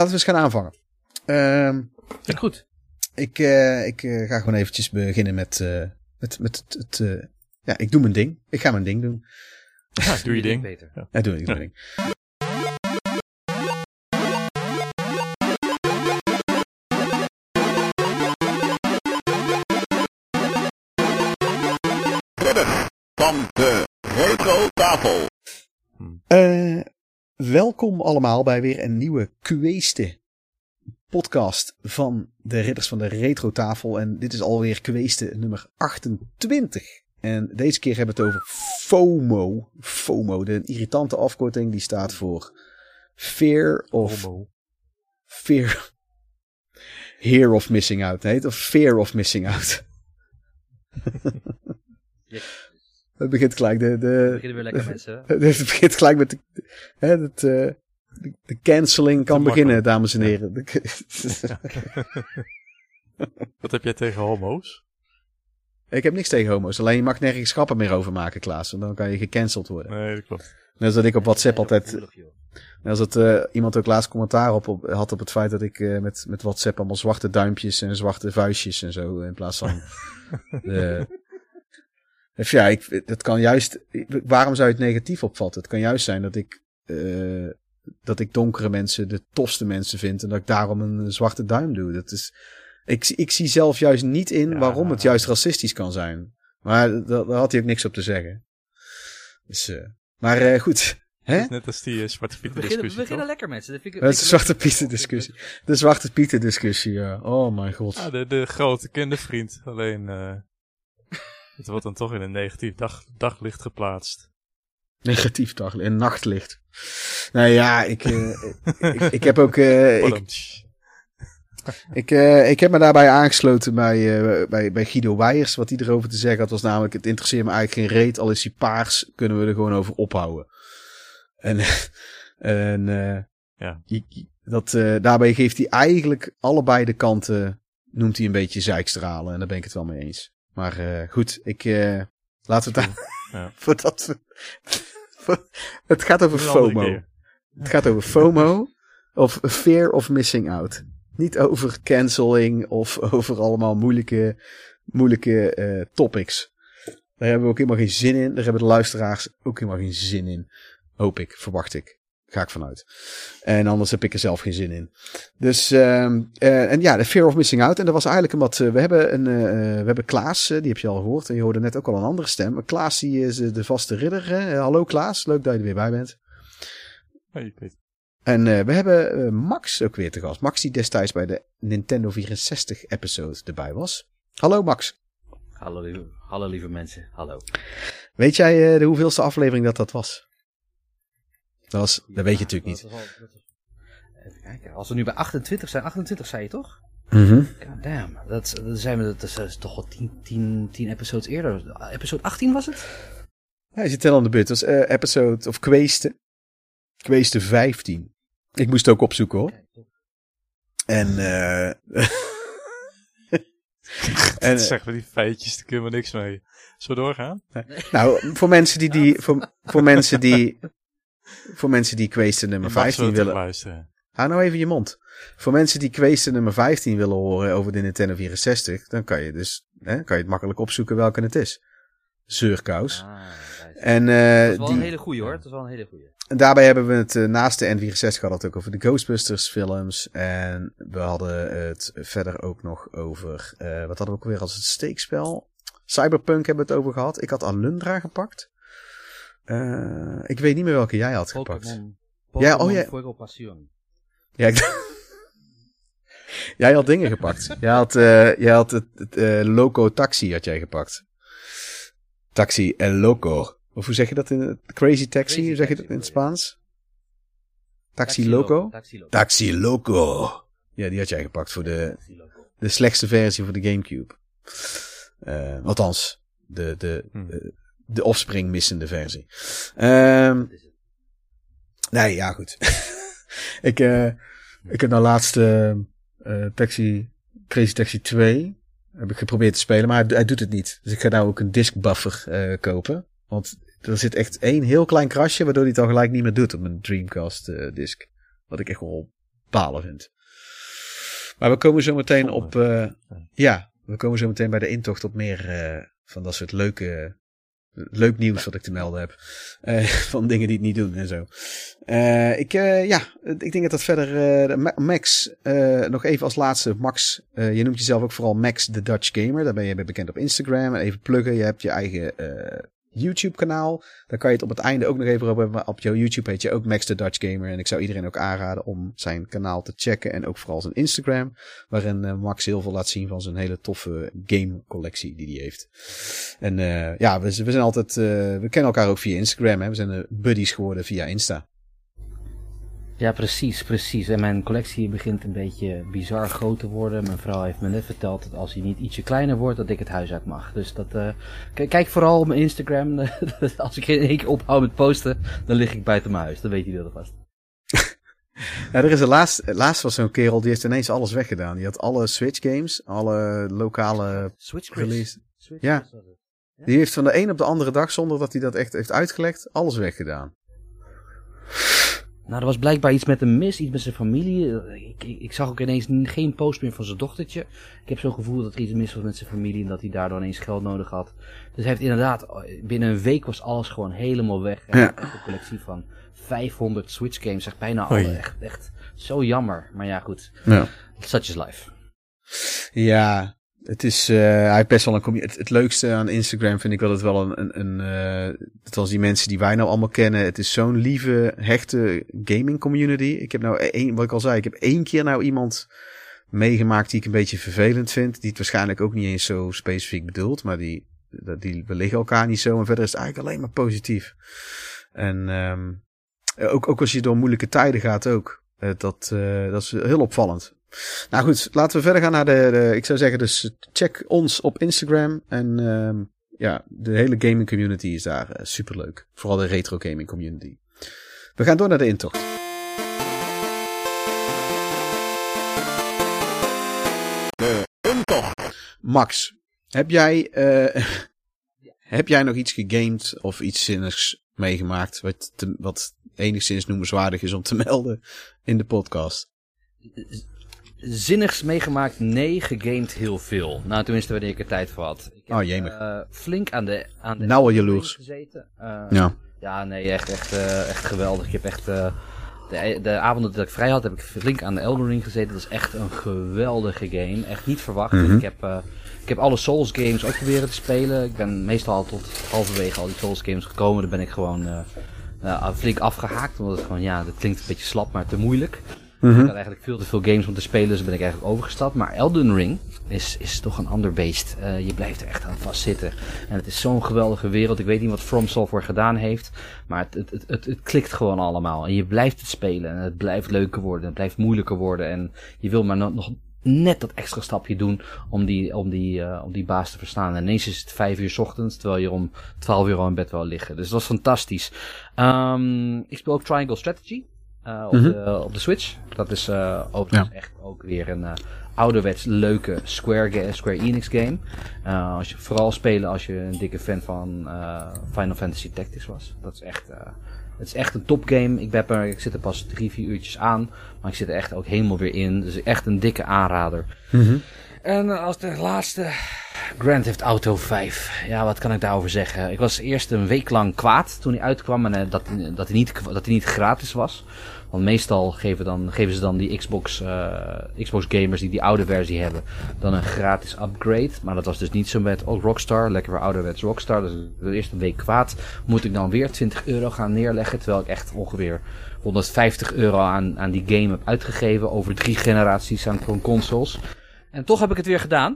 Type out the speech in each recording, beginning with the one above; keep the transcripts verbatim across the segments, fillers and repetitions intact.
we eens gaan aanvangen. Uh, ja, goed. Ik, uh, ik uh, ga gewoon eventjes beginnen met... Uh, met, met het... het uh, ja, ik doe mijn ding. Ik ga mijn ding doen. Ja, doe je ding. Beter. Ja, ja doe ik doe mijn ding. Van de Retro Tafel. Uh, welkom allemaal bij weer een nieuwe Kweeste podcast van de Ridders van de Retro Tafel. En dit is alweer Kweeste nummer achtentwintig. En deze keer hebben we het over FOMO. FOMO, de irritante afkorting, die staat voor Fear of... FOMO. Fear... Hear of Missing Out. Nee, of Fear of Missing Out. Yes. Het begint gelijk de... de We beginnen weer lekker mensen. Het begint gelijk met de... Hè, het, uh, de, de canceling kan beginnen, dames en heren. Ja. Wat heb jij tegen homo's? Ik heb niks tegen homo's. Alleen je mag nergens grappen meer over maken, Klaas. Want dan kan je gecanceld worden. Nee, dat klopt. Net als dat ik op WhatsApp altijd... Net als dat uh, iemand ook laatst commentaar op, op had op het feit dat ik uh, met, met WhatsApp allemaal zwarte duimpjes en zwarte vuistjes en zo in plaats van... de, dus ja, ik, dat kan juist... Waarom zou je het negatief opvatten? Het kan juist zijn dat ik... Uh, dat ik donkere mensen de tofste mensen vind en dat ik daarom een zwarte duim doe. Dat is... Ik, ik zie zelf juist niet in ja, waarom het juist racistisch kan zijn. Maar daar, daar had hij ook niks op te zeggen. Dus, uh, maar uh, goed. Hè? Het is net als die uh, Zwarte Pieten discussie. We beginnen lekker mensen. Dat vind ik, het is de Zwarte Pieten discussie. De Zwarte Pieten discussie, ja. Oh mijn god. Ja, de, de grote kindervriend. Alleen, uh, het wordt dan toch in een negatief dag, daglicht geplaatst. Negatief daglicht, een nachtlicht. Nou ja, ik, uh, ik, ik heb ook... Uh, ik, Ik, uh, ik heb me daarbij aangesloten bij, uh, bij, bij Guido Weijers. Wat hij erover te zeggen had was namelijk... Het interesseert me eigenlijk geen reet. Al is hij paars, kunnen we er gewoon over ophouden. En, en uh, ja. dat, uh, daarbij geeft hij eigenlijk allebei de kanten... Noemt hij een beetje zeikstralen. En daar ben ik het wel mee eens. Maar uh, goed, ik... Uh, laten we het daar... Ja. Voordat we, voor, het gaat over FOMO. Het gaat over FOMO. Of Fear of Missing Out. Niet over canceling of over allemaal moeilijke, moeilijke uh, topics. Daar hebben we ook helemaal geen zin in. Daar hebben de luisteraars ook helemaal geen zin in. Hoop ik, verwacht ik. Ga ik vanuit. En anders heb ik er zelf geen zin in. Dus, uh, uh, en ja, de Fear of Missing Out. En dat was eigenlijk een wat... Uh, we hebben een, uh, we hebben Klaas, uh, die heb je al gehoord. En je hoorde net ook al een andere stem. Maar Klaas, die is uh, de vaste ridder. Uh, hallo Klaas, leuk dat je er weer bij bent. Hey, Peter. En uh, we hebben uh, Max ook weer te gast. Max die destijds bij de Nintendo vierenzestig episode erbij was. Hallo Max. Hallo lieve, hallo lieve mensen, hallo. Weet jij uh, de hoeveelste aflevering dat dat was? Dat, was, dat ja, weet je natuurlijk niet. Dat was al, dat was... Even kijken, als we nu bij achtentwintig zijn, achtentwintig zei je toch? Mm-hmm. God damn, dat, dat, zijn we, dat, is, dat is toch al tien episodes eerder. Episode achttien was het? Ja, je zit tel aan de beurt. Dat was uh, episode, of Kweeste. Kweeste vijftien. Ik moest het ook opzoeken hoor. En eh... Uh, en zeggen we die feitjes, daar kunnen we niks mee. Zullen we doorgaan? Nou, voor mensen die die... Voor, voor mensen die... Voor mensen die Kweeste nummer vijftien willen... Luisteren. Hou nou even je mond. Voor mensen die Kweeste nummer vijftien willen horen over de Nintendo vierenzestig... Dan kan je dus... Hè, kan je het makkelijk opzoeken welke het is. Zeurkous. Ah, en, uh, dat is wel die, een hele goeie hoor. Dat is wel een hele goeie. En daarbij hebben we het uh, naast de N vierenzestig gehad het ook over de Ghostbusters films. En we hadden het verder ook nog over... Uh, wat hadden we ook weer als het steekspel? Cyberpunk hebben we het over gehad. Ik had Alundra gepakt. Uh, ik weet niet meer welke jij had Pokémon, gepakt. Pokémon ja, oh, ja. Fuego Passion. Ja, ik... jij had dingen gepakt. Jij had, uh, jij had het, het uh, Loco Taxi had jij gepakt. Taxi El Loco. Of hoe zeg je dat in het Crazy Taxi? Crazy hoe zeg je dat in het Spaans? Taxi, Taxi Loco? Loco? Taxi Loco. Taxi Loco. Ja, die had jij gepakt voor de, de slechtste versie voor de Gamecube. Uh, althans, de, de, hmm. de, de Offspring missende versie. Um, nee, ja goed. ik, uh, ik heb nou laatst uh, uh, Taxi, Crazy Taxi twee heb ik geprobeerd te spelen, maar hij, hij doet het niet. Dus ik ga nou ook een disk buffer uh, kopen. Want er zit echt één heel klein krasje, waardoor hij het al gelijk niet meer doet op mijn Dreamcast uh, disk. Wat ik echt wel balen vind. Maar we komen zo meteen op... Uh, ja, we komen zo meteen bij de intocht op meer uh, van dat soort leuke... Leuk nieuws wat ik te melden heb. Uh, van dingen die het niet doen en zo. Uh, ik, uh, ja, ik denk dat dat verder... Uh, Max, uh, nog even als laatste. Max, uh, je noemt jezelf ook vooral Max the Dutch Gamer. Daar ben je bekend op Instagram. En even pluggen, je hebt je eigen uh, YouTube kanaal. Daar kan je het op het einde ook nog even op hebben. Maar op jouw YouTube heet je ook Max the Dutch Gamer. En ik zou iedereen ook aanraden om zijn kanaal te checken. En ook vooral zijn Instagram. Waarin uh, Max heel veel laat zien van zijn hele toffe game collectie die hij heeft. En uh, ja, we, we zijn altijd... Uh, we kennen elkaar ook via Instagram. Hè? We zijn uh, buddies geworden via Insta. Ja, precies, precies. En mijn collectie begint een beetje bizar groot te worden. Mijn vrouw heeft me net verteld dat als hij niet ietsje kleiner wordt, dat ik het huis uit mag. Dus dat, uh, k- kijk vooral op mijn Instagram. Als ik in één keer ophoud met posten, dan lig ik buiten mijn huis. Dan weet je dat vast. Ja, er is een laatst, laatst was zo'n kerel, die heeft ineens alles weggedaan. Die had alle Switch games, alle lokale Switch release. Switch ja. ja, die heeft van de een op de andere dag, zonder dat hij dat echt heeft uitgelegd, alles weggedaan. Nou, er was blijkbaar iets met hem mis, iets met zijn familie. Ik, ik, ik zag ook ineens geen post meer van zijn dochtertje. Ik heb zo'n gevoel dat er iets mis was met zijn familie en dat hij daardoor ineens geld nodig had. Dus hij heeft inderdaad, binnen een week was alles gewoon helemaal weg. En ja. Een collectie van vijfhonderd Switch games, zeg bijna alle. Echt, echt zo jammer. Maar ja, goed. Ja. Such is life. Ja, het is, uh, hij heeft best wel een community. Het, het leukste aan Instagram vind ik wel het wel een, een, een uh, dat als die mensen die wij nou allemaal kennen, het is zo'n lieve, hechte gaming community. Ik heb nou één, wat ik al zei, ik heb één keer nou iemand meegemaakt die ik een beetje vervelend vind, die het waarschijnlijk ook niet eens zo specifiek bedoelt, maar die, die we liggen elkaar niet zo en verder is het eigenlijk alleen maar positief. En um, ook, ook als je door moeilijke tijden gaat ook, uh, dat, uh, dat is heel opvallend. Nou goed, laten we verder gaan naar de, de ik zou zeggen dus check ons op Instagram en um, ja, de hele gaming community is daar uh, superleuk. Vooral de retro gaming community. We gaan door naar de intocht. De intocht. Max, heb jij, uh, heb jij nog iets gegamed of iets zinnigs meegemaakt wat, te, wat enigszins noemenswaardig is om te melden in de podcast? Zinnigs meegemaakt, nee, gegamed heel veel. Nou, tenminste wanneer ik er tijd voor had. Ik heb oh, jemig. Uh, flink aan de aan de nou al jaloers gezeten. Uh, ja. Ja, nee, echt, echt, uh, echt geweldig. Ik heb echt uh, de, de avonden dat ik vrij had, heb ik flink aan de Elden Ring gezeten. Dat is echt een geweldige game. Echt niet verwacht. Mm-hmm. Ik heb, uh, ik heb alle Souls games ook proberen te spelen. Ik ben meestal al tot halverwege al die Souls games gekomen. Dan ben ik gewoon uh, uh, flink afgehaakt. Omdat het gewoon, ja, dat klinkt een beetje slap, maar te moeilijk. Mm-hmm. Ik had eigenlijk veel te veel games om te spelen, dus ben ik eigenlijk overgestapt. Maar Elden Ring is, is toch een ander beest. Uh, je blijft er echt aan vastzitten. En het is zo'n geweldige wereld. Ik weet niet wat From Software gedaan heeft. Maar het, het, het, het, het klikt gewoon allemaal. En je blijft het spelen. En het blijft leuker worden. Het blijft moeilijker worden. En je wil maar nog, nog net dat extra stapje doen om die, om die, uh, om die baas te verstaan. En ineens is het vijf uur 's ochtends, terwijl je om twaalf uur al in bed wil liggen. Dus dat was fantastisch. Um, ik speel ook Triangle Strategy. Uh, op, mm-hmm. de, op de Switch. Dat is uh, ook ja. echt ook weer een uh, ouderwets leuke Square, ga- Square Enix game. Uh, als je, vooral spelen als je een dikke fan van uh, Final Fantasy Tactics was. Dat is echt, uh, het is echt een topgame. Ik, ben er, ik zit er pas drie, vier uurtjes aan. Maar ik zit er echt ook helemaal weer in. Dus echt een dikke aanrader. Mm-hmm. En uh, als de laatste Grand Theft Auto vijf. Ja, wat kan ik daarover zeggen? Ik was eerst een week lang kwaad toen hij uitkwam. En uh, dat, dat, hij niet, dat hij niet gratis was. Want meestal geven, dan, geven ze dan die Xbox, uh, Xbox gamers die die oude versie hebben, dan een gratis upgrade. Maar dat was dus niet zo met oh, Rockstar, lekker weer ouderwets Rockstar. Dus de eerste week kwaad moet ik dan weer twintig euro gaan neerleggen. Terwijl ik echt ongeveer honderdvijftig euro aan, aan die game heb uitgegeven over drie generaties aan consoles. En toch heb ik het weer gedaan.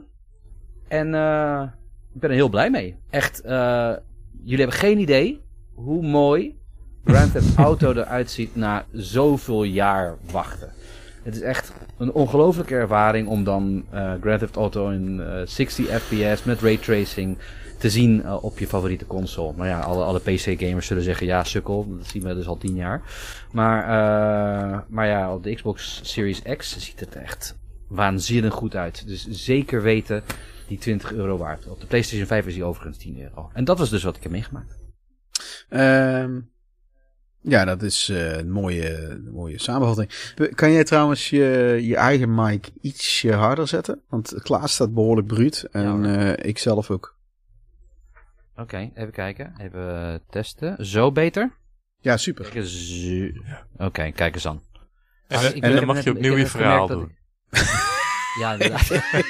En uh, ik ben er heel blij mee. Echt, uh, jullie hebben geen idee hoe mooi Grand Theft Auto eruit ziet na zoveel jaar wachten. Het is echt een ongelofelijke ervaring om dan uh, Grand Theft Auto in uh, zestig F P S met raytracing te zien uh, op je favoriete console. Maar ja, alle, alle P C gamers zullen zeggen ja, sukkel. Dat zien we dus al tien jaar. Maar, uh, maar ja, op de Xbox Series X ziet het echt waanzinnig goed uit. Dus zeker weten die twintig euro waard. Op de PlayStation vijf is die overigens tien euro. En dat was dus wat ik heb meegemaakt. Um... Ja, dat is uh, een mooie, mooie samenvatting. Kan jij trouwens je, je eigen mic ietsje harder zetten? Want Klaas staat behoorlijk bruut en ja, uh, ik zelf ook. Oké, okay, even kijken. Even testen. Zo beter? Ja, super. Zo... Oké, okay, kijk eens aan. En, ah, en, en dan mag je opnieuw je verhaal doen. Ja, inderdaad.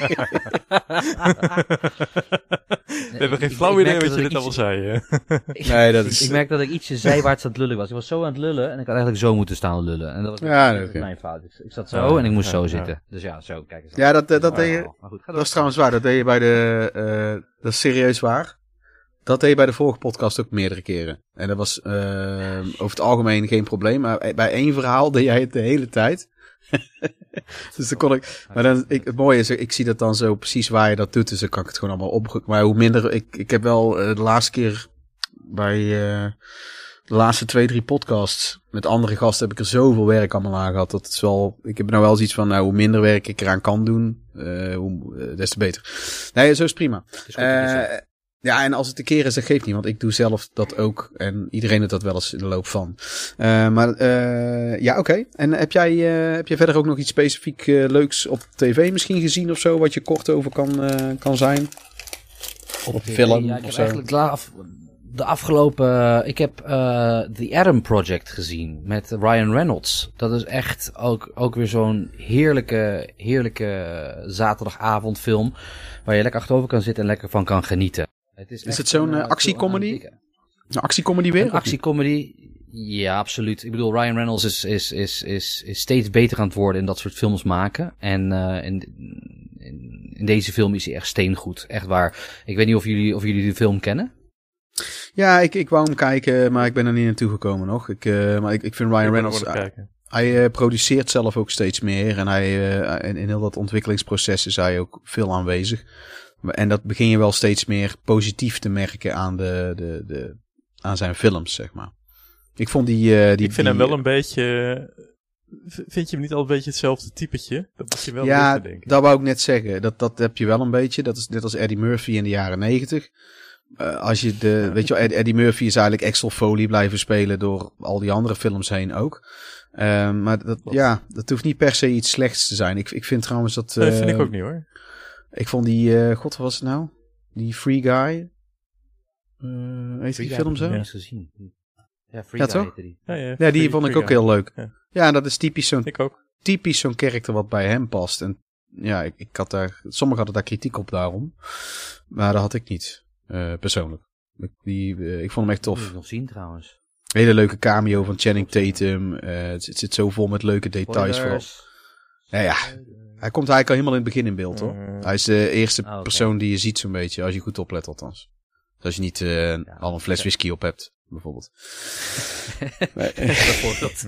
We hebben geen flauw idee wat je dit allemaal zei. Hè? Nee, dat is... Ik merk dat ik ietsje zijwaarts aan het lullen was. Ik was zo aan het lullen en ik had eigenlijk zo moeten staan lullen. En dat was ja, dat okay. mijn fout. Ik zat zo oh, en ik moest ja, zo ja. zitten. Dus ja, zo, kijk eens. Ja, dat, dat, dat deed je... Maar goed, dat is trouwens waar. Dat deed je bij de... Uh, dat is serieus waar. Dat deed je bij de vorige podcast ook meerdere keren. En dat was uh, over het algemeen geen probleem. Maar bij één verhaal deed jij het de hele tijd. Dus dan kon ik... Maar dan, ik, het mooie is, ik zie dat dan zo precies waar je dat doet. Dus dan kan ik het gewoon allemaal opdrukken. Maar hoe minder... Ik, ik heb wel uh, de laatste keer bij uh, de laatste twee, drie podcasts met andere gasten heb ik er zoveel werk allemaal aan gehad. Dat is wel... Ik heb nou wel zoiets van, nou, hoe minder werk ik eraan kan doen, uh, hoe, uh, des te beter. Nee, zo is prima. Is uh, Ja, en als het een keer is, dat geeft niet, want ik doe zelf dat ook. En iedereen doet dat wel eens in de loop van. Uh, maar uh, ja, oké. Okay. En heb jij, uh, heb jij verder ook nog iets specifiek uh, leuks op tv misschien gezien of zo, wat je kort over kan, uh, kan zijn? Op, op film ja, ik of heb zo? Eigenlijk de, af, de afgelopen... Uh, ik heb uh, The Adam Project gezien met Ryan Reynolds. Dat is echt ook, ook weer zo'n heerlijke, heerlijke zaterdagavondfilm waar je lekker achterover kan zitten en lekker van kan genieten. Het is, is het zo'n uh, actiecomedy? Een actiecomedy weer? Een actiecomedy, ja, absoluut. Ik bedoel, Ryan Reynolds is, is, is, is, is steeds beter aan het worden in dat soort films maken. En uh, in, in, in deze film is hij echt steengoed. Echt waar. Ik weet niet of jullie, of jullie de film kennen. Ja, ik, ik wou hem kijken, maar ik ben er niet naartoe gekomen nog. Ik, uh, maar ik, ik vind Ryan ik Reynolds... Uh, hij uh, produceert zelf ook steeds meer. En hij, uh, in, in heel dat ontwikkelingsproces is hij ook veel aanwezig. En dat begin je wel steeds meer positief te merken aan, de, de, de, aan zijn films, zeg maar. Ik vond die... Uh, die ik vind die, hem wel een beetje... Vind je hem niet al een beetje hetzelfde typetje? Dat moet je wel ja, weten, denk ik. Dat wou ik net zeggen. Dat, dat heb je wel een beetje. Dat is net als Eddie Murphy in de jaren negentig. Uh, als je de... Ja. Weet je wel, Eddie Murphy is eigenlijk Axel Foley blijven spelen door al die andere films heen ook. Uh, maar dat, ja, dat hoeft niet per se iets slechts te zijn. Ik, ik vind trouwens dat... Uh, dat vind ik ook niet, hoor. Ik vond die, uh, god, wat was het nou? Die Free Guy. Uh, heet die film zo? Ja, gezien. Ja, Free ja, Guy toch? Die. Ja, ja, ja, die free, vond ik ook guy. Heel leuk. Ja. ja, en dat is typisch zo'n, ik ook. typisch zo'n karakter wat bij hem past. En ja, ik, ik had daar, sommigen hadden daar kritiek op daarom. Maar dat had ik niet, uh, persoonlijk. Ik, die, uh, ik vond hem echt tof. Dat moet ik nog zien trouwens. Hele leuke cameo van Channing Tatum. Uh, het, het zit zo vol met leuke details vooral. Ja, ja. Hij komt eigenlijk al helemaal in het begin in beeld, hoor. Uh, hij is de eerste oh, okay. persoon die je ziet zo'n beetje, als je goed oplet althans. Dus als je niet uh, ja, al een fles whisky op hebt, bijvoorbeeld. Nee. Bijvoorbeeld.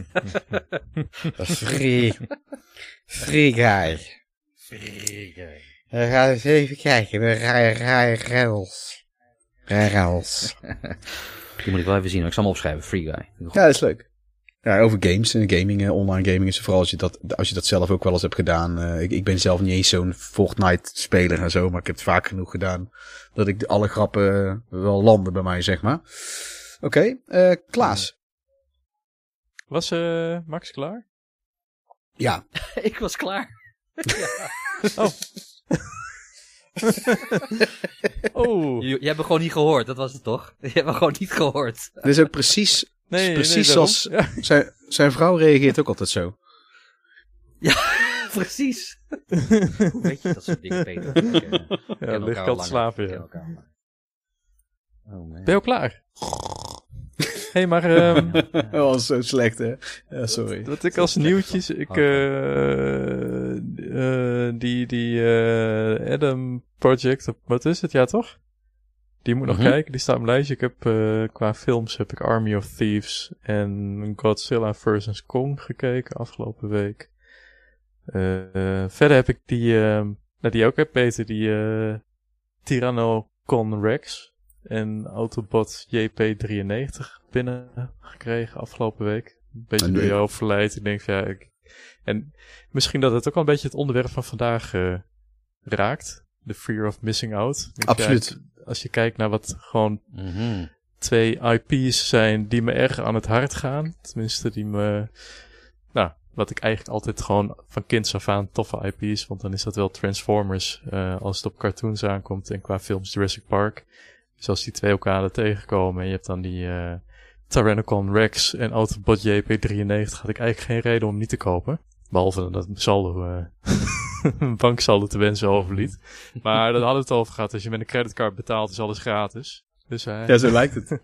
Free. Free guy. Free guy. We gaan eens even kijken. We rijden Reynolds. Reynolds. Die moet ik wel even zien, ik zal hem opschrijven. Free guy. Ja, dat is leuk. Ja, over games en gaming, uh, online gaming is vooral als je dat, als je dat zelf ook wel eens hebt gedaan. Uh, ik, ik ben zelf niet eens zo'n Fortnite-speler en zo, maar ik heb het vaak genoeg gedaan dat ik de, alle grappen uh, wel landen bij mij, zeg maar. Oké, okay, uh, Klaas. Was uh, Max klaar? Ja. Ik was klaar. Ja. Oh. oh. Je, je hebt me gewoon niet gehoord, dat was het toch? Je hebt me gewoon niet gehoord. Dit is ook precies... Nee, precies nee, zoals ja. zijn, zijn vrouw reageert ook altijd zo. Ja, precies. Hoe weet je dat soort dingen, Peter? Ik, uh, ja, ligt kan slapen, ja. Oh, ben je al klaar? Hé, hey, maar... Um, ja, ja. Dat was zo slecht, hè? Ja, sorry. Dat ik als nieuwtjes... Ik, uh, uh, die die uh, Adam Project... Wat is het? Ja, toch? Die moet nog mm-hmm. kijken, die staat op mijn lijstje. Ik heb uh, qua films heb ik Army of Thieves en Godzilla versus. Kong gekeken afgelopen week. Uh, uh, verder heb ik die, uh, nou die ook heb Peter, die uh, Tyrannocon Rex en Autobot J P drieënnegentig binnen gekregen afgelopen week. Een beetje door jou verleid. Ik denk van ja, ik, en misschien dat het ook wel een beetje het onderwerp van vandaag uh, raakt. The fear of missing out. Absoluut. Ja, als je kijkt naar wat gewoon mm-hmm. twee I P's zijn die me erg aan het hart gaan. Tenminste, die me... Nou, wat ik eigenlijk altijd gewoon van kinds af aan toffe I P's. Want dan is dat wel Transformers uh, als het op cartoons aankomt. En qua films Jurassic Park. Dus als die twee elkaar tegenkomen en je hebt dan die uh, Tyrannosaurus Rex en Autobot J P drieënnegentig, had ik eigenlijk geen reden om niet te kopen. Behalve dat mijn saldo, uh, een banksaldo te wensen overliet. Maar daar hadden we het over gehad. Als je met een creditcard betaalt, is alles gratis. Dus, uh, ja, zo lijkt het.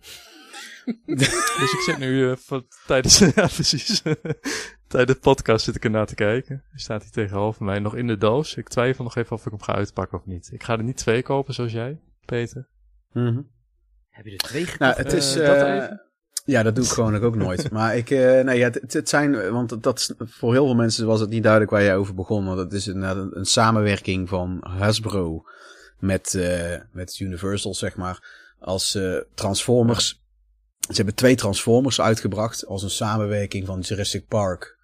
Dus ik zit nu uh, van, tijdens, ja, precies. Tijdens de podcast zit ik ernaar te kijken. Die staat hier tegenover mij nog in de doos. Ik twijfel nog even of ik hem ga uitpakken of niet. Ik ga er niet twee kopen zoals jij, Peter. Mm-hmm. Heb je er twee gekocht? Nou, het is... Uh, dat uh, ja, dat doe ik gewoon ook nooit. Maar ik... Uh, nee, ja, het, het zijn... Want dat voor heel veel mensen was het niet duidelijk waar jij over begon. Want het is een, een, een samenwerking van Hasbro met, uh, met Universal, zeg maar. Als uh, Transformers... Ze hebben twee Transformers uitgebracht als een samenwerking van Jurassic Park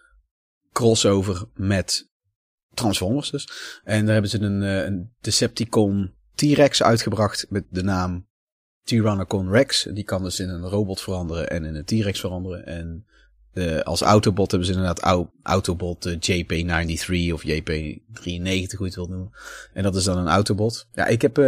crossover met Transformers dus. En daar hebben ze een, een Decepticon T-Rex uitgebracht met de naam Tyrannosaurus Rex. Die kan dus in een robot veranderen en in een T-Rex veranderen. En de, als Autobot hebben ze inderdaad au, Autobot uh, J P drieënnegentig of J P drieënnegentig, hoe je het wilt noemen. En dat is dan een Autobot. Ja, ik heb uh,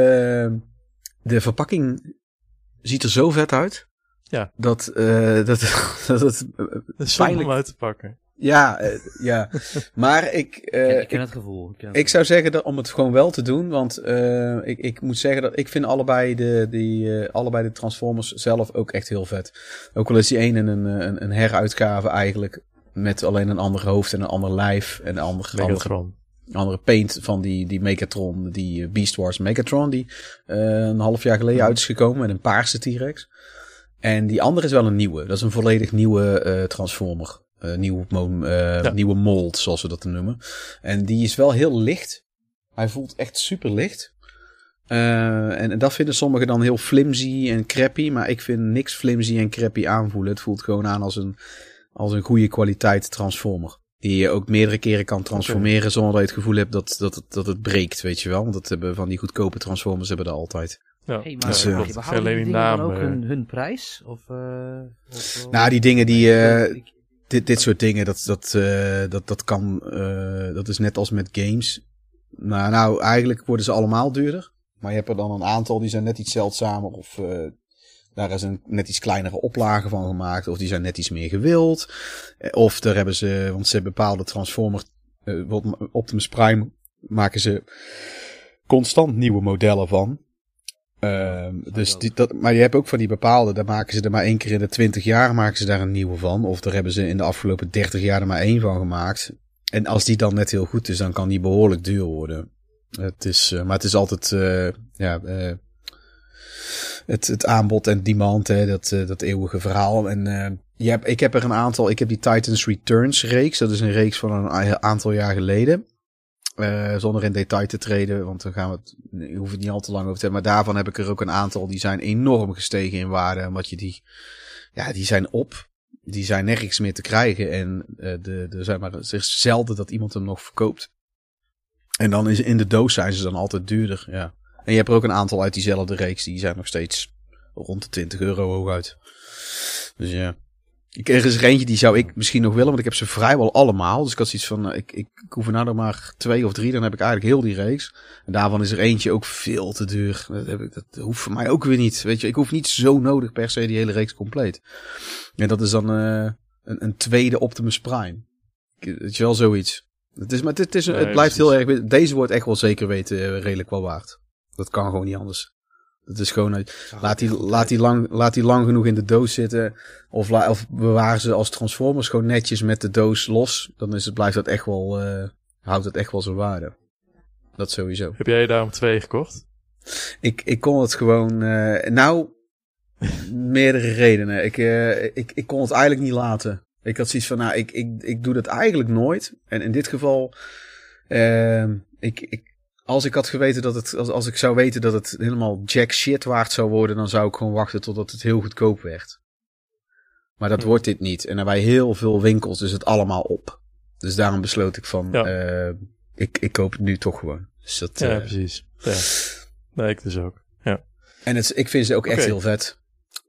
de verpakking ziet er zo vet uit. Ja. Dat, uh, dat, dat het uh, dat is pijnlijk... om uit te pakken. Ja, uh, ja. Maar ik... Uh, ik, ken, ik ken ik, het gevoel. Ik, ken het ik zou zeggen dat om het gewoon wel te doen. Want uh, ik, ik moet zeggen dat ik vind allebei de, die, uh, allebei de Transformers zelf ook echt heel vet. Ook al is die ene een, een, een heruitgave eigenlijk. Met alleen een ander hoofd en een ander lijf. En een ander, Megatron. Andere, andere paint van die, die Megatron. Die Beast Wars Megatron. Die uh, een half jaar geleden mm. uit is gekomen. Met een paarse T-Rex. En die andere is wel een nieuwe. Dat is een volledig nieuwe uh, Transformer. Uh, nieuwe, uh, ja. nieuwe mold, zoals we dat noemen. En die is wel heel licht. Hij voelt echt super licht. Uh, en, en dat vinden sommigen dan heel flimsy en crappy. Maar ik vind niks flimsy en crappy aanvoelen. Het voelt gewoon aan als een, als een goede kwaliteit Transformer. Die je ook meerdere keren kan transformeren. Okay. Zonder dat je het gevoel hebt dat, dat, het, dat het breekt, weet je wel. Want dat hebben van die goedkope Transformers hebben dat altijd. Ja, hey, maar dus, uh, behouden die dingen naam, dan ook hun, hun prijs? Of, uh, of, nou, die dingen die... Uh, dit, dit soort dingen, dat, dat, uh, dat, dat kan... Uh, dat is net als met games. Nou, nou, eigenlijk worden ze allemaal duurder. Maar je hebt er dan een aantal die zijn net iets zeldzamer. Of uh, daar is een net iets kleinere oplage van gemaakt. Of die zijn net iets meer gewild. Of daar hebben ze... Want ze hebben bepaalde Transformer... Uh, Optimus Prime maken ze constant nieuwe modellen van. Uh, dus die, dat, maar je hebt ook van die bepaalde, daar maken ze er maar één keer in de twintig jaar maken ze daar een nieuwe van. Of daar hebben ze in de afgelopen dertig jaar er maar één van gemaakt. En als die dan net heel goed is, dan kan die behoorlijk duur worden. Het is, uh, maar het is altijd, uh, ja, uh, het, het aanbod en demand, hè, dat, uh, dat eeuwige verhaal. En uh, je hebt, ik heb er een aantal, ik heb die Titans Returns reeks, dat is een reeks van een aantal jaar geleden. Uh, zonder in detail te treden, want dan gaan we het, je hoeft het niet al te lang over te hebben. Maar daarvan heb ik er ook een aantal, die zijn enorm gestegen in waarde. Omdat je die, ja, die zijn op. Die zijn nergens meer te krijgen. En uh, de, de, zeg maar, het is zelden dat iemand hem nog verkoopt. En dan is in de doos zijn ze dan altijd duurder, ja. En je hebt er ook een aantal uit diezelfde reeks, die zijn nog steeds rond de twintig euro hooguit. Dus ja. Ik, er is er eentje die zou ik misschien nog willen, want ik heb ze vrijwel allemaal. Dus ik had zoiets van, uh, ik, ik, ik hoef er nou nog maar twee of drie, dan heb ik eigenlijk heel die reeks. En daarvan is er eentje ook veel te duur. Dat, heb ik, dat hoeft voor mij ook weer niet. Weet je, ik hoef niet zo nodig per se die hele reeks compleet. En dat is dan uh, een, een tweede Optimus Prime. Het is wel zoiets. Het, is, maar het, het, is, nee, het blijft heel erg... Deze wordt echt wel zeker weten uh, redelijk wel waard. Dat kan gewoon niet anders. Dat is gewoon, laat die, laat, die lang, laat die lang genoeg in de doos zitten. Of, la, of bewaar ze als Transformers gewoon netjes met de doos los. Dan is het, blijft dat echt wel, uh, houdt het echt wel zijn waarde. Dat sowieso. Heb jij daarom twee gekocht? Ik, ik kon het gewoon, uh, nou, meerdere redenen. Ik, uh, ik, ik kon het eigenlijk niet laten. Ik had zoiets van, nou, ik, ik, ik doe dat eigenlijk nooit. En in dit geval, uh, ik, ik, Als ik had geweten dat het, als, als ik zou weten dat het helemaal jack shit waard zou worden, dan zou ik gewoon wachten totdat het heel goedkoop werd. Maar dat hm. wordt dit niet. En bij heel veel winkels is het allemaal op. Dus daarom besloot ik van, ja. uh, ik, ik koop het nu toch gewoon. Dus dat, ja, uh, precies. Ja. Nee, ik dus ook. Ja. En het, ik vind ze ook echt okay. heel vet.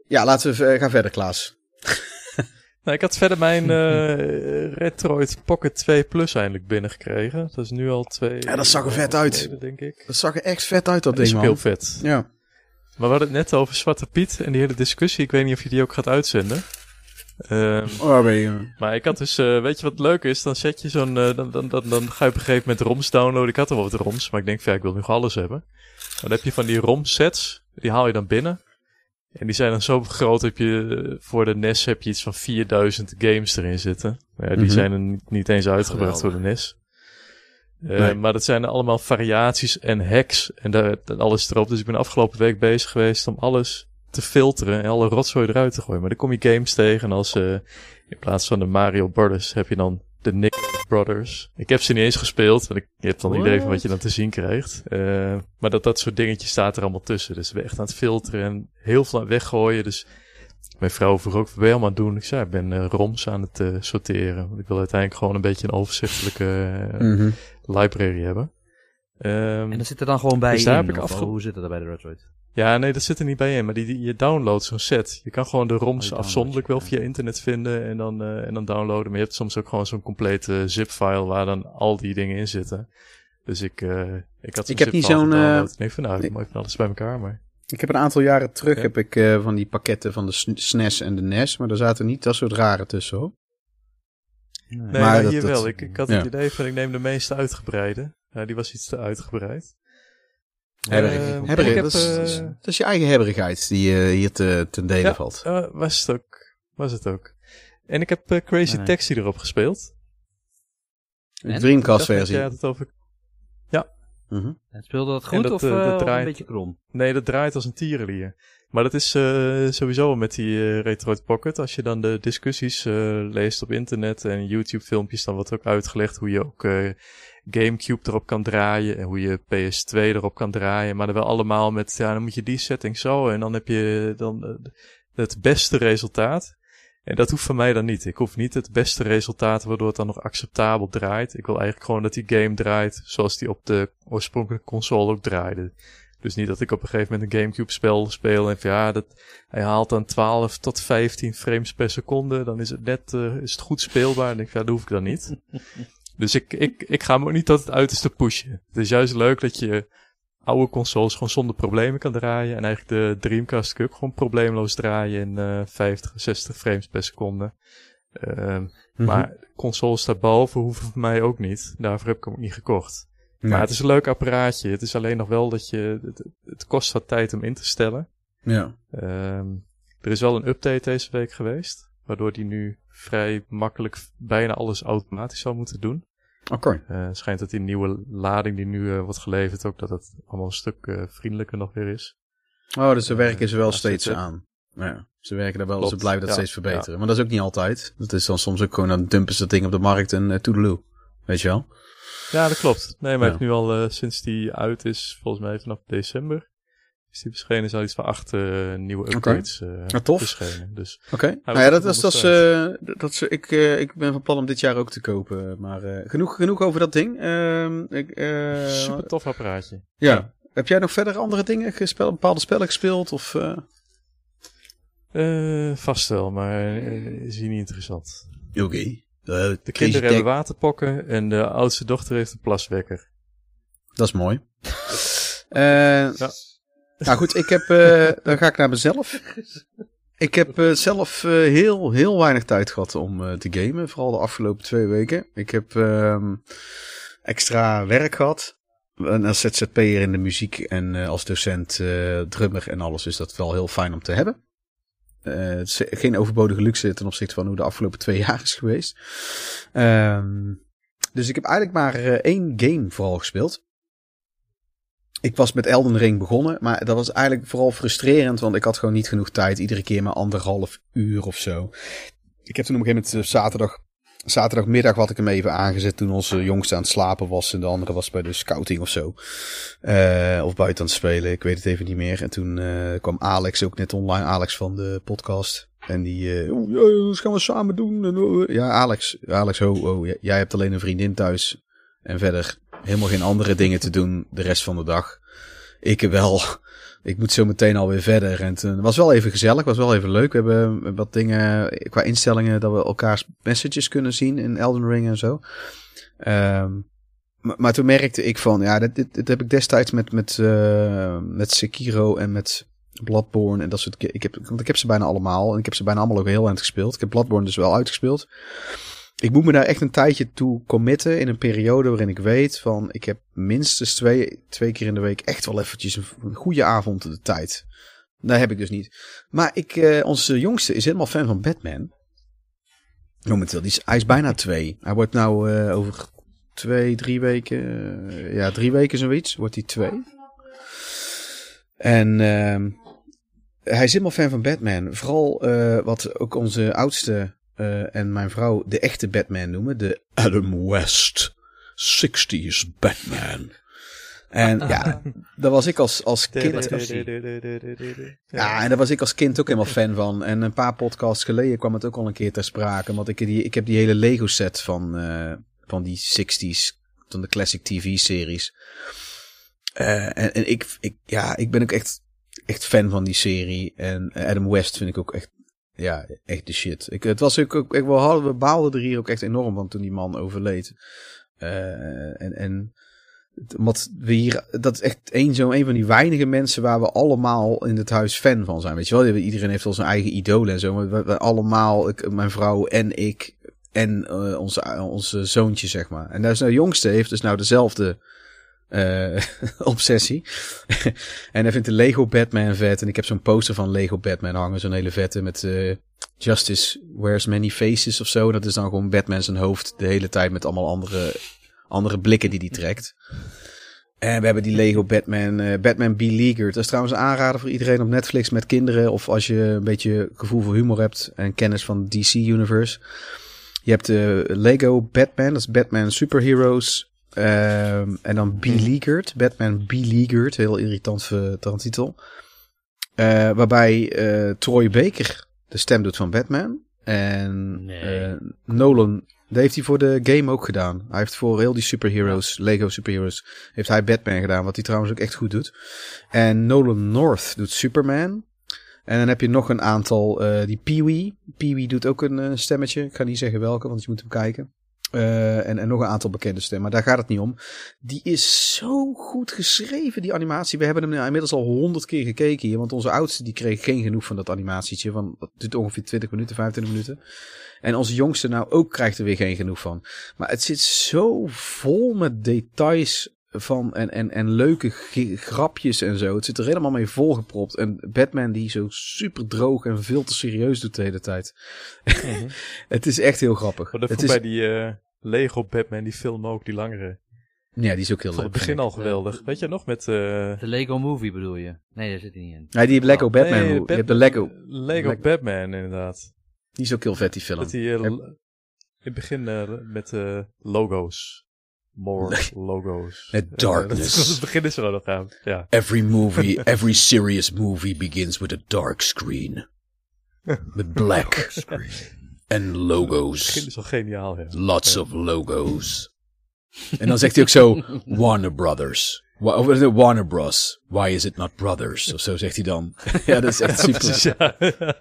ja, laten we uh, gaan verder, Klaas. Nou, ik had verder mijn uh, Retroid Pocket twee Plus eindelijk binnengekregen. Dat is nu al twee... Ja, dat zag er vet uit. Geleden, denk ik. Dat zag er echt vet uit, dat ding, man. Dat is heel vet. Ja. Maar we hadden het net over Zwarte Piet en die hele discussie. Ik weet niet of je die ook gaat uitzenden. Um, oh, ben je... Maar ik had dus, uh, weet je wat leuk is? Dan zet je zo'n, uh, dan, dan, dan, dan ga je op een gegeven moment ROMs downloaden. Ik had er wel wat ROMs, maar ik denk van ja, ik wil nu alles hebben. Dan heb je van die ROM-sets, die haal je dan binnen. En die zijn dan zo groot, heb je, voor de N E S heb je iets van vierduizend games erin zitten. Maar ja, die mm-hmm. zijn er niet, niet eens uitgebracht voor de N E S. Uh, nee. Maar dat zijn allemaal variaties en hacks en, daar, en alles erop. Dus ik ben afgelopen week bezig geweest om alles te filteren en alle rotzooi eruit te gooien. Maar dan kom je games tegen als uh, in plaats van de Mario Brothers heb je dan de Nick Brothers. Ik heb ze niet eens gespeeld, want ik je hebt dan een idee van wat je dan te zien krijgt. Uh, maar dat, dat soort dingetjes staat er allemaal tussen. Dus we zijn echt aan het filteren en heel veel aan het weggooien. Dus mijn vrouw vroeg ook, wat ben je allemaal aan het doen? Ik zei, ik ben uh, ROMs aan het uh, sorteren. Want ik wil uiteindelijk gewoon een beetje een overzichtelijke uh, mm-hmm. library hebben. Um, en dat zit er dan gewoon bij dus in? Of afge- hoe zit dat er bij de Retroid? Ja, nee, dat zit er niet bij in. Maar die, die, je downloadt zo'n set. Je kan gewoon de ROMs oh, afzonderlijk wel via internet vinden en dan, uh, en dan downloaden. Maar je hebt soms ook gewoon zo'n complete zip-file waar dan al die dingen in zitten. Dus ik, uh, ik had zo'n ik heb niet zo'n... Uh, nee, van nou, ik moet even alles bij elkaar, maar... Ik heb een aantal jaren terug ja. heb ik uh, van die pakketten van de S N E S en de N E S. Maar daar zaten niet dat soort rare tussen, hoor. Nee, maar, maar dat, hier dat, wel. Ik, ik had ja. het idee van, ik neem de meest uitgebreide. Ja, die was iets te uitgebreid. Hebberig. Uh, hebberig. Dat, is, uh, dat is je eigen hebberigheid die uh, hier te, ten dele ja, valt. Uh, was het ook. Was het ook. En ik heb uh, Crazy nee, nee. Taxi erop gespeeld. De Dreamcast-versie. Ja, het over... Ja. Mm-hmm. En speelde dat goed dat, of, uh, dat draait... of een beetje krom? Nee, dat draait als een tierenlier. Maar dat is uh, sowieso met die uh, Retroid Pocket. Als je dan de discussies uh, leest op internet en YouTube-filmpjes, dan wordt er ook uitgelegd hoe je ook... Uh, Gamecube erop kan draaien en hoe je P S twee erop kan draaien, maar dan wel allemaal met, ja, dan moet je die setting zo en dan heb je dan uh, het beste resultaat. En dat hoeft van mij dan niet. Ik hoef niet het beste resultaat waardoor het dan nog acceptabel draait. Ik wil eigenlijk gewoon dat die game draait zoals die op de oorspronkelijke console ook draaide. Dus niet dat ik op een gegeven moment een Gamecube spel speel en van ja, dat, hij haalt dan twaalf tot vijftien frames per seconde, dan is het net, uh, is het goed speelbaar en ik, ja, dat hoef ik dan niet. Dus ik, ik, ik ga hem ook niet tot het uiterste pushen. Het is juist leuk dat je oude consoles gewoon zonder problemen kan draaien. En eigenlijk de Dreamcast kun je ook gewoon probleemloos draaien in uh, vijftig, zestig frames per seconde. Uh, mm-hmm. Maar consoles daarboven hoeven voor mij ook niet. Daarvoor heb ik hem ook niet gekocht. Nee. Maar het is een leuk apparaatje. Het is alleen nog wel dat je... Het, het kost wat tijd om in te stellen. Ja. Uh, er is wel een update deze week geweest. Waardoor die nu vrij makkelijk bijna alles automatisch zou moeten doen. Oké. Okay. Uh, het schijnt dat die nieuwe lading die nu uh, wordt geleverd ook dat het allemaal een stuk uh, vriendelijker nog weer is. Oh, dus ze uh, werken ze wel steeds het, aan. Ja, ze werken daar wel, klopt, ze blijven dat ja, steeds verbeteren. Ja. Maar dat is ook niet altijd. Dat is dan soms ook gewoon, dan dumpen ze dat ding op de markt en uh, toedeloe. Weet je wel? Ja, dat klopt. Nee, maar ja. heeft nu al uh, sinds die uit is, volgens mij vanaf december. Is die verschenen, is al iets van acht uh, nieuwe updates uh, okay. tof. verschenen. Dus, Oké, okay. nou ja, dat is, dat is, uh, dat is ik, uh, ik ben van plan om dit jaar ook te kopen. Maar uh, genoeg, genoeg over dat ding. Uh, ik, uh, Super tof apparaatje. Ja. ja. Heb jij nog verder andere dingen gespeeld, bepaalde spellen gespeeld? Of, uh... Uh, vast wel, maar uh, is hier niet interessant. Oké. Okay. Uh, de kinderen hebben waterpokken en de oudste dochter heeft een plaswekker. Dat is mooi. uh, ja. Nou goed, ik heb, uh, dan ga ik naar mezelf. Ik heb uh, zelf uh, heel, heel weinig tijd gehad om uh, te gamen. Vooral de afgelopen twee weken. Ik heb uh, extra werk gehad. En als Z Z P'er in de muziek en uh, als docent uh, drummer en alles is dat wel heel fijn om te hebben. Uh, het is geen overbodige luxe ten opzichte van hoe de afgelopen twee jaar is geweest. Uh, dus ik heb eigenlijk maar uh, één game vooral gespeeld. Ik was met Elden Ring begonnen, maar dat was eigenlijk vooral frustrerend, want ik had gewoon niet genoeg tijd. Iedere keer maar anderhalf uur of zo. Ik heb toen op een gegeven moment zaterdag, zaterdagmiddag had ik hem even aangezet toen onze jongste aan het slapen was en de andere was bij de scouting of zo. Uh, of buiten aan het spelen, ik weet het even niet meer. En toen uh, kwam Alex ook net online, Alex van de podcast. En die, uh, oh, ja, dat gaan we samen doen. En, uh, ja, Alex, Alex, oh, oh, jij hebt alleen een vriendin thuis en verder helemaal geen andere dingen te doen de rest van de dag. Ik wel. ik moet zo meteen alweer verder. En het was wel even gezellig, was wel even leuk. We hebben wat dingen qua instellingen dat we elkaars messages kunnen zien in Elden Ring en zo. Um, maar, maar toen merkte ik van, ja, dit, dit, dit heb ik destijds met, met, uh, met Sekiro en met Bloodborne en dat soort. Ik heb, want ik heb ze bijna allemaal en ik heb ze bijna allemaal ook heel eind gespeeld. Ik heb Bloodborne dus wel uitgespeeld. Ik moet me daar echt een tijdje toe committen in een periode waarin ik weet van, ik heb minstens twee, twee keer in de week echt wel eventjes een, een goede avond de tijd. Dat heb ik dus niet. Maar ik, uh, onze jongste is helemaal fan van Batman. Momenteel, die is, hij is bijna twee. Hij wordt nou uh, over twee, drie weken, uh, ja drie weken zoiets, wordt hij twee. En uh, hij is helemaal fan van Batman. Vooral uh, wat ook onze oudste uh, en mijn vrouw de echte Batman noemen. De Adam West zestig's Batman. En ja, daar was ik als, als kind. Ja, en daar was ik als kind ook helemaal fan van. En een paar podcasts geleden kwam het ook al een keer ter sprake. Want ik, die, ik heb die hele Lego set van, uh, van die zestig's, van de classic T V-series. Uh, en en ik, ik, ja, ik ben ook echt, echt fan van die serie. En Adam West vind ik ook echt, ja, echt de shit. Ik, het was ook, ook ik, we, hadden, we baalden er hier ook echt enorm van toen die man overleed. Uh, en, en omdat we hier, dat is echt een, zo een van die weinige mensen waar we allemaal in het huis fan van zijn. Weet je wel, iedereen heeft wel zijn eigen idolen en zo. Maar we, we allemaal, ik, mijn vrouw en ik en uh, onze, onze zoontje, zeg maar. En daar is nou de jongste, heeft dus nou dezelfde uh, obsessie. En hij vindt de Lego Batman vet. En ik heb zo'n poster van Lego Batman hangen, zo'n hele vette met uh, Justice Wears Many Faces of zo. Dat is dan gewoon Batman zijn hoofd de hele tijd met allemaal andere... andere blikken die die trekt. En we hebben die Lego Batman, uh, Batman Beleaguered. Dat is trouwens een aanrader voor iedereen op Netflix met kinderen. Of als je een beetje gevoel voor humor hebt en kennis van D C Universe. Je hebt de uh, Lego Batman, dat is Batman Superheroes. Uh, en dan Beleaguered, Batman Beleaguered. Heel irritant uh, titel. Uh, waarbij uh, Troy Baker de stem doet van Batman. En nee. uh, Nolan... Dat heeft hij voor de game ook gedaan. Hij heeft voor heel die superheroes, Lego superheroes, heeft hij Batman gedaan. Wat hij trouwens ook echt goed doet. En Nolan North doet Superman. En dan heb je nog een aantal, uh, die Pee-wee. Pee-wee doet ook een uh, stemmetje. Ik ga niet zeggen welke, want je moet hem kijken. Uh, en, en nog een aantal bekende stemmen. Maar daar gaat het niet om. Die is zo goed geschreven, die animatie. We hebben hem nou inmiddels al honderd keer gekeken hier. Want onze oudste die kreeg geen genoeg van dat animatietje. Van, dat duurt ongeveer twintig minuten, vijfentwintig minuten. En onze jongste nou ook krijgt er weer geen genoeg van. Maar het zit zo vol met details van en, en, en leuke g- grapjes en zo. Het zit er helemaal mee volgepropt. En Batman die zo super droog en veel te serieus doet de hele tijd. Mm-hmm. Het is echt heel grappig. Maar dat vond bij die uh, Lego Batman, die film ook, die langere. Ja, die is ook heel leuk. Van het begin al geweldig. Weet je nog met... Uh... De Lego Movie bedoel je? Nee, daar zit hij niet in. Nee, die heeft Lego Batman. Nee, Bat- je hebt de Lego... Lego Lego Batman, inderdaad. Die is ook heel vet, die film. Dat die, uh, Heb... in het begin uh, met uh, logo's. More logo's. Met darkness. Uh, het begin is er al nog aan. Ja. Every movie, every serious movie begins with a dark screen. With black screen. And logos. Het begin is al geniaal, ja. Lots ja. of logos. En dan zegt hij ook zo, Warner Brothers. Of Warner Bros. Why is it not Brothers? Of zo zegt hij dan. Ja, dat is echt super. Ja,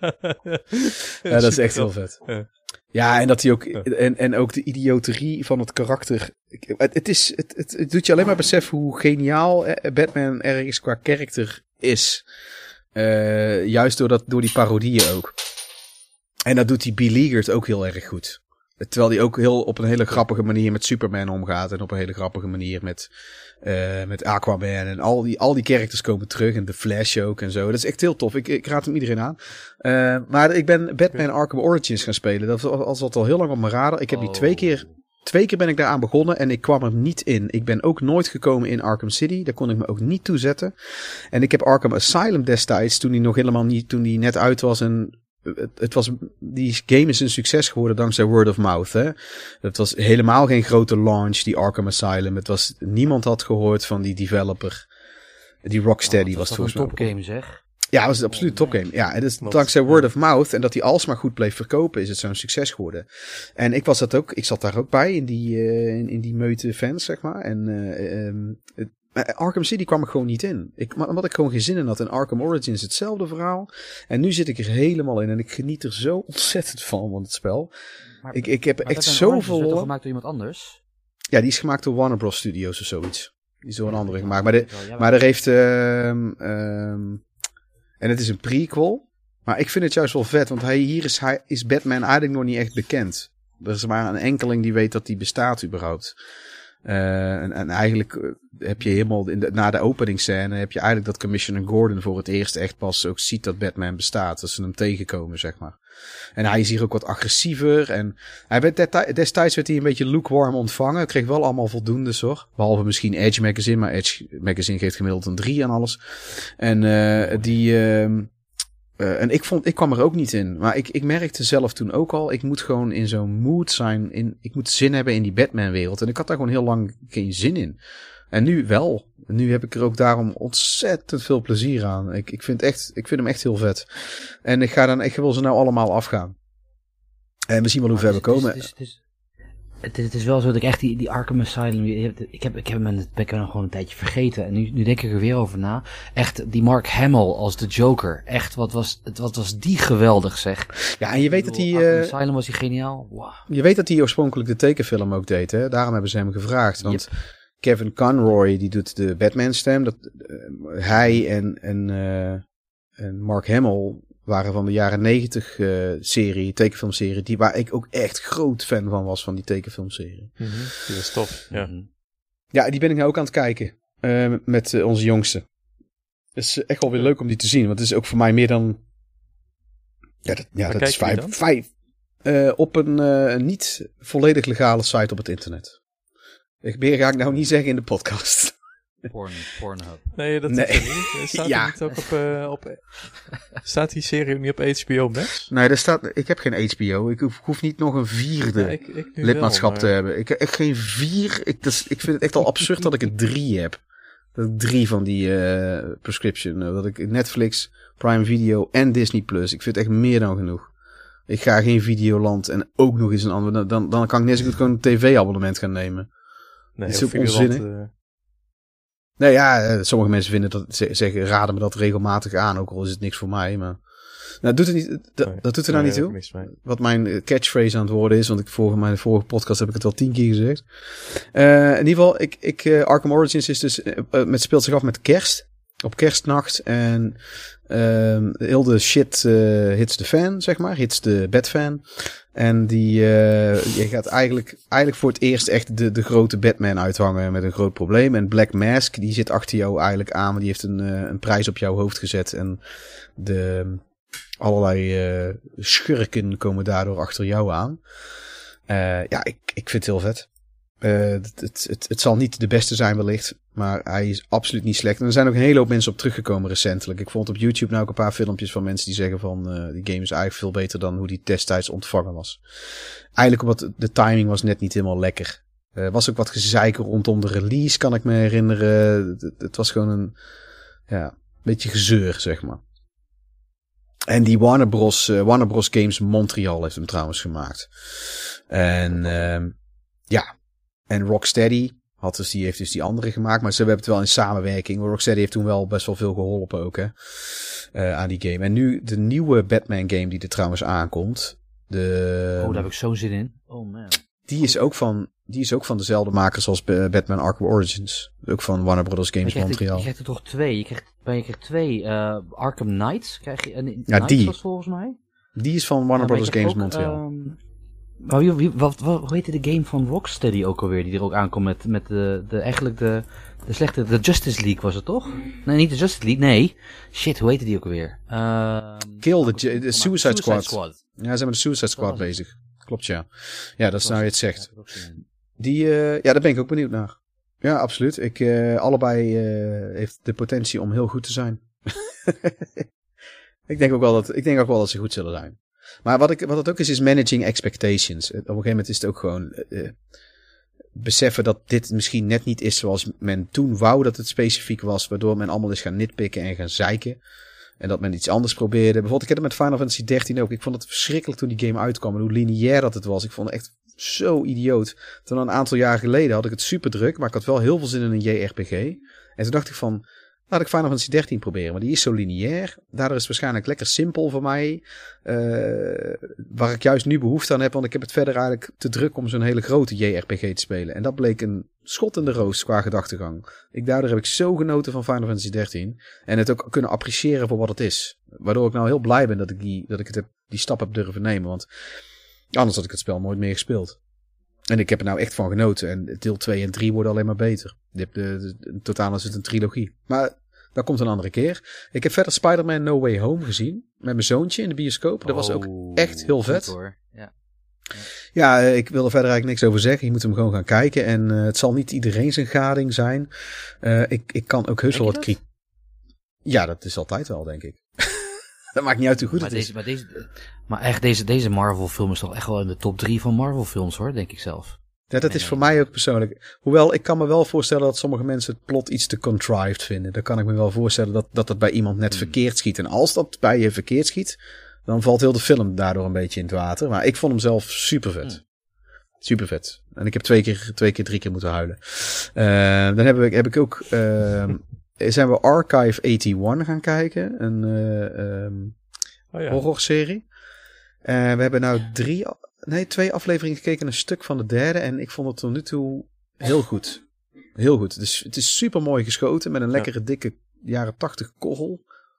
ja dat is echt heel vet. Ja. Ja, en dat hij ook, en, en ook de idioterie van het karakter. Het, het, is, het, het, het doet je alleen maar beseffen hoe geniaal Batman ergens qua karakter is. Uh, juist door, dat, door die parodieën ook. En dat doet die Beleaguered ook heel erg goed. Terwijl hij ook heel op een hele grappige manier met Superman omgaat. En op een hele grappige manier met, uh, met Aquaman. En al die, al die characters komen terug. En de Flash ook en zo. Dat is echt heel tof. Ik, ik raad hem iedereen aan. Uh, maar ik ben Batman Arkham Origins gaan spelen. Dat was al, al heel lang op mijn radar. Ik heb die twee keer... Twee keer ben ik daaraan begonnen en ik kwam er niet in. Ik ben ook nooit gekomen in Arkham City. Daar kon ik me ook niet toe zetten. En ik heb Arkham Asylum destijds, toen die nog helemaal niet, toen die net uit was en het, het was, die game is een succes geworden dankzij word of mouth, hè. Het was helemaal geen grote launch, die Arkham Asylum. Het was, niemand had gehoord van die developer. Die Rocksteady oh, was volgens mij. Dat was een topgame, zeg. Ja, dat was een absoluut topgame. Ja, en dus dankzij word of mouth en dat die alsmaar goed bleef verkopen, is het zo'n succes geworden. En ik was dat ook, ik zat daar ook bij in die, uh, in, in die meute fans, zeg maar. En uh, um, het, Arkham City kwam ik gewoon niet in. Ik, omdat ik gewoon geen zin in had. In Arkham Origins hetzelfde verhaal. En nu zit ik er helemaal in. En ik geniet er zo ontzettend van, van het spel. Maar, ik, ik heb echt zoveel... Is dat gemaakt door iemand anders? Ja, die is gemaakt door Warner Bros. Studios of zoiets. Die is door een andere gemaakt. Maar, de, maar er heeft... Uh, um, en het is een prequel. Maar ik vind het juist wel vet. Want hij, hier is, hij, is Batman eigenlijk nog niet echt bekend. Er is maar een enkeling die weet dat die bestaat überhaupt. Uh, en, en eigenlijk uh, heb je helemaal... In de, na de openingsscène heb je eigenlijk dat Commissioner Gordon voor het eerst echt pas ook ziet dat Batman bestaat. Dat ze hem tegenkomen, zeg maar. En hij is hier ook wat agressiever. En hij werd destijds werd hij een beetje lukewarm ontvangen. Hij kreeg wel allemaal voldoendes hoor. Behalve misschien Edge Magazine. Maar Edge Magazine geeft gemiddeld een drie aan alles. En uh, die... Uh, uh, en ik vond, ik kwam er ook niet in. Maar ik, ik merkte zelf toen ook al. Ik moet gewoon in zo'n mood zijn. In, ik moet zin hebben in die Batman wereld. En ik had daar gewoon heel lang geen zin in. En nu wel. Nu heb ik er ook daarom ontzettend veel plezier aan. Ik, ik, vind, echt, ik vind hem echt heel vet. En ik, ga dan, ik wil ze nou allemaal afgaan. En we zien wel hoe ver we komen. Het is, het, is, het, is, het is wel zo dat ik echt die, die Arkham Asylum... Ik heb, ik heb hem ben ik gewoon een tijdje vergeten. En nu, nu denk ik er weer over na. Echt, die Mark Hamill als de Joker. Echt, wat was, wat was die geweldig zeg. Ja, en je weet dat hij... Arkham uh, Asylum was hij geniaal. Wow. Je weet dat hij oorspronkelijk de tekenfilm ook deed. Hè? Daarom hebben ze hem gevraagd. Want... Yep. Kevin Conroy, die doet de Batman-stem. Dat, uh, hij en, en, uh, en Mark Hamill waren van de jaren negentig uh, serie, tekenfilmserie, die waar ik ook echt groot fan van was, van die tekenfilmserie. Mm-hmm. Die is tof, ja. Ja, die ben ik nou ook aan het kijken. Uh, met uh, onze jongste. Het is echt wel weer leuk om die te zien, want het is ook voor mij meer dan... Ja, dat, ja, dat is vijf... vijf uh, op een uh, niet volledig legale site op het internet. Ik meer ga ik nou niet zeggen in de podcast. Porn, Pornhub. Nee, dat nee. is er niet. Staat ja. niet ook op, uh, op... Staat die serie niet op H B O Max? Nee, daar staat... Ik heb geen H B O. Ik hoef, hoef niet nog een vierde ja, ik, ik lidmaatschap wel, maar... te hebben. Ik heb echt geen vier. Ik, dus, ik vind het echt al absurd dat ik er drie heb. Dat ik drie van die uh, prescription... Uh, dat ik Netflix, Prime Video en Disney Plus. Ik vind het echt meer dan genoeg. Ik ga geen Videoland en ook nog eens een ander... Dan, dan kan ik net zo goed gewoon een tv-abonnement gaan nemen. Nee, dat is ook onzinnig. Uh... Nee, ja, sommige mensen vinden dat, zeggen, raden me dat regelmatig aan, ook al is het niks voor mij, maar... Nou, doet het niet, dat, nee, dat doet er nou nee, niet toe. Wat mijn catchphrase aan het worden is, want ik volgens mijn vorige podcast heb ik het al tien keer gezegd. Uh, in ieder geval, ik, ik, uh, Arkham Origins is dus, uh, met, speelt zich af met kerst. Op kerstnacht en uh, heel de shit uh, hits de fan, zeg maar. Hits de Batfan. En die uh, je gaat eigenlijk, eigenlijk voor het eerst echt de, de grote Batman uithangen met een groot probleem. En Black Mask, die zit achter jou eigenlijk aan, maar die heeft een, uh, een prijs op jouw hoofd gezet. En de allerlei uh, schurken komen daardoor achter jou aan. Uh, ja, ik, ik vind het heel vet. Uh, het, het, het, het zal niet de beste zijn wellicht, maar hij is absoluut niet slecht. En er zijn ook een hele hoop mensen op teruggekomen recentelijk. Ik vond op YouTube nou ook een paar filmpjes van mensen die zeggen van... Uh, die game is eigenlijk veel beter dan hoe die destijds ontvangen was. Eigenlijk omdat de timing was net niet helemaal lekker. Er uh, was ook wat gezeik rondom de release, kan ik me herinneren. Het, het was gewoon een ja, beetje gezeur, zeg maar. En die Warner Bros. Uh, Warner Bros. Games Montreal heeft hem trouwens gemaakt. En uh, ja... En Rocksteady had dus die, heeft dus die andere gemaakt. Maar ze hebben het wel in samenwerking. Rocksteady heeft toen wel best wel veel geholpen ook, hè. Uh, aan die game. En nu de nieuwe Batman game die er trouwens aankomt. De, oh, daar heb ik zo'n zin in. Oh man. Die is ook van, die is ook van dezelfde makers als Batman Arkham Origins. Ook van Warner Bros. Games je Montreal. Er, je krijgt er toch twee. Je krijgt, je krijgt twee uh, Arkham Knights. Krijg je, en ja, Knights die. Was volgens mij. Die is van Warner Bros. Games ook, Montreal. Um, Maar wie, wie, wat, wat, hoe heette de game van Rocksteady ook alweer, die er ook aankomt met, met de, de, eigenlijk de, de slechte, de Justice League was het toch? Nee, niet de Justice League, nee. Shit, hoe heette die ook alweer? Uh, Kill, de, de, de Suicide, Suicide Squad. Squad. Ja, ze zijn met de Suicide Squad bezig. Klopt, ja. Ja, dat is nou je het zegt. Die, uh, ja, daar ben ik ook benieuwd naar. Ja, absoluut. Ik, uh, allebei uh, heeft de potentie om heel goed te zijn. ik denk ook wel dat, ik denk ook wel dat ze goed zullen zijn. Maar wat, ik, wat het ook is, is managing expectations. Op een gegeven moment is het ook gewoon uh, beseffen dat dit misschien net niet is zoals men toen wou dat het specifiek was. Waardoor men allemaal is gaan nitpikken en gaan zeiken. En dat men iets anders probeerde. Bijvoorbeeld, ik heb het met Final Fantasy dertien ook. Ik vond het verschrikkelijk toen die game uitkwam. En hoe lineair dat het was. Ik vond het echt zo idioot. Toen een aantal jaar geleden had ik het super druk, maar ik had wel heel veel zin in een J R P G. En toen dacht ik van, laat ik Final Fantasy dertien proberen. Maar die is zo lineair. Daardoor is het waarschijnlijk lekker simpel voor mij. Uh, waar ik juist nu behoefte aan heb. Want ik heb het verder eigenlijk te druk om zo'n hele grote J R P G te spelen. En dat bleek een schot in de roos qua gedachtegang. Ik, daardoor heb ik zo genoten van Final Fantasy dertien. En het ook kunnen appreciëren voor wat het is. Waardoor ik nou heel blij ben dat ik die, dat ik het heb, die stap heb durven nemen. Want anders had ik het spel nooit meer gespeeld. En ik heb er nou echt van genoten. En deel twee en drie worden alleen maar beter. De, de, de, in totaal is het een trilogie. Maar dat komt een andere keer. Ik heb verder Spider-Man No Way Home gezien. Met mijn zoontje in de bioscoop. Dat was ook echt heel vet. Hoor. Ja. Ja. ja, ik wil er verder eigenlijk niks over zeggen. Je moet hem gewoon gaan kijken. En uh, het zal niet iedereen zijn gading zijn. Uh, ik, ik kan ook heus wel wat kritiek. Ja, dat is altijd wel, denk ik. Dat maakt niet uit hoe goed maar het deze, is. Maar, deze, maar echt, deze, deze Marvel film is toch echt wel in de top drie van Marvel films hoor, denk ik zelf. Ja, dat nee, is voor nee. mij ook persoonlijk. Hoewel, ik kan me wel voorstellen dat sommige mensen het plot iets te contrived vinden. Dan kan ik me wel voorstellen dat dat, dat bij iemand net hmm. verkeerd schiet. En als dat bij je verkeerd schiet, dan valt heel de film daardoor een beetje in het water. Maar ik vond hem zelf super vet. Hmm. Super vet. En ik heb twee keer, twee keer, drie keer moeten huilen. Uh, dan heb ik, heb ik ook... Uh, zijn we Archive eenennegentig gaan kijken. Een uh, um, oh ja. horrorserie. Uh, we hebben nou drie... Nee, twee afleveringen gekeken, een stuk van de derde. En ik vond het tot nu toe heel goed. Heel goed. Dus het is super mooi geschoten met een lekkere ja. dikke jaren tachtig korrel.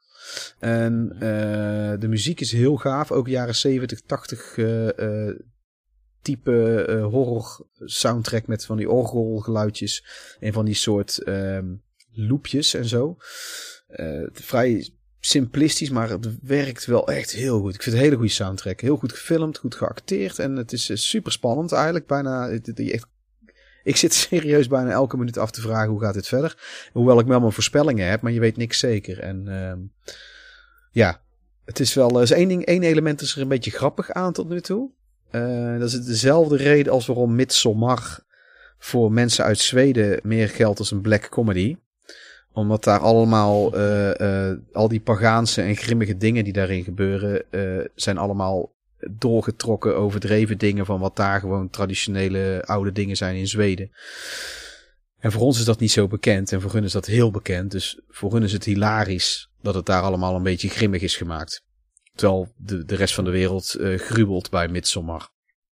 En uh, de muziek is heel gaaf. Ook jaren zeventig, tachtig uh, uh, type uh, horror soundtrack met van die orgelgeluidjes. En van die soort um, loopjes en zo. Uh, vrij... simplistisch, maar het werkt wel echt heel goed. Ik vind het een hele goede soundtrack. Heel goed gefilmd, goed geacteerd. En het is uh, super spannend eigenlijk. Bijna, het, het, echt, ik zit serieus bijna elke minuut af te vragen hoe gaat dit verder. Hoewel ik wel mijn voorspellingen heb, maar je weet niks zeker. En uh, ja, het is wel... Uh, één ding, één element is er een beetje grappig aan tot nu toe. Uh, dat is dezelfde reden als waarom Midsommar voor mensen uit Zweden meer geldt als een black comedy. Omdat daar allemaal, uh, uh, al die pagaanse en grimmige dingen die daarin gebeuren, uh, zijn allemaal doorgetrokken, overdreven dingen van wat daar gewoon traditionele oude dingen zijn in Zweden. En voor ons is dat niet zo bekend en voor hun is dat heel bekend. Dus voor hun is het hilarisch dat het daar allemaal een beetje grimmig is gemaakt. Terwijl de, de rest van de wereld uh, gruwelt bij Midsommar.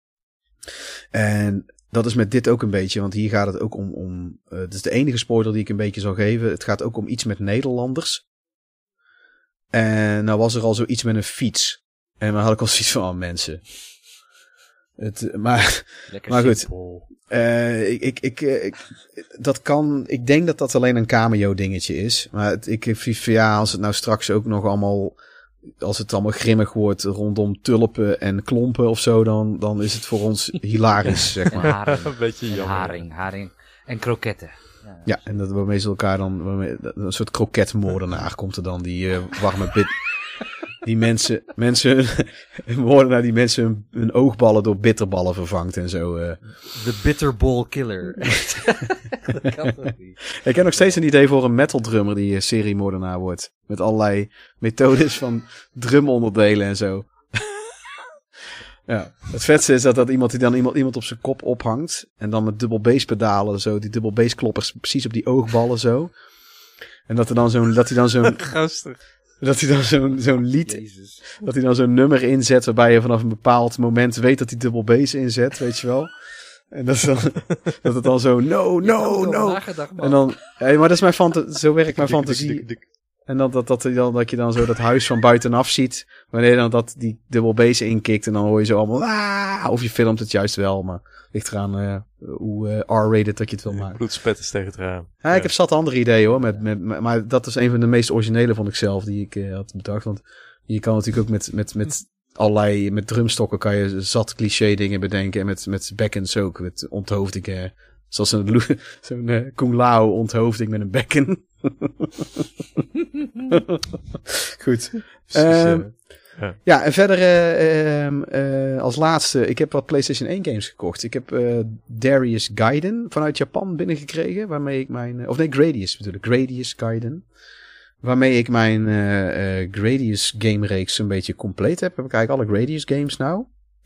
En... dat is met dit ook een beetje, want hier gaat het ook om... om uh, het is de enige spoiler die ik een beetje zal geven. Het gaat ook om iets met Nederlanders. En nou was er al zoiets met een fiets. En dan had ik al zoiets van, oh, mensen. Het, maar, Lekker maar goed. Uh, ik, ik, ik, ik, dat kan... Ik denk dat dat alleen een cameo dingetje is. Maar het, ik vind ja, als het nou straks ook nog allemaal... als het allemaal grimmig wordt rondom tulpen en klompen of zo, dan, dan is het voor ons hilarisch, zeg maar. Haring. Een beetje jammer. En haring, haring en kroketten. Ja, ja, en dat waarmee ze elkaar dan, waarmee, een soort kroketmoordenaar komt er dan, die uh, warme bit, die mensen, mensen, een moordenaar die mensen hun, hun oogballen door bitterballen vervangt en zo. Uh. The Bitterball Killer. Dat kan toch niet. Ik heb nog steeds een idee voor een metal drummer die uh, seriemoordenaar wordt. Met allerlei methodes van drumonderdelen en zo. Ja, het vetste is dat, dat iemand die dan iemand, iemand op zijn kop ophangt. En dan met dubbel bass pedalen zo, die dubbel bass kloppers precies op die oogballen zo. En dat er dan zo'n, dat hij dan zo'n... Gastig. Dat hij dan zo'n, zo'n lied, Jezus. Dat hij dan zo'n nummer inzet waarbij je vanaf een bepaald moment weet dat hij dubbel bass inzet, weet je wel. En dat, is dan, dat het dan zo, no, no, no. En dan, hey, maar dat is mijn fantasie, zo werkt mijn fantasie. En dan dat, dat, dat, dat je dan zo dat huis van buitenaf ziet, wanneer dan dat die dubbel bass inkikt en dan hoor je zo allemaal, ah, of je filmt het juist wel, maar ligt eraan uh, hoe uh, R-rated dat je het wil maken. Bloedspet is tegen het raam. Ja, ja, ik heb zat andere ideeën hoor, met, met, met, maar dat is een van de meest originele vond ik zelf die ik uh, had bedacht, want je kan natuurlijk ook met, met, met allerlei, met drumstokken kan je zat cliché dingen bedenken en met, met bekkens ook, met onthoofdingen, zoals een zo'n uh, Kung Lao onthoofding met een bekken. Goed. Um, ja. ja, en verder uh, um, uh, als laatste, ik heb wat PlayStation één games gekocht. Ik heb uh, Darius Gaiden vanuit Japan binnengekregen, waarmee ik mijn... Uh, of nee, Gradius bedoel ik. Gradius Gaiden. Waarmee ik mijn uh, uh, Gradius game reeks een beetje compleet heb. Heb ik eigenlijk alle Gradius games nou.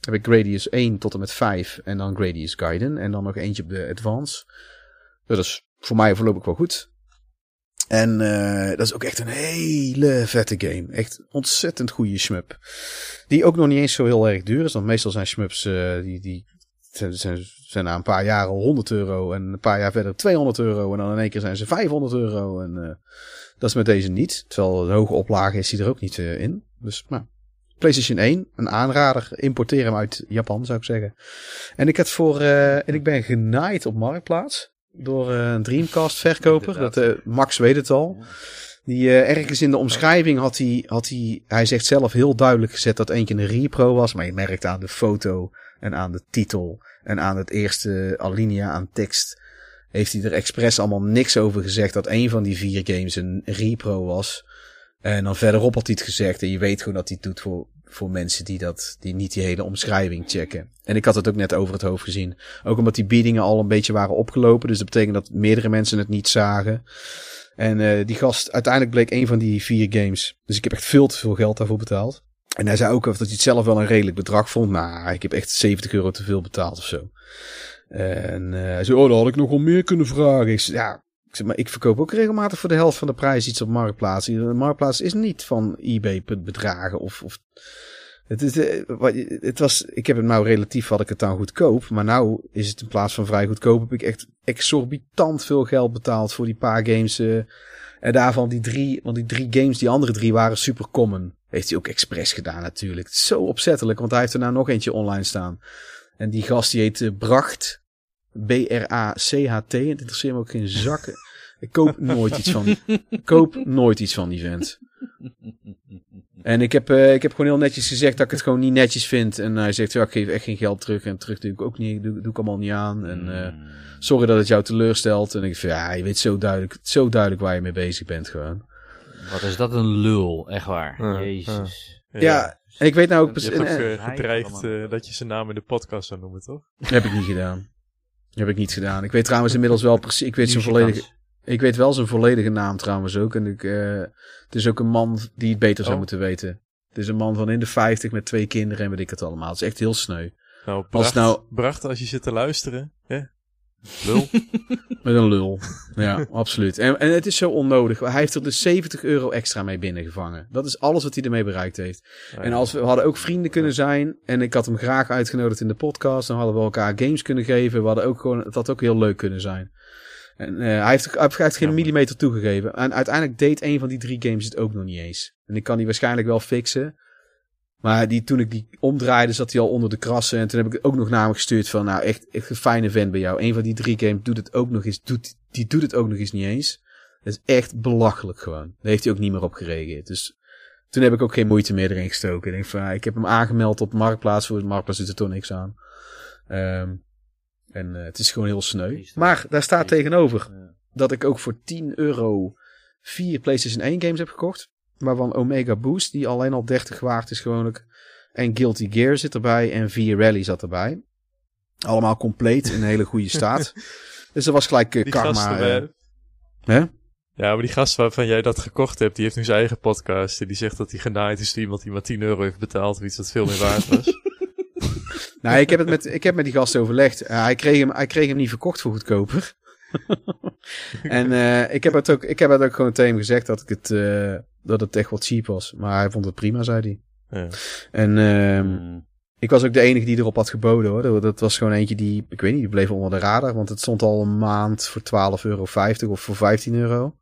heb ik Gradius één tot en met vijf en dan Gradius Gaiden. En dan nog eentje op de Advance. Dat is voor mij voorlopig wel goed. En uh, dat is ook echt een hele vette game. Echt ontzettend goede shmup. Die ook nog niet eens zo heel erg duur is. Want meestal zijn shmups uh, die, die zijn, zijn, zijn na een paar jaar al honderd euro. En een paar jaar verder tweehonderd euro. En dan in één keer zijn ze vijfhonderd euro. En uh, dat is met deze niet. Terwijl de hoge oplage is die er ook niet uh, in. Dus nou, PlayStation één, een aanrader. Importeer hem uit Japan, zou ik zeggen. En ik had voor uh, en ik ben genaaid op Marktplaats. Door uh, een Dreamcast verkoper. Dat, uh, Max weet het al. Die uh, ergens in de omschrijving had hij, had hij, hij zegt zelf heel duidelijk gezet dat één keer een repro was. Maar je merkt aan de foto en aan de titel en aan het eerste alinea aan tekst. Heeft hij er expres allemaal niks over gezegd dat één van die vier games een repro was. En dan verderop had hij het gezegd. En je weet gewoon dat hij het doet voor, voor mensen die dat, die niet die hele omschrijving checken. En ik had het ook net over het hoofd gezien. Ook omdat die biedingen al een beetje waren opgelopen. Dus dat betekent dat meerdere mensen het niet zagen. En uh, die gast, uiteindelijk bleek een van die vier games. Dus ik heb echt veel te veel geld daarvoor betaald. En hij zei ook dat hij het zelf wel een redelijk bedrag vond. Nou, ik heb echt zeventig euro te veel betaald of zo. En uh, hij zei, oh, dan had ik nog wel meer kunnen vragen. Ik zei, ja, ik zeg, maar ik verkoop ook regelmatig voor de helft van de prijs iets op Marktplaats. De Marktplaats is niet van eBay-bedragen of... of Het, is, het was, ik heb het nou relatief, had ik het dan goedkoop. Maar nou is het in plaats van vrij goedkoop, heb ik echt exorbitant veel geld betaald voor die paar games. Uh, en daarvan die drie, want die drie games, die andere drie waren super common. Heeft hij ook expres gedaan natuurlijk. Zo opzettelijk, want hij heeft er nou nog eentje online staan. En die gast die heet uh, Bracht. B R A C H T. Het interesseert me ook geen zakken. Ik koop nooit iets van die, ik koop nooit iets van die vent. En ik heb, uh, ik heb gewoon heel netjes gezegd dat ik het gewoon niet netjes vind. En hij zegt, ja, ik geef echt geen geld terug. En terug doe ik ook niet, doe, doe ik allemaal niet aan. En uh, sorry dat het jou teleurstelt. En ik vind, ja, je weet zo duidelijk, zo duidelijk waar je mee bezig bent gewoon. Wat is dat een lul, echt waar. Uh, Jezus. Uh, ja, ja, en ik weet nou ook... Je hebt ook uh, gedreigd uh, dat je zijn naam in de podcast zou noemen, toch? Heb ik niet gedaan. Heb ik niet gedaan. Ik weet trouwens inmiddels wel precies, ik weet zijn volledige... Ik weet wel zijn volledige naam trouwens ook. En ik, uh, het is ook een man die het beter zou oh. moeten weten. Het is een man van in de vijftig met twee kinderen en weet ik het allemaal. Het is echt heel sneu. Nou, Bracht, als, nou... Bracht, als je zit te luisteren. Hè? Lul. Met een lul. Ja, absoluut. En, en het is zo onnodig. Hij heeft er dus zeventig euro extra mee binnengevangen. Dat is alles wat hij ermee bereikt heeft. Ja, en als we, we hadden ook vrienden kunnen zijn. En ik had hem graag uitgenodigd in de podcast. Dan hadden we elkaar games kunnen geven. We hadden ook gewoon, het had ook heel leuk kunnen zijn. En uh, hij heeft, hij heeft geen ja, millimeter toegegeven. En uiteindelijk deed een van die drie games het ook nog niet eens. En ik kan die waarschijnlijk wel fixen. Maar die, toen ik die omdraaide, zat hij al onder de krassen. En toen heb ik ook nog naar hem gestuurd van, nou, echt, echt een fijne vent bij jou. Een van die drie games doet het ook nog eens, doet, die doet het ook nog eens niet eens. Dat is echt belachelijk gewoon. Daar heeft hij ook niet meer op gereageerd. Dus toen heb ik ook geen moeite meer erin gestoken. Ik denk van, ik heb hem aangemeld op Marktplaats. Voor de Marktplaats doet er toch niks aan. Um, En uh, het is gewoon heel sneu. Maar daar staat tegenover dat ik ook voor tien euro vier PlayStation één games heb gekocht. Waarvan Omega Boost, die alleen al dertig waard is gewoonlijk. En Guilty Gear zit erbij en V Rally zat erbij. Allemaal compleet in een hele goede staat. Dus dat was gelijk uh, karma. Uh, hè? Ja, maar die gast waarvan jij dat gekocht hebt, die heeft nu zijn eigen podcast. En die zegt dat hij genaaid is door iemand die maar tien euro heeft betaald. Of iets dat veel meer waard was. Nou, ik heb het met, ik heb met die gast overlegd. Uh, hij, kreeg hem, hij kreeg hem niet verkocht voor goedkoper. En uh, ik heb het ook, ik heb het ook gewoon tegen hem gezegd dat ik het, uh, dat het echt wat cheap was. Maar hij vond het prima, zei hij. Ja. En uh, mm. ik was ook de enige die erop had geboden, hoor. Dat was gewoon eentje die, ik weet niet, die bleef onder de radar. Want het stond al een maand voor twaalf euro vijftig of voor vijftien euro.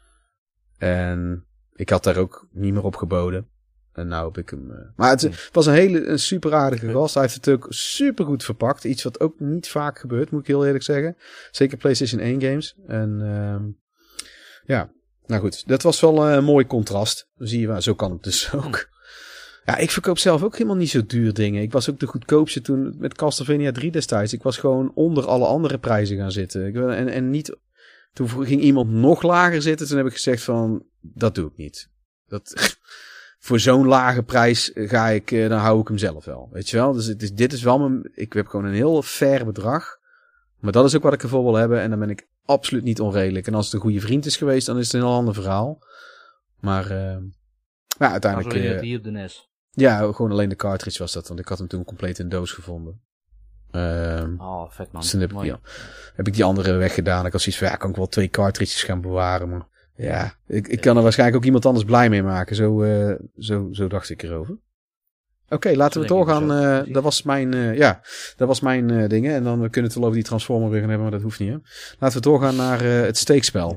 En ik had daar ook niet meer op geboden. En nou heb ik hem... Uh... Maar het, het was een hele een super aardige gast. Hij heeft het ook super goed verpakt. Iets wat ook niet vaak gebeurt, moet ik heel eerlijk zeggen. Zeker PlayStation één games. En uh, ja, nou goed. Dat was wel uh, een mooi contrast. Dan zie je wel, zo kan het dus ook. Ja, ik verkoop zelf ook helemaal niet zo duur dingen. Ik was ook de goedkoopste toen met Castlevania drie destijds. Ik was gewoon onder alle andere prijzen gaan zitten. Ik, en, en niet... Toen ging iemand nog lager zitten. Toen heb ik gezegd van, dat doe ik niet. Dat... Voor zo'n lage prijs ga ik, dan hou ik hem zelf wel. Weet je wel? Dus het is, dit is wel mijn, ik heb gewoon een heel fair bedrag. Maar dat is ook wat ik ervoor wil hebben. En dan ben ik absoluut niet onredelijk. En als het een goede vriend is geweest, dan is het een heel ander verhaal. Maar, uh, ja, uiteindelijk... Uh, hier op de N E S. Ja, gewoon alleen de cartridge was dat, want ik had hem toen compleet in een doos gevonden. Um, oh, vet man. Dus dan heb, Mooi. ja, heb ik die andere weggedaan. Ik had zoiets van, ja, kan ik wel twee cartridges gaan bewaren, maar ja, ik, ik kan er waarschijnlijk ook iemand anders blij mee maken. Zo, uh, zo, zo dacht ik erover. Oké, okay, laten we doorgaan. Uh, dat was mijn, uh, ja, dat was mijn uh, dingen. En dan kunnen we het wel over die Transformer weer gaan hebben, maar dat hoeft niet, hè. Laten we doorgaan naar uh, het steekspel.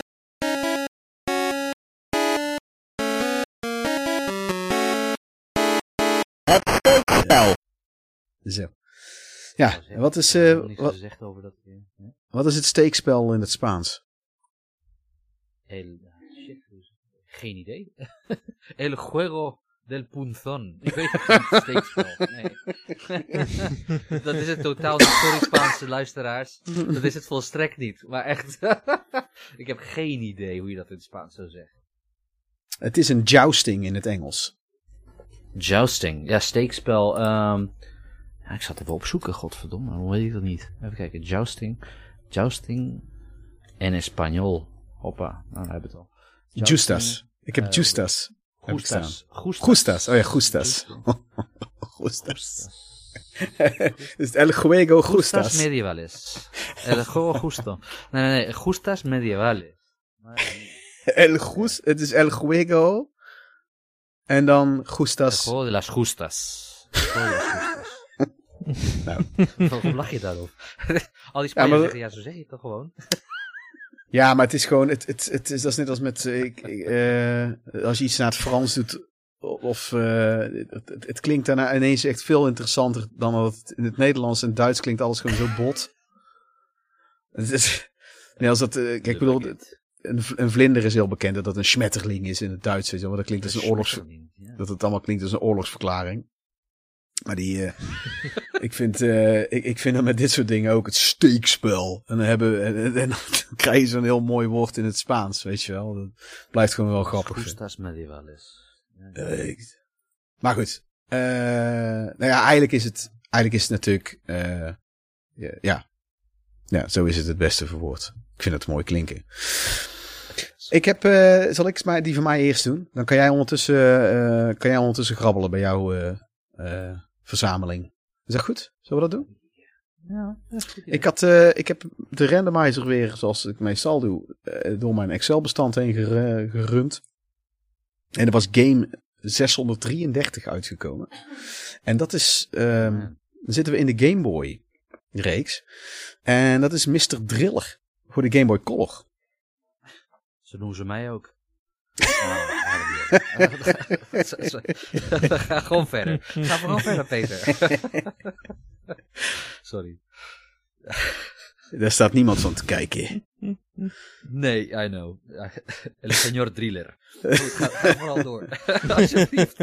Het steekspel. Zo. Ja, wat is, uh, wat, over dat, uh, ja? wat is het steekspel in het Spaans? El, shit, geen idee. El juego del punzón. Ik weet het niet, steekspel. Nee. Dat is het totaal niet. Sorry Spaanse luisteraars. Dat is het volstrekt niet. Maar echt, ik heb geen idee hoe je dat in het Spaans zou zeggen. Het is een jousting in het Engels. Jousting, ja, steekspel. Um, ja, ik zat even opzoeken, godverdomme, hoe weet ik dat niet? Even kijken, jousting, jousting en Espanol. Hoppa, nou, dan hebben we het al. Jousting, Justas. Ik heb uh, Justas. Gustas. Gustas. Gustas. Oh ja, Gustas. Gustas. Dus el juego Gustas. Gustas medievales. El juego justo. Nee, nee, nee. Gustas medievales. El Gus, het is el juego. En dan Gustas. El juego de las justas. El juego de las justas. Nou. Waarom lach je daarop? Al die Spanjaarden ja, maar... zeggen, ja, zo zeg je het toch gewoon? Ja, maar het is gewoon, het, het, het is, dat is net als met, ik, uh, als je iets naar het Frans doet, of, uh, het, het, het klinkt daarna ineens echt veel interessanter dan dat het in het Nederlands en Duits klinkt alles gewoon zo bot. Het is, nee, als dat, uh, kijk, ik bedoel, een, een vlinder is heel bekend, dat dat een schmetterling is in het Duits, weet je wel, dat klinkt als een oorlogs, ja. Dat het allemaal klinkt als een oorlogsverklaring. Maar die, uh, ik vind, uh, ik, ik vind dat met dit soort dingen ook het steekspel. En dan hebben, en, en, en dan krijg je zo'n heel mooi woord in het Spaans, weet je wel. Dat blijft gewoon wel grappig. Gustas medievales. Uh, maar goed. Uh, nou ja, eigenlijk is het, eigenlijk is het natuurlijk, uh, ja, ja, ja, zo is het het beste verwoord. Ik vind het mooi klinken. Ik heb, uh, zal ik die van mij eerst doen? Dan kan jij ondertussen, uh, kan jij ondertussen grabbelen bij jouw uh, uh, verzameling. Is dat goed? Zullen we dat doen? Ja, dat is goed. Ja. Ik had, uh, ik heb de randomizer weer, zoals ik meestal doe, uh, door mijn Excel-bestand heen ger- gerund. En er was game zeshonderddrieëndertig uitgekomen. En dat is, um, dan zitten we in de Game Boy reeks. En dat is mister Driller voor de Game Boy Color. Zo noemen ze mij ook. Oh, Ga gewoon verder. Ga gewoon verder, Peter. Sorry. Daar staat niemand van te kijken. Nee, I know. El señor Driller. Goed, ga, ga vooral door. Alsjeblieft.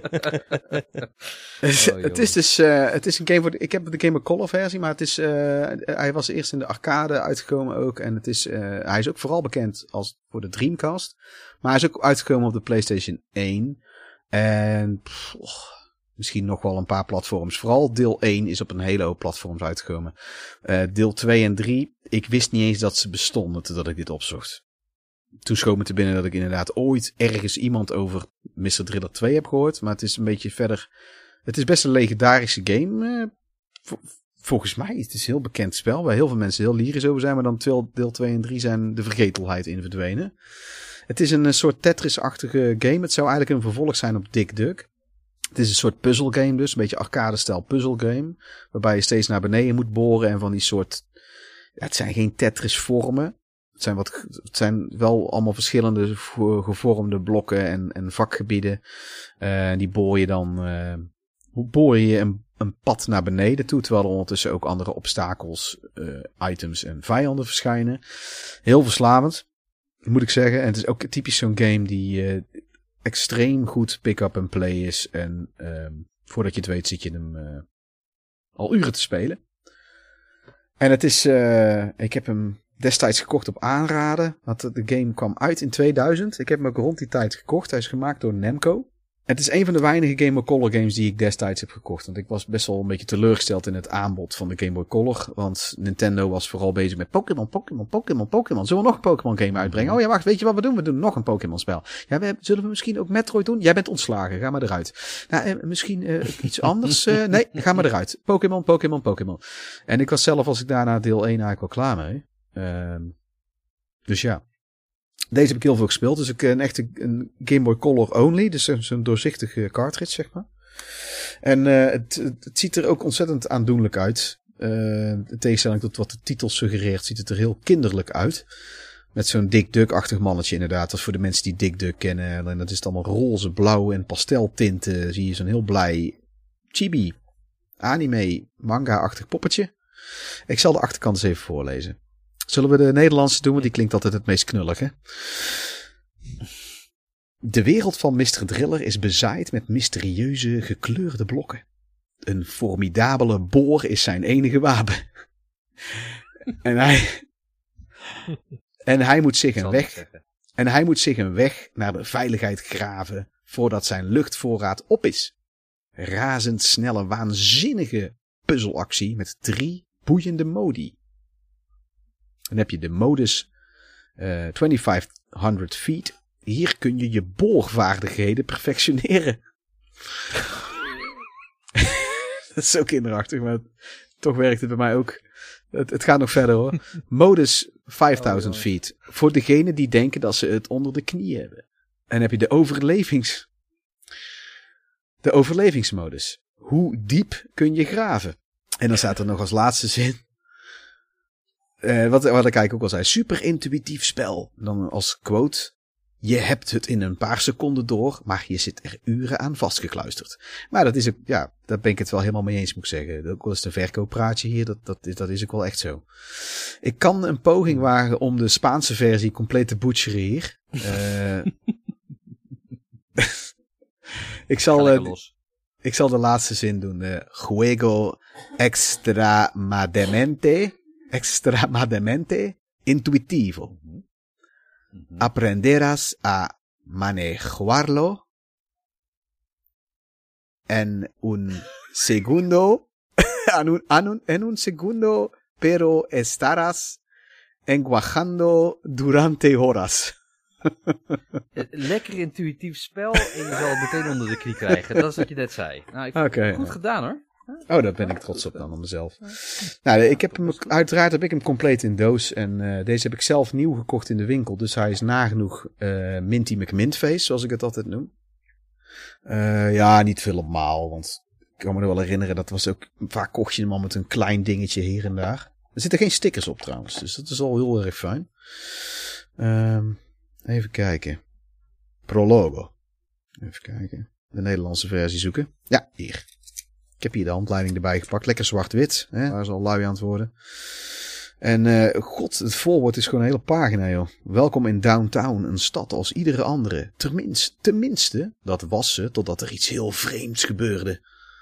Oh, het is dus, uh, het is een game voor de, ik heb de Game Boy Color versie, maar het is, uh, hij was eerst in de arcade uitgekomen ook. En het is, uh, hij is ook vooral bekend als voor de Dreamcast. Maar hij is ook uitgekomen op de PlayStation één. En pff, oh, misschien nog wel een paar platforms. Vooral deel één is op een hele hoop platforms uitgekomen. Uh, deel twee en drie, ik wist niet eens dat ze bestonden totdat ik dit opzocht. Toen schoot me te binnen dat ik inderdaad ooit ergens iemand over mister Driller twee heb gehoord. Maar het is een beetje verder. Het is best een legendarische game. Uh, v- volgens mij. Het is een heel bekend spel. Waar heel veel mensen heel lyrisch over zijn. Maar dan deel twee en drie zijn de vergetelheid in verdwenen. Het is een soort Tetris-achtige game. Het zou eigenlijk een vervolg zijn op Dick Duck. Het is een soort puzzelgame dus. Een beetje arcade-stijl puzzelgame. Waarbij je steeds naar beneden moet boren. En van die soort. Ja, het zijn geen Tetris-vormen. Het zijn, wat, het zijn wel allemaal verschillende gevormde blokken en, en vakgebieden. Uh, die boor je dan. Uh, boor je een, een pad naar beneden toe. Terwijl er ondertussen ook andere obstakels, uh, items en vijanden verschijnen. Heel verslavend. Moet ik zeggen. En het is ook typisch zo'n game die uh, extreem goed pick-up en play is. En uh, voordat je het weet zit je hem uh, al uren te spelen. En het is... Uh, ik heb hem destijds gekocht op aanraden. Want de game kwam uit in tweeduizend. Ik heb hem ook rond die tijd gekocht. Hij is gemaakt door Namco. Het is een van de weinige Game Boy Color games die ik destijds heb gekocht. Want ik was best wel een beetje teleurgesteld in het aanbod van de Game Boy Color. Want Nintendo was vooral bezig met Pokémon, Pokémon, Pokémon, Pokémon. Zullen we nog een Pokémon game uitbrengen? Oh ja, wacht, weet je wat we doen? We doen nog een Pokémon spel. Ja, we, zullen we misschien ook Metroid doen? Jij bent ontslagen, ga maar eruit. Nou, eh, misschien uh, iets anders? Uh, nee, ga maar eruit. Pokémon, Pokémon, Pokémon. En ik was zelf, als ik daarna deel één eigenlijk wel klaar mee. Uh, dus ja. Deze heb ik heel veel gespeeld. Dus ik een echte een Game Boy Color only. Dus zo'n doorzichtige cartridge, zeg maar. En uh, het, het ziet er ook ontzettend aandoenlijk uit. Uh, in tegenstelling tot wat de titel suggereert, ziet het er heel kinderlijk uit. Met zo'n Dick Duck-achtig mannetje inderdaad. Dat is voor de mensen die Dick Duck kennen. En dat is het allemaal roze, blauw en pasteltinten. Zie je zo'n heel blij chibi, anime, manga-achtig poppetje. Ik zal de achterkant eens even voorlezen. Zullen we de Nederlandse doen? Want die klinkt altijd het meest knullig, hè? De wereld van mister Driller is bezaaid met mysterieuze gekleurde blokken. Een formidabele boor is zijn enige wapen. en hij... En hij moet zich een weg... En hij moet zich een weg naar de veiligheid graven voordat zijn luchtvoorraad op is. Razendsnelle, waanzinnige puzzelactie met drie boeiende modi. Dan heb je de modus uh, vijfentwintighonderd feet. Hier kun je je boorvaardigheden perfectioneren. Dat is zo kinderachtig, maar toch werkt het bij mij ook. Het, het gaat nog verder hoor. Modus vijfduizend feet. Voor degenen die denken dat ze het onder de knie hebben. En dan heb je de overlevings... De overlevingsmodus. Hoe diep kun je graven? En dan staat er nog als laatste zin... Uh, wat, wat ik eigenlijk ook al zei. Super intuïtief spel. Dan als quote. Je hebt het in een paar seconden door. Maar je zit er uren aan vastgekluisterd. Maar dat is ook. Ja, daar ben ik het wel helemaal mee eens moet ik zeggen. Ook wel eens een verkooppraatje hier. Dat, dat, dat is ook wel echt zo. Ik kan een poging wagen om de Spaanse versie compleet te butcheren hier. Uh, ik zal. Uh, ik zal de laatste zin doen. Uh, Juego extremadamente. Extremadamente intuitivo. Mm-hmm. Aprenderás a manejarlo en un segundo en un, en un, en un segundo pero estarás enguajando durante horas. Lekker intuïtief spel en je zal het meteen onder de knie krijgen. Dat is wat je net zei. Nou, ik okay. Goed gedaan hoor. Oh, daar ben ik trots op dan, op mezelf. Nou, ik heb hem, uiteraard heb ik hem compleet in doos. En uh, deze heb ik zelf nieuw gekocht in de winkel. Dus hij is nagenoeg uh, Minty McMintface, zoals ik het altijd noem. Uh, ja, niet veel opmaal, want ik kan me nog wel herinneren, dat was ook, vaak kocht je hem al met een klein dingetje hier en daar. Er zitten geen stickers op trouwens, dus dat is al heel erg fijn. Um, even kijken. Prologo. Even kijken. De Nederlandse versie zoeken. Ja, hier. Ik heb hier de handleiding erbij gepakt. Lekker zwart-wit. Hè? Waar is al lui aan het worden. En uh, god, het voorwoord is gewoon een hele pagina, joh. Welkom in Downtown, een stad als iedere andere. Tenminste, tenminste, dat was ze, totdat er iets heel vreemds gebeurde.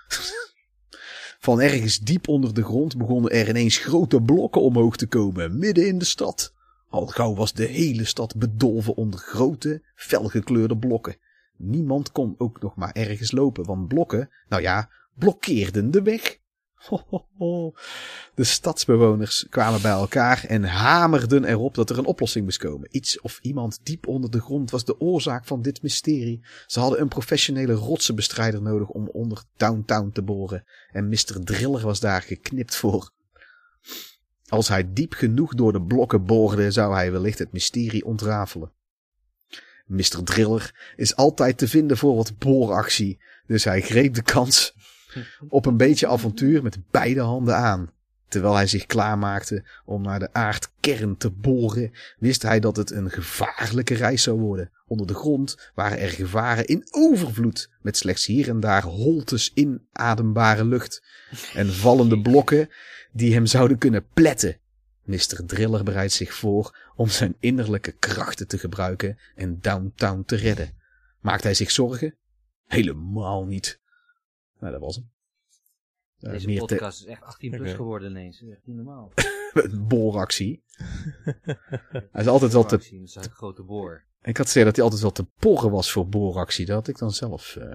Van ergens diep onder de grond begonnen er ineens grote blokken omhoog te komen, midden in de stad. Al gauw was de hele stad bedolven onder grote, felgekleurde blokken. Niemand kon ook nog maar ergens lopen, want blokken, nou ja, blokkeerden de weg. Ho, ho, ho. De stadsbewoners kwamen bij elkaar en hamerden erop dat er een oplossing moest komen. Iets of iemand diep onder de grond was de oorzaak van dit mysterie. Ze hadden een professionele rotsenbestrijder nodig om onder Downtown te boren. En mister Driller was daar geknipt voor. Als hij diep genoeg door de blokken boorde, zou hij wellicht het mysterie ontrafelen. mister Driller is altijd te vinden voor wat booractie, dus hij greep de kans op een beetje avontuur met beide handen aan. Terwijl hij zich klaarmaakte om naar de aardkern te boren, wist hij dat het een gevaarlijke reis zou worden. Onder de grond waren er gevaren in overvloed, met slechts hier en daar holtes inadembare lucht en vallende blokken die hem zouden kunnen pletten. mister Driller bereidt zich voor om zijn innerlijke krachten te gebruiken en Downtown te redden. Maakt hij zich zorgen? Helemaal niet. Nou, dat was hem. Deze uh, podcast te... is echt achttien plus okay. geworden ineens. Dat is echt niet normaal. Een booractie. Hij is altijd wel te... Dat is een grote boor. Ik had gezegd dat hij altijd wel te porren was voor booractie. Dat had ik dan zelf... Uh...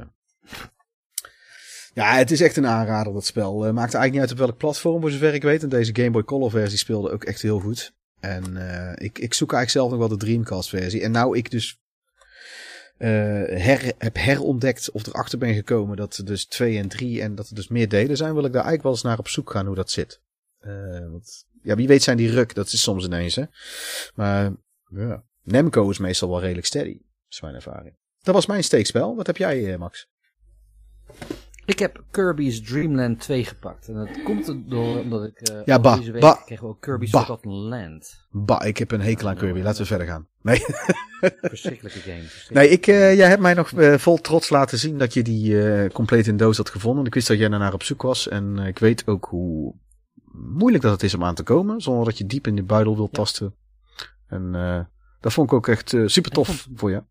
Ja, het is echt een aanrader, dat spel. Uh, maakt eigenlijk niet uit op welk platform, voor zover ik weet. En deze Game Boy Color versie speelde ook echt heel goed. En uh, ik, ik zoek eigenlijk zelf nog wel de Dreamcast versie. En nou ik dus uh, her, heb herontdekt of erachter ben gekomen dat er dus twee en drie en dat er dus meer delen zijn, wil ik daar eigenlijk wel eens naar op zoek gaan hoe dat zit. Uh, want, ja, wie weet zijn die ruk, dat is soms ineens, hè. Maar ja, Namco is meestal wel redelijk steady, is mijn ervaring. Dat was mijn steekspel. Wat heb jij, Max? Ik heb Kirby's Dream Land twee gepakt. En dat komt door omdat ik uh, ja, ba, deze week ba, kregen we ook Kirby's ba, Forgotten Land. Bah, ik heb een hekel aan Kirby. Laten we verder gaan. Nee. Verschrikkelijke game. Verschrikkelijke nee, ik, uh, jij hebt mij nog uh, vol trots laten zien dat je die uh, compleet in doos had gevonden. Ik wist dat jij daarnaar op zoek was. En uh, ik weet ook hoe moeilijk dat het is om aan te komen. Zonder dat je diep in de buidel wilt ja. tasten. En uh, dat vond ik ook echt uh, super tof vond... voor je.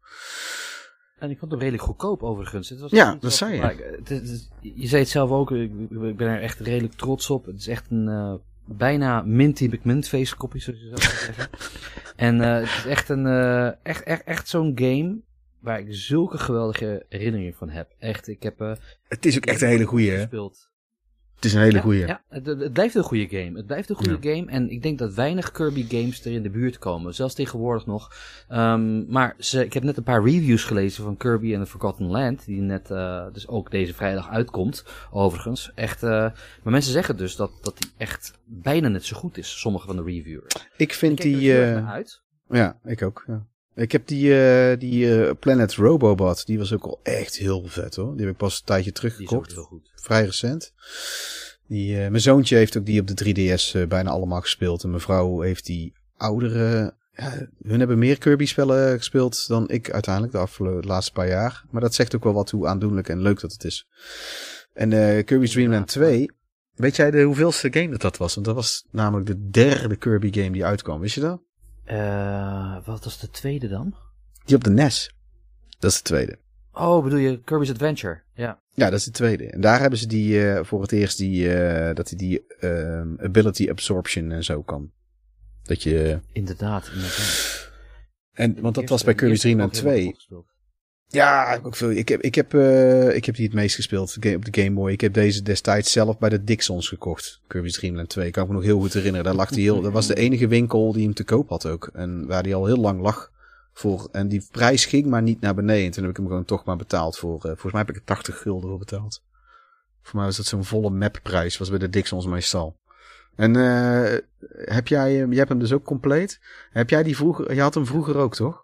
En ik vond het redelijk goedkoop overigens. Het was ja, dat zei je. Maar, het, het, het, je zei het zelf ook, ik, ik ben er echt redelijk trots op. Het is echt een uh, bijna Minty McMintface kopie, zoals je zou zeggen. En uh, het is echt, een, uh, echt, echt, echt zo'n game waar ik zulke geweldige herinneringen van heb. Echt, ik heb... Uh, het is ook echt een hele goeie, hè? Gespeeld. Het is een hele ja, goeie. Ja, het, het blijft een goede game. Het blijft een goede ja. game. En ik denk dat weinig Kirby games er in de buurt komen. Zelfs tegenwoordig nog. Um, maar ze, ik heb net een paar reviews gelezen van Kirby and the Forgotten Land. Die net uh, dus ook deze vrijdag uitkomt. Overigens. Echt, uh, maar mensen zeggen dus dat, dat die echt bijna net zo goed is. Sommige van de reviewers. Ik vind ik die... Uh, uit. Ja, ik ook. Ja. Ik heb die, uh, die uh, Planet Robobot, die was ook al echt heel vet, hoor. Die heb ik pas een tijdje teruggekocht. Die is ook heel goed. Vrij recent. Die, uh, mijn zoontje heeft ook die op de drie D S uh, bijna allemaal gespeeld. En mijn vrouw heeft die oudere... Ja, hun hebben meer Kirby-spellen gespeeld dan ik uiteindelijk de afgelopen de laatste paar jaar. Maar dat zegt ook wel wat hoe aandoenlijk en leuk dat het is. En uh, Kirby's Dream Land twee... Weet jij de hoeveelste game dat dat was? Want dat was namelijk de derde Kirby game die uitkwam. Wist je dat? Uh, wat was de tweede dan? Die op de N E S. Dat is de tweede. Oh, bedoel je Kirby's Adventure? Ja. Ja, dat is de tweede. En daar hebben ze die uh, voor het eerst die uh, dat hij die uh, ability absorption en zo kan. Dat je. Inderdaad, inderdaad. En want dat was bij Kirby's Dream Land twee. Ja, ik heb ook veel. Ik heb, ik heb, uh, ik heb die het meest gespeeld op de Game Boy. Ik heb deze destijds zelf bij de Dixons gekocht. Kirby's Dream Land twee. Ik kan ik me nog heel goed herinneren. Daar lag die heel. Dat was de enige winkel die hem te koop had ook. En waar die al heel lang lag. Voor, en die prijs ging maar niet naar beneden. En toen heb ik hem gewoon toch maar betaald voor. Uh, volgens mij heb ik er tachtig gulden voor betaald. Voor mij was dat zo'n volle mapprijs. Was bij de Dixons meestal. En uh, heb jij, je hebt hem dus ook compleet. Heb jij die vroeger? Je had hem vroeger ook, toch?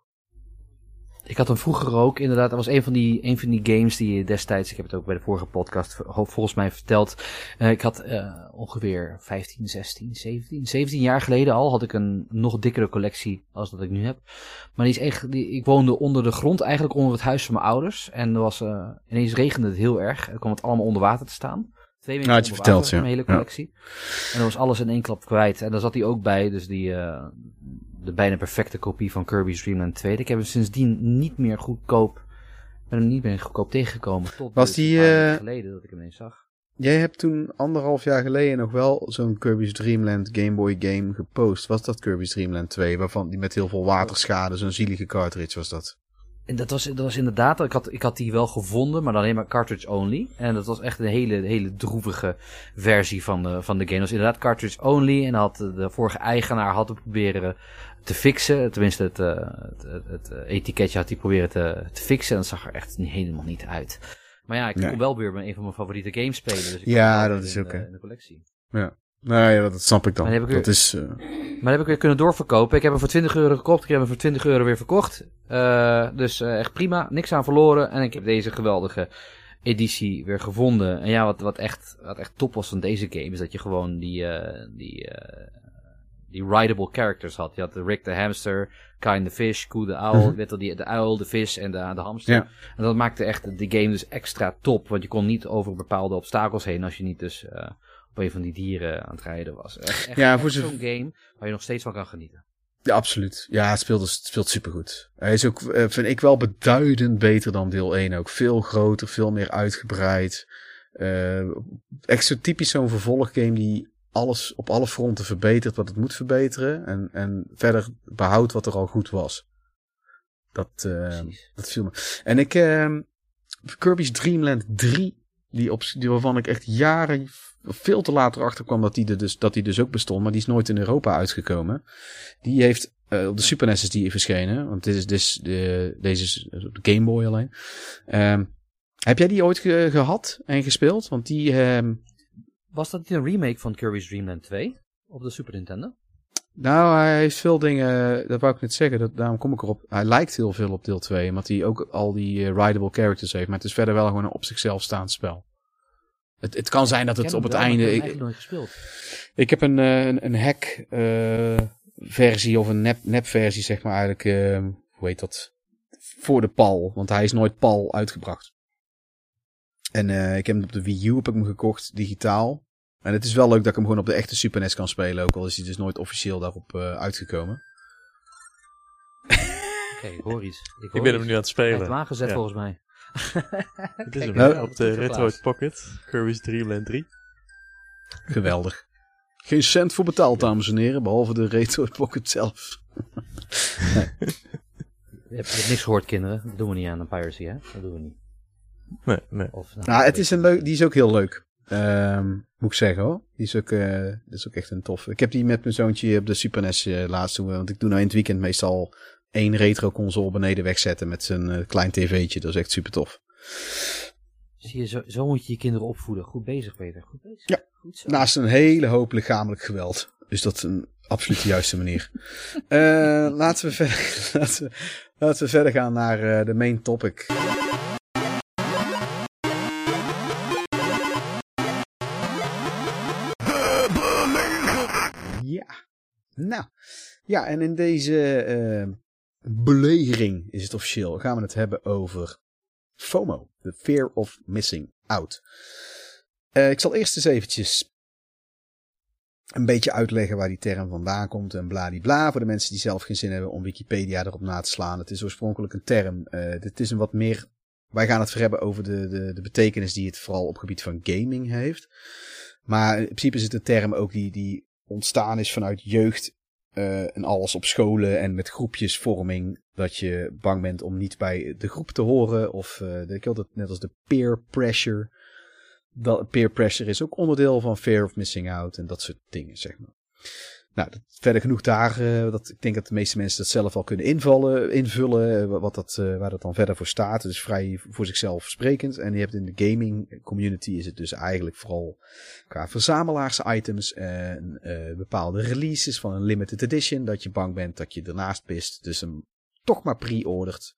Ik had hem vroeger ook, inderdaad. Dat was een van die, een van die games die destijds, ik heb het ook bij de vorige podcast volgens mij verteld. Uh, ik had uh, ongeveer vijftien, zestien, zeventien, zeventien jaar geleden al had ik een nog dikkere collectie als dat ik nu heb. Maar die is echt, die, ik woonde onder de grond, eigenlijk onder het huis van mijn ouders. En er was, uh, ineens regende het heel erg. Er kwam het allemaal onder water te staan. Twee weken nou, onder water, ja. Mijn hele collectie. Ja. En dan was alles in één klap kwijt. En daar zat hij ook bij, dus die... Uh, de bijna perfecte kopie van Kirby's Dream Land twee. Ik heb hem sindsdien niet meer goedkoop... ben hem niet meer goedkoop tegengekomen. Tot was die, een paar uh, jaar geleden dat ik hem eens zag. Jij hebt toen anderhalf jaar geleden nog wel zo'n Kirby's Dream Land Game Boy game gepost. Was dat Kirby's Dream Land twee? Waarvan die met heel veel waterschade, zo'n zielige cartridge was dat. En dat was, dat was inderdaad, ik had, ik had die wel gevonden, maar dan alleen maar cartridge only. En dat was echt een hele, hele droevige versie van de, van de game. Dat was inderdaad cartridge only en had de vorige eigenaar had het proberen te fixen. Tenminste, het, het, het, het etiketje had hij proberen te, te fixen en dat zag er echt helemaal niet uit. Maar ja, ik kon nee. wel weer met een van mijn favoriete games spelen. Dus ik ja, dat is in, ook, hè. in de collectie. Ja. Nou ja, dat snap ik dan. Maar dat, dat is, uh... maar dat heb ik weer kunnen doorverkopen. Ik heb hem voor twintig euro gekocht. Ik heb hem voor twintig euro weer verkocht. Uh, dus uh, echt prima. Niks aan verloren. En ik heb deze geweldige editie weer gevonden. En ja, wat, wat, echt, wat echt top was van deze game is dat je gewoon die, uh, die, uh, die rideable characters had. Je had de Rick de hamster, Kai the fish, Koe de uil, mm-hmm. weet wel, die, de uil, de vis en de, de hamster. Ja. En dat maakte echt de game dus extra top. Want je kon niet over bepaalde obstakels heen als je niet dus... Uh, op een van die dieren aan het rijden was. Echt, echt, ja, voor echt zo'n game waar je nog steeds van kan genieten. Ja, absoluut. Ja, het speelt, het speelt supergoed. Hij is ook, vind ik wel beduidend beter dan deel één ook. Veel groter, veel meer uitgebreid. Uh, echt zo typisch zo'n vervolggame die alles op alle fronten verbetert wat het moet verbeteren. En, en verder behoudt wat er al goed was. Dat, uh, dat viel me. En ik, uh, Kirby's Dream Land drie, die op, die waarvan ik echt jaren, veel te later achter kwam dat die, de, dus, dat die dus ook bestond, maar die is nooit in Europa uitgekomen. Die heeft, uh, op de Super N E S is die verschenen, want dit is dus, de, deze is op de Game Boy alleen. Uh, heb jij die ooit ge, gehad en gespeeld? Want die, uh, was dat niet een remake van Kirby's Dream Land twee op de Super Nintendo? Nou, hij heeft veel dingen, dat wou ik net zeggen, dat, daarom kom ik erop. Hij lijkt heel veel op deel twee, omdat hij ook al die uh, rideable characters heeft. Maar het is verder wel gewoon een op zichzelf staand spel. Het, het kan zijn dat het op het wel, einde... Ik heb nooit gespeeld. Ik heb een, uh, een, een hack uh, versie of een nep, nep versie, zeg maar eigenlijk, uh, hoe heet dat? Voor de P A L, want hij is nooit P A L uitgebracht. En uh, ik heb hem op de Wii U heb ik hem gekocht, digitaal. En het is wel leuk dat ik hem gewoon op de echte Super N E S kan spelen. Ook al is hij dus nooit officieel daarop uh, uitgekomen. Oké, okay, ik hoor iets. Ik, hoor ik ben iets. hem nu aan het spelen. Hij heeft hem aangezet ja. volgens mij. Het is hem nou, op de Retro Pocket. Kirby's Dream Land drie. Geweldig. Geen cent voor betaald, dames en heren. Behalve de Retro Pocket zelf. Nee. Je, hebt, je hebt niks gehoord, kinderen. Dat doen we niet aan een piracy, hè? Dat doen we niet. Nee, nee. Of, nou, nou het is een leuk, die is ook heel leuk. Um, moet ik zeggen hoor. Die is ook, uh, dat is ook echt een tof. Ik heb die met mijn zoontje op de Super N E S uh, laatst doen. Want ik doe nou in het weekend meestal één retro console beneden wegzetten met zijn uh, klein tv'tje. Dat is echt super tof. Zie je, zo, zo moet je je kinderen opvoeden. Goed bezig, Peter. Goed bezig. Ja. Goed zo. Naast een hele hoop lichamelijk geweld. Dus dat is een absoluut de juiste manier. uh, laten, we verder, laten, we, laten we verder gaan naar uh, de main topic. Ja, nou, ja, en in deze uh, belegering is het officieel, gaan we het hebben over FOMO, the fear of missing out. Uh, ik zal eerst eens eventjes een beetje uitleggen waar die term vandaan komt en bladibla, voor de mensen die zelf geen zin hebben om Wikipedia erop na te slaan. Het is oorspronkelijk een term, uh, dit is een wat meer, wij gaan het hebben over de, de, de betekenis die het vooral op het gebied van gaming heeft. Maar in principe is het een term ook die, die ontstaan is vanuit jeugd uh, en alles op scholen en met groepjesvorming. Dat je bang bent om niet bij de groep te horen. Of uh, ik had het net als de peer pressure. Dat, peer pressure is ook onderdeel van fear of missing out en dat soort dingen, zeg maar. Nou, dat, verder genoeg daar. Uh, dat, ik denk dat de meeste mensen dat zelf al kunnen invallen, invullen. Uh, wat dat, uh, waar dat dan verder voor staat. Het is vrij voor zichzelf sprekend. En je hebt in de gaming community is het dus eigenlijk vooral qua verzamelaars-items. En uh, bepaalde releases van een limited edition. Dat je bang bent dat je ernaast pist. Dus hem toch maar pre-ordert.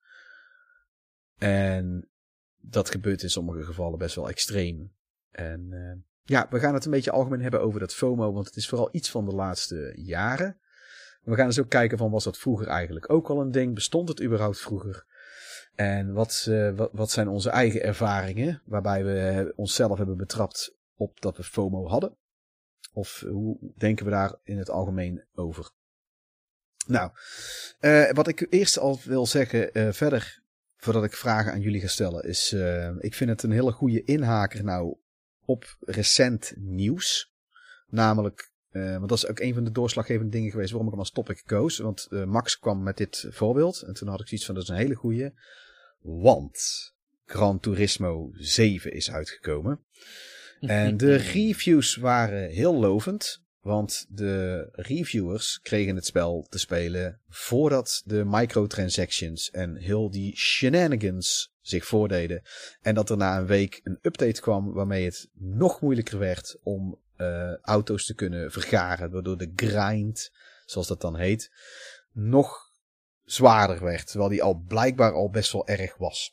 En dat gebeurt in sommige gevallen best wel extreem. En uh, ja, we gaan het een beetje algemeen hebben over dat FOMO, want het is vooral iets van de laatste jaren. We gaan dus ook kijken van, was dat vroeger eigenlijk ook al een ding? Bestond het überhaupt vroeger? En wat, uh, wat, wat zijn onze eigen ervaringen, waarbij we onszelf hebben betrapt op dat we FOMO hadden? Of hoe denken we daar in het algemeen over? Nou, uh, wat ik eerst al wil zeggen, uh, verder, voordat ik vragen aan jullie ga stellen, is, uh, ik vind het een hele goede inhaker nou op recent nieuws. Namelijk, uh, want dat is ook een van de doorslaggevende dingen geweest waarom ik hem als topic koos. Want uh, Max kwam met dit voorbeeld en toen had ik zoiets van, dat is een hele goeie. Want Gran Turismo zeven is uitgekomen. En de reviews waren heel lovend. Want de reviewers kregen het spel te spelen voordat de microtransactions en heel die shenanigans zich voordeden. En dat er na een week een update kwam waarmee het nog moeilijker werd om uh, auto's te kunnen vergaren. Waardoor de grind, zoals dat dan heet, nog zwaarder werd. Terwijl die al blijkbaar al best wel erg was.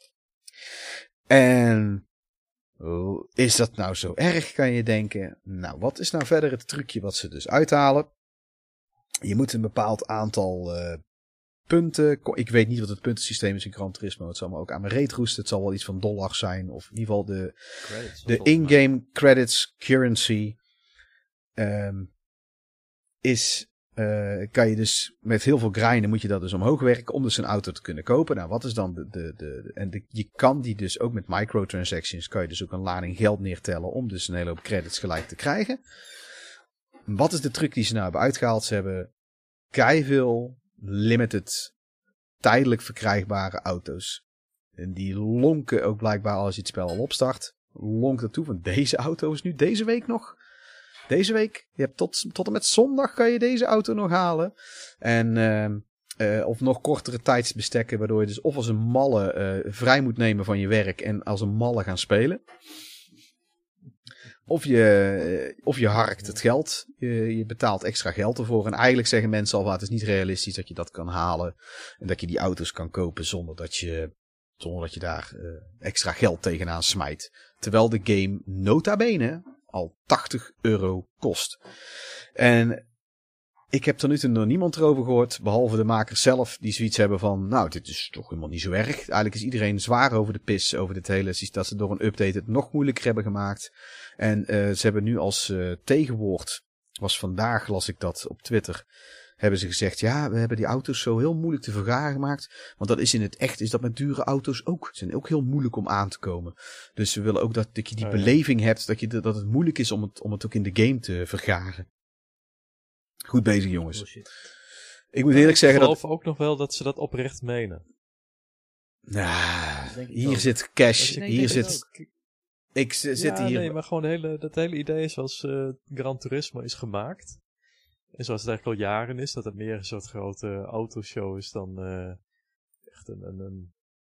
En oh, is dat nou zo erg, kan je denken? Nou, wat is nou verder het trucje wat ze dus uithalen? Je moet een bepaald aantal uh, punten. Ik weet niet wat het puntensysteem is in Gran Turismo. Het zal me ook aan mijn reet roesten. Het zal wel iets van dollars zijn. Of in ieder geval de, de in-game credits currency. Um, is... Uh, kan je dus met heel veel grinden moet je dat dus omhoog werken om dus een auto te kunnen kopen. Nou, wat is dan de... de, de en de, je kan die dus ook met microtransactions, kan je dus ook een lading geld neertellen om dus een hele hoop credits gelijk te krijgen. Wat is de truc die ze nou hebben uitgehaald? Ze hebben keiveel limited tijdelijk verkrijgbare auto's. En die lonken ook blijkbaar als je het spel al opstart. Lonkt het toe van deze auto is nu deze week nog. Deze week, je hebt tot, tot en met zondag kan je deze auto nog halen. En uh, uh, of nog kortere tijdsbestekken, waardoor je dus of als een malle uh, vrij moet nemen van je werk en als een malle gaan spelen. Of je, uh, of je harkt het geld, je, je betaalt extra geld ervoor. En eigenlijk zeggen mensen al, het is niet realistisch dat je dat kan halen. En dat je die auto's kan kopen zonder dat je, zonder dat je daar uh, extra geld tegenaan smijt. Terwijl de game nota bene al tachtig euro kost. En ik heb tot nu toe nog niemand erover gehoord, behalve de makers zelf, die zoiets hebben van, nou, dit is toch helemaal niet zo erg. Eigenlijk is iedereen zwaar over de pis, over dit hele, dat ze door een update het nog moeilijker hebben gemaakt. En uh, ze hebben nu als uh, tegenwoord, was vandaag, las ik dat op Twitter, hebben ze gezegd, ja, we hebben die auto's zo heel moeilijk te vergaren gemaakt. Want dat is in het echt, is dat met dure auto's ook. Ze zijn ook heel moeilijk om aan te komen. Dus we willen ook dat, dat je die oh, ja. beleving hebt, dat, je, dat het moeilijk is om het, om het ook in de game te vergaren. Goed bezig, jongens. Bullshit. Ik moet eerlijk zeggen dat... Ik geloof ook nog wel dat ze dat oprecht menen. Nou, hier zit cash, hier denk zit... Ik z- zit ja, hier... nee, maar gewoon de hele, dat hele idee zoals uh, Gran Turismo is gemaakt. En zoals het eigenlijk al jaren is, dat het meer een soort grote autoshow is dan uh, echt een, een, een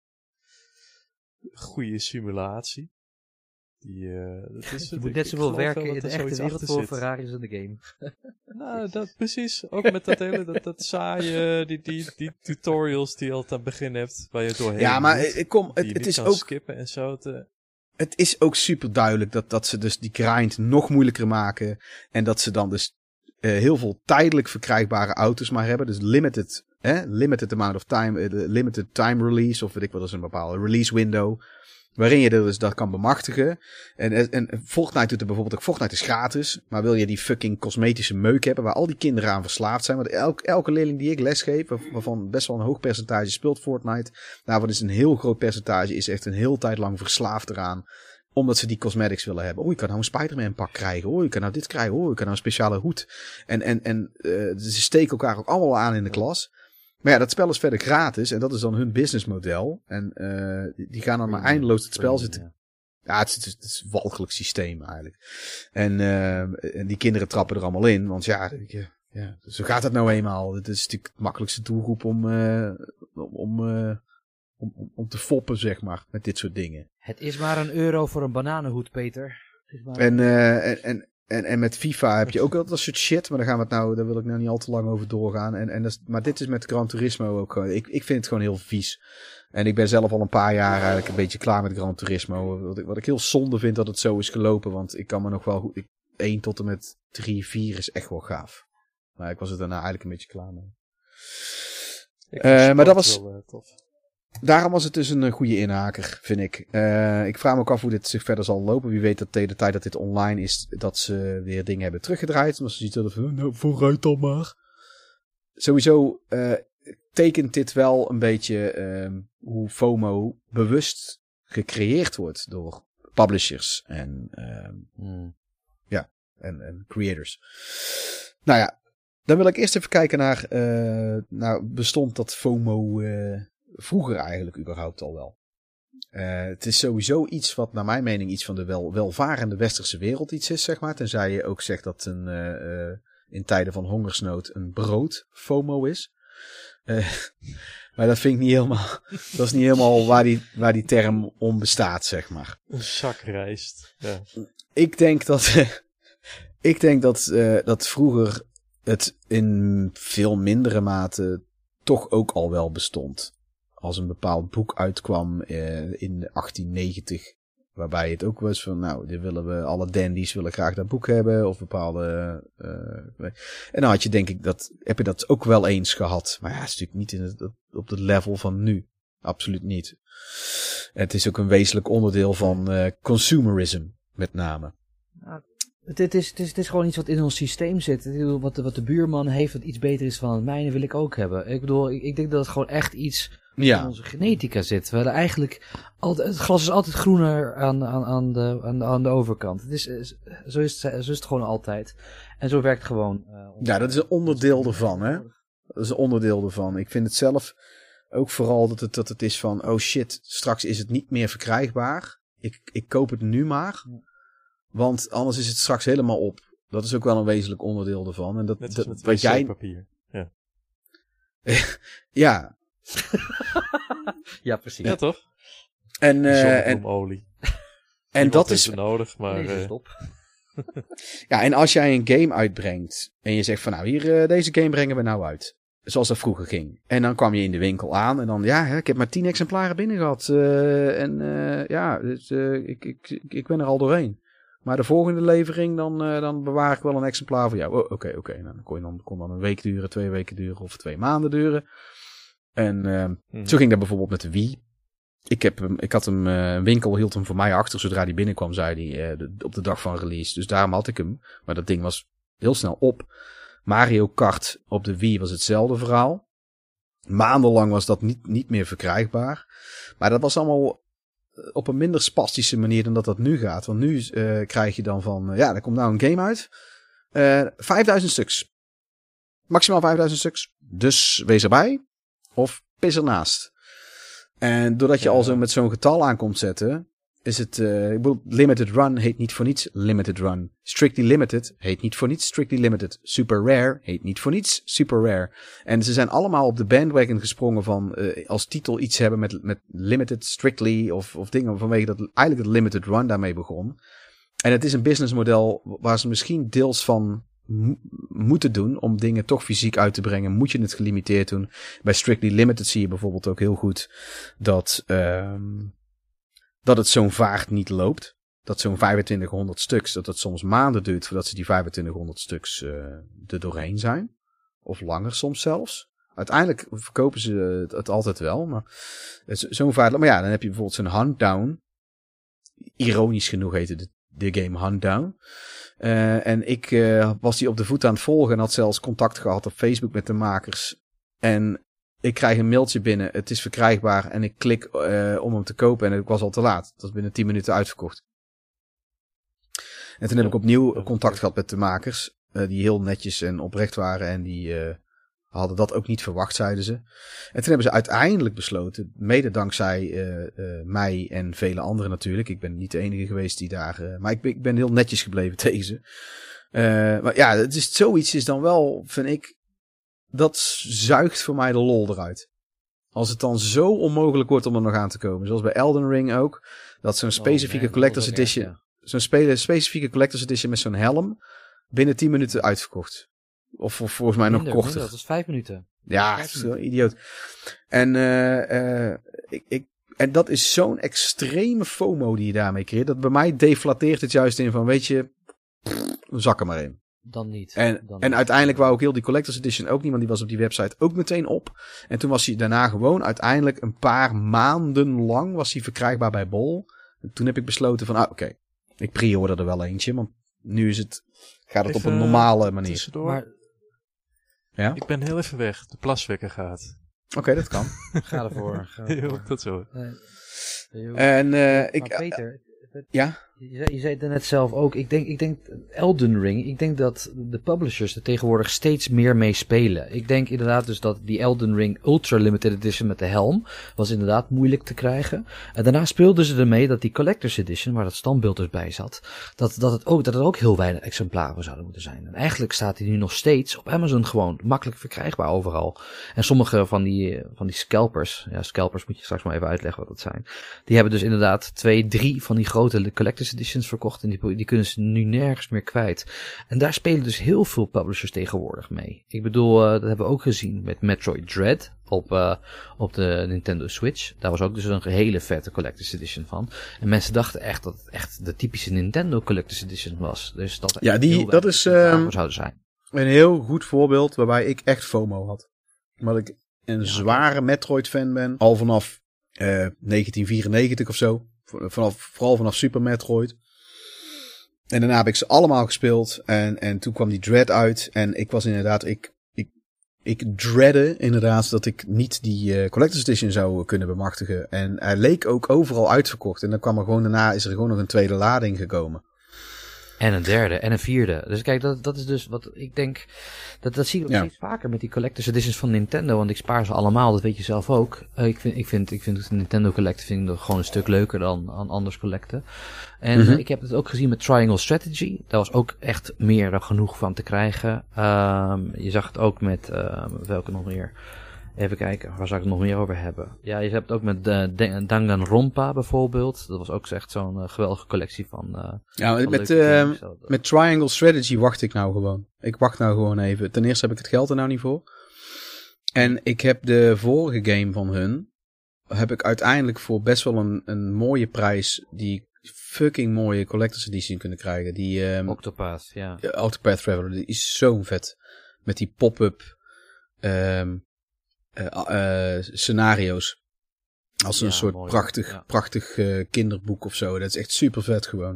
goede simulatie. Die, uh, dat is, je moet net zoveel werken in de echte wereld voor Ferraris in de game. Nou, dat precies. Ook met dat hele, dat, dat saaie, die, die, die tutorials die je altijd aan het begin hebt, waar je doorheen Ja, maar moet, ik kom, het, het is ook... skippen en zo te... Het is ook super duidelijk dat, dat ze dus die grind nog moeilijker maken. En dat ze dan dus uh, heel veel tijdelijk verkrijgbare auto's maar hebben. Dus limited, eh, limited amount of time, uh, limited time release. Of weet ik wat, dat is een bepaalde release window. Waarin je dus dat kan bemachtigen. En, en, en Fortnite doet er bijvoorbeeld ook. Fortnite is gratis. Maar wil je die fucking cosmetische meuk hebben. Waar al die kinderen aan verslaafd zijn. Want elk, elke leerling die ik lesgeef. Waarvan best wel een hoog percentage speelt Fortnite. Daarvan is een heel groot percentage. Is echt een heel tijd lang verslaafd eraan. Omdat ze die cosmetics willen hebben. Oh, je kan nou een Spider-Man pak krijgen. Oh, je kan nou dit krijgen. Oh, je kan nou een speciale hoed. En, en, en uh, ze steken elkaar ook allemaal aan in de klas. Maar ja, dat spel is verder gratis. En dat is dan hun businessmodel. En uh, die gaan dan maar eindeloos het spel zitten. Ja, het is, het is, het is een walgelijk systeem eigenlijk. En, uh, en die kinderen trappen er allemaal in. Want ja, ja, zo gaat het nou eenmaal. Het is natuurlijk het makkelijkste doelgroep om, uh, om, uh, om, om, om te foppen, zeg maar. Met dit soort dingen. Het is maar een euro voor een bananenhoed, Peter. En, uh, en, en En, en met FIFA heb je ook wel dat soort shit. Maar daar gaan we het nou, daar wil ik nou niet al te lang over doorgaan. En, en dat is, maar dit is met Gran Turismo ook gewoon. Ik, ik vind het gewoon heel vies. En ik ben zelf al een paar jaar eigenlijk een beetje klaar met Gran Turismo. Wat ik, wat ik heel zonde vind dat het zo is gelopen. Want ik kan me nog wel goed. Ik, één tot en met drie, vier is echt wel gaaf. Maar ik was er daarna eigenlijk een beetje klaar mee. Uh, maar dat was. Wel, uh, tof. Daarom was het dus een goede inhaker, vind ik. Uh, ik vraag me ook af hoe dit zich verder zal lopen. Wie weet dat tegen de tijd dat dit online is, dat ze weer dingen hebben teruggedraaid. Omdat ze ziet dat van, nou, vooruit dan maar. Sowieso uh, tekent dit wel een beetje uh, hoe FOMO bewust gecreëerd wordt door publishers en, uh, hmm. ja, en, en creators. Nou ja, dan wil ik eerst even kijken naar, uh, nou, bestond dat FOMO... Uh, Vroeger eigenlijk überhaupt al wel. Uh, het is sowieso iets wat naar mijn mening iets van de wel, welvarende westerse wereld iets is, zeg maar. Tenzij je ook zegt dat een, uh, uh, in tijden van hongersnood een brood FOMO is. Uh, maar dat vind ik niet helemaal, dat is niet helemaal waar die, waar die term om bestaat, zeg maar. Een zak rijst. Ja. Ik denk dat, uh, ik denk dat, uh, dat vroeger het in veel mindere mate toch ook al wel bestond. Als een bepaald boek uitkwam uh, in achttien negentig, waarbij het ook was van, nou, dit willen we, alle dandies willen graag dat boek hebben, of bepaalde, uh, en dan had je denk ik dat, heb je dat ook wel eens gehad, maar ja, het is natuurlijk niet in het, op het level van nu, absoluut niet. En het is ook een wezenlijk onderdeel van uh, consumerism, met name. Nou, het, het, is, het, is, het is gewoon iets wat in ons systeem zit. Ik bedoel, wat, wat de buurman heeft, wat iets beter is van het mijne, wil ik ook hebben. Ik bedoel, ik, ik denk dat het gewoon echt iets... Ja. In onze genetica zit. We hadden eigenlijk altijd, het glas is altijd groener aan, aan, aan, de, aan, de, aan de overkant. Het is, zo, is het, zo is het gewoon altijd. En zo werkt het gewoon. Uh, ja, dat is een onderdeel ervan, hè? Dat is een onderdeel ervan. Ik vind het zelf ook vooral dat het, dat het is van, oh shit, straks is het niet meer verkrijgbaar. Ik, ik koop het nu maar. Want anders is het straks helemaal op. Dat is ook wel een wezenlijk onderdeel ervan. En dat, Net dat als met wat jij... papier. Ja. ja. ja, precies. Ja, toch? En, uh, en olie. En dat is nodig, maar Deze uh... stop. ja, en als jij een game uitbrengt en je zegt van nou, hier uh, deze game brengen we nou uit. Zoals dat vroeger ging. En dan kwam je in de winkel aan en dan, ja, hè, ik heb maar tien exemplaren binnen gehad. Uh, en uh, ja, dus, uh, ik, ik, ik, ik ben er al doorheen. Maar de volgende levering, dan, uh, dan bewaar ik wel een exemplaar voor jou. Oh, oké, okay, oké. Okay. Nou, dan kon, je dan kon dan een week duren, twee weken duren of twee maanden duren. En uh, mm-hmm. zo ging dat bijvoorbeeld met de Wii. Ik, heb hem, ik had hem, uh, een winkel hield hem voor mij achter. Zodra die binnenkwam, zei hij, uh, de, op de dag van release. Dus daarom had ik hem. Maar dat ding was heel snel op. Mario Kart op de Wii was hetzelfde verhaal. Maandenlang was dat niet, niet meer verkrijgbaar. Maar dat was allemaal op een minder spastische manier dan dat dat nu gaat. Want nu uh, krijg je dan van, uh, ja, er komt nou een game uit. Uh, vijfduizend stuks. Maximaal vijfduizend stuks. Dus wees erbij. Of pis ernaast. En doordat je ja. al zo met zo'n getal aan komt zetten, is het, uh, ik bedoel, Limited Run heet niet voor niets Limited Run. Strictly Limited heet niet voor niets Strictly Limited. Super Rare heet niet voor niets Super Rare. En ze zijn allemaal op de bandwagon gesprongen van uh, als titel iets hebben met, met Limited, Strictly of, of dingen vanwege dat eigenlijk het Limited Run daarmee begon. En het is een businessmodel waar ze misschien deels van mo- moeten doen om dingen toch fysiek uit te brengen. Moet je het gelimiteerd doen. Bij Strictly Limited zie je bijvoorbeeld ook heel goed dat... Um, dat het zo'n vaart niet loopt. Dat zo'n vijfentwintighonderd stuks, dat het soms maanden duurt voordat ze die vijfentwintighonderd stuks uh, er doorheen zijn. Of langer soms zelfs. Uiteindelijk verkopen ze het, het altijd wel. Maar zo'n vaart, maar ja, dan heb je bijvoorbeeld zo'n Huntdown. Ironisch genoeg heette de, de game Huntdown. Uh, en ik uh, was die op de voet aan het volgen en had zelfs contact gehad op Facebook met de makers. En ik krijg een mailtje binnen, het is verkrijgbaar en ik klik uh, om hem te kopen en ik was al te laat. Het was binnen tien minuten uitverkocht. En toen heb ik opnieuw contact gehad met de makers, uh, die heel netjes en oprecht waren en die uh, hadden dat ook niet verwacht, zeiden ze. En toen hebben ze uiteindelijk besloten, mede dankzij uh, uh, mij en vele anderen natuurlijk. Ik ben niet de enige geweest die daar, uh, maar ik ben, ik ben heel netjes gebleven tegen ze. Uh, maar ja, het is, zoiets is dan wel, vind ik, dat zuigt voor mij de lol eruit. Als het dan zo onmogelijk wordt om er nog aan te komen. Zoals bij Elden Ring ook. Dat zo'n specifieke oh, man, collector's edition. Echt, ja. Zo'n spe- specifieke collector's edition met zo'n helm. Binnen tien minuten uitverkocht. Of, of volgens mij minder, nog korter. Minder, dat is vijf minuten. Ja, vijf zo minuten. Idioot. En, uh, uh, ik, ik, en dat is zo'n extreme FOMO die je daarmee creëert. Dat bij mij deflateert het juist in van, weet je, pff, zak er maar in. Dan niet. En, dan en niet. Uiteindelijk wou ook heel die Collector's Edition ook niet, want die was op die website ook meteen op. En toen was hij daarna gewoon uiteindelijk een paar maanden lang was hij verkrijgbaar bij Bol. En toen heb ik besloten van, ah, oké, okay, ik pre-order er wel eentje, want nu is het, gaat het even op een normale manier. Tussendoor. Maar, ja? Ik ben heel even weg, de plaswekker gaat. Oké, okay, dat kan. Ga ervoor. Ga ervoor. Jo, tot zo. Nee. En uh, ik... Peter... Uh, ja? Je zei, je zei het net zelf ook. Ik denk, ik denk Elden Ring. Ik denk dat de publishers er tegenwoordig steeds meer mee spelen. Ik denk inderdaad dus dat die Elden Ring Ultra Limited Edition met de helm was inderdaad moeilijk te krijgen. En daarna speelden ze ermee dat die Collector's Edition, waar dat standbeeld dus bij zat, dat, dat, het ook, dat er ook heel weinig exemplaren zouden moeten zijn. En eigenlijk staat die nu nog steeds op Amazon gewoon makkelijk verkrijgbaar overal. En sommige van die, van die scalpers, ja, scalpers moet je straks maar even uitleggen wat dat zijn. Die hebben dus inderdaad twee, drie van die grote Collector's Editions verkocht en die, die kunnen ze nu nergens meer kwijt. En daar spelen dus heel veel publishers tegenwoordig mee. Ik bedoel, uh, dat hebben we ook gezien met Metroid Dread op, uh, op de Nintendo Switch. Daar was ook dus een hele vette Collector's Edition van. En mensen dachten echt dat het echt de typische Nintendo Collector's Edition was. Dus dat ja, die, dat is uh, zouden zijn. Een heel goed voorbeeld waarbij ik echt FOMO had. Omdat ik een ja, zware Metroid fan ben. Al vanaf uh, negentien vierennegentig of zo. Vanaf, vooral vanaf Super Metroid. En daarna heb ik ze allemaal gespeeld. En, en toen kwam die Dread uit. En ik was inderdaad... Ik, ik, ik dreadde inderdaad dat ik niet die uh, Collector's Edition zou kunnen bemachtigen. En hij leek ook overal uitverkocht. En dan kwam er gewoon daarna... Is er gewoon nog een tweede lading gekomen. En een derde, en een vierde. Dus kijk, dat, dat is dus wat ik denk... Dat, dat zie je ook ja. steeds vaker met die collector's editions van Nintendo. Want ik spaar ze allemaal, dat weet je zelf ook. Uh, ik, vind, ik, vind, ik vind de Nintendo collecten vind ik gewoon een stuk leuker dan, dan anders collecten. En mm-hmm. uh, ik heb het ook gezien met Triangle Strategy. Daar was ook echt meer dan genoeg van te krijgen. Uh, je zag het ook met... Uh, welke nog meer... Even kijken, waar zou ik het nog meer over hebben? Ja, je hebt het ook met uh, Danganronpa bijvoorbeeld. Dat was ook echt zo'n uh, geweldige collectie van... Uh, ja, van met, uh, met Triangle Strategy wacht ik nou gewoon. Ik wacht nou gewoon even. Ten eerste heb ik het geld er nou niet voor. En ik heb de vorige game van hun... heb ik uiteindelijk voor best wel een, een mooie prijs... die fucking mooie Collector's Edition kunnen krijgen. Die, um, Octopath, ja. Uh, Octopath Traveler, die is zo vet. Met die pop-up... Um, Uh, uh, scenario's. Als een ja, soort mooi, prachtig, ja. prachtig uh, kinderboek of zo. Dat is echt super vet gewoon.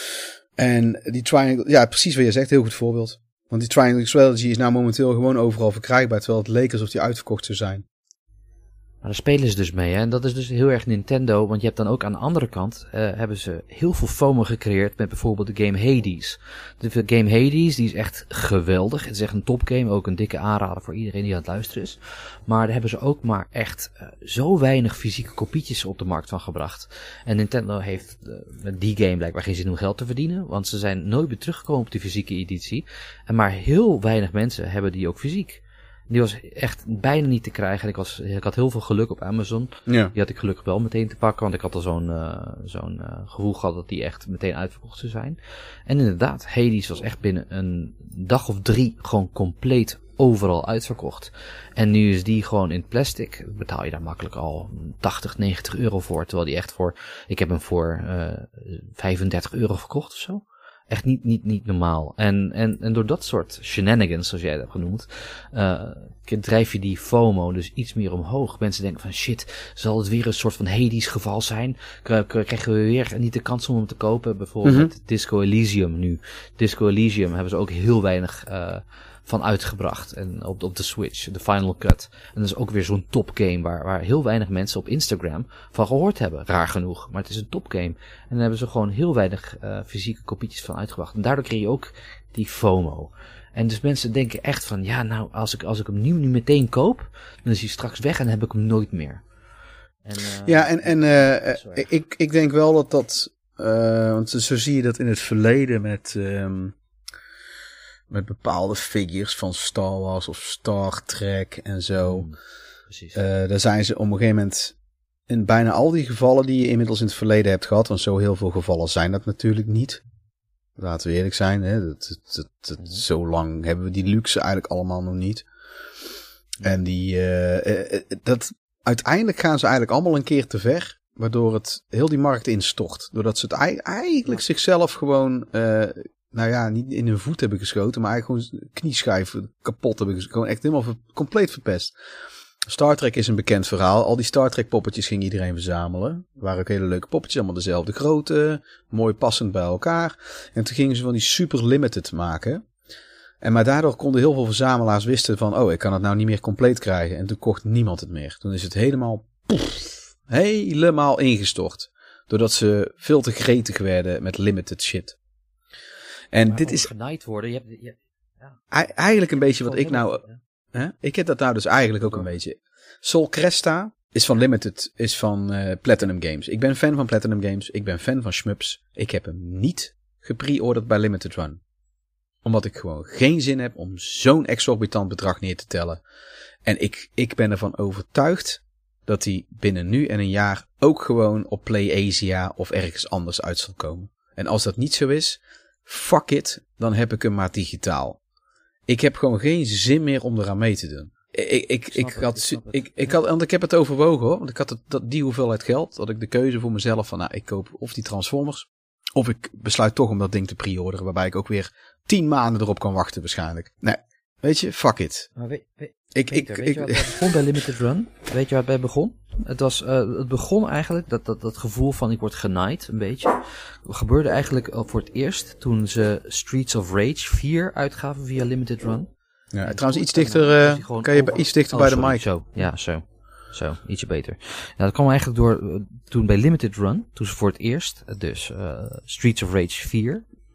En die Triangle... Ja, precies wat je zegt. Heel goed voorbeeld. Want die Triangle Strategy is nou momenteel gewoon overal verkrijgbaar. Terwijl het leek alsof die uitverkocht zou zijn. Maar daar spelen ze dus mee, hè. En dat is dus heel erg Nintendo. Want je hebt dan ook aan de andere kant... Uh, hebben ze heel veel FOMO gecreëerd... met bijvoorbeeld de game Hades. De game Hades, die is echt geweldig. Het is echt een topgame. Ook een dikke aanrader voor iedereen die aan het luisteren is. Maar daar hebben ze ook maar echt... Uh, zo weinig fysieke kopietjes op de markt van gebracht. En Nintendo heeft uh, met die game blijkbaar geen zin om geld te verdienen. Want ze zijn nooit meer teruggekomen op die fysieke editie. En maar heel weinig mensen hebben die ook fysiek. Die was echt bijna niet te krijgen. Ik, was, ik had heel veel geluk op Amazon. Ja. Die had ik gelukkig wel meteen te pakken. Want ik had al zo'n, uh, zo'n uh, gevoel gehad dat die echt meteen uitverkocht zou zijn. En inderdaad, Hades was echt binnen een dag of drie gewoon compleet overal uitverkocht. En nu is die gewoon in plastic. Betaal je daar makkelijk al tachtig, negentig euro voor. Terwijl die echt voor... Ik heb hem voor uh, vijfendertig euro verkocht of zo. Echt niet, niet, niet normaal. En, en, en door dat soort shenanigans, zoals jij het hebt genoemd, uh, drijf je die FOMO dus iets meer omhoog. Mensen denken van shit, zal het weer een soort van Hades geval zijn? Krijgen we weer niet de kans om hem te kopen? Bijvoorbeeld mm-hmm. met Disco Elysium nu. Disco Elysium hebben ze ook heel weinig uh, van uitgebracht. En op, op de Switch, de Final Cut. En dat is ook weer zo'n topgame waar, waar heel weinig mensen op Instagram van gehoord hebben. Raar genoeg, maar het is een topgame. En dan hebben ze gewoon heel weinig uh, fysieke kopietjes van uitgebracht. En daardoor creëer je ook die FOMO. En dus mensen denken echt van, ja nou, als ik, als ik hem nu, nu meteen koop, dan is hij straks weg en dan heb ik hem nooit meer. En, uh, ja, en, en uh, ik, ik denk wel dat dat, uh, want zo zie je dat in het verleden met... Um, met bepaalde figures van Star Wars of Star Trek en zo. Mm, precies. Uh, daar zijn ze op een gegeven moment... in bijna al die gevallen die je inmiddels in het verleden hebt gehad... want zo heel veel gevallen zijn dat natuurlijk niet. Laten we eerlijk zijn. Hè? Dat, dat, dat, dat, mm. Zo lang hebben we die luxe eigenlijk allemaal nog niet. Mm. En die... Uh, uh, dat, uiteindelijk gaan ze eigenlijk allemaal een keer te ver... waardoor het heel die markt instort. Doordat ze het eigenlijk ja. zichzelf gewoon... Uh, nou ja, niet in hun voet hebben geschoten, maar eigenlijk gewoon knieschijven kapot hebben geschoten. Gewoon echt helemaal ver, compleet verpest. Star Trek is een bekend verhaal. Al die Star Trek poppetjes ging iedereen verzamelen. Er waren ook hele leuke poppetjes, allemaal dezelfde grootte. Mooi passend bij elkaar. En toen gingen ze van die super limited maken. En maar daardoor konden heel veel verzamelaars wisten van, oh, ik kan het nou niet meer compleet krijgen. En toen kocht niemand het meer. Toen is het helemaal, poef, helemaal ingestort. Doordat ze veel te gretig werden met limited shit. En maar dit is genaaid worden. Je hebt, je, ja. Eigenlijk een beetje wat ik nou... Hè? Ik heb dat nou dus eigenlijk ook een beetje. Sol Cresta is van Limited, is van uh, Platinum Games. Ik ben fan van Platinum Games. Ik ben fan van Shmups. Ik heb hem niet gepre-orderd bij Limited Run. Omdat ik gewoon geen zin heb om zo'n exorbitant bedrag neer te tellen. En ik, ik ben ervan overtuigd dat hij binnen nu en een jaar ook gewoon op PlayAsia of ergens anders uit zal komen. En als dat niet zo is... Fuck it, dan heb ik hem maar digitaal. Ik heb gewoon geen zin meer om eraan mee te doen. Ik, ik, ik, ik, had, ik, ik, ik had, want ik heb het overwogen hoor. Want ik had het, dat, die hoeveelheid geld, had ik de keuze voor mezelf van, nou, ik koop of die Transformers, of ik besluit toch om dat ding te pre-orderen, waarbij ik ook weer tien maanden erop kan wachten waarschijnlijk. Nee, weet je, fuck it. Maar weet, weet, ik, Peter, ik, weet ik, je wat het begon bij Limited Run? Weet je waar het bij begon? Het, was, uh, het begon eigenlijk, dat, dat, dat gevoel van ik word genaaid, een beetje. Het gebeurde eigenlijk voor het eerst toen ze Streets of Rage vier uitgaven via Limited Run. Ja, en trouwens iets dichter, uh, kan je over... iets dichter oh, bij sorry, de mic. Zo, ja, zo. Zo, ietsje beter. Ja, dat kwam eigenlijk door, uh, toen bij Limited Run, toen ze voor het eerst, dus uh, Streets of Rage vier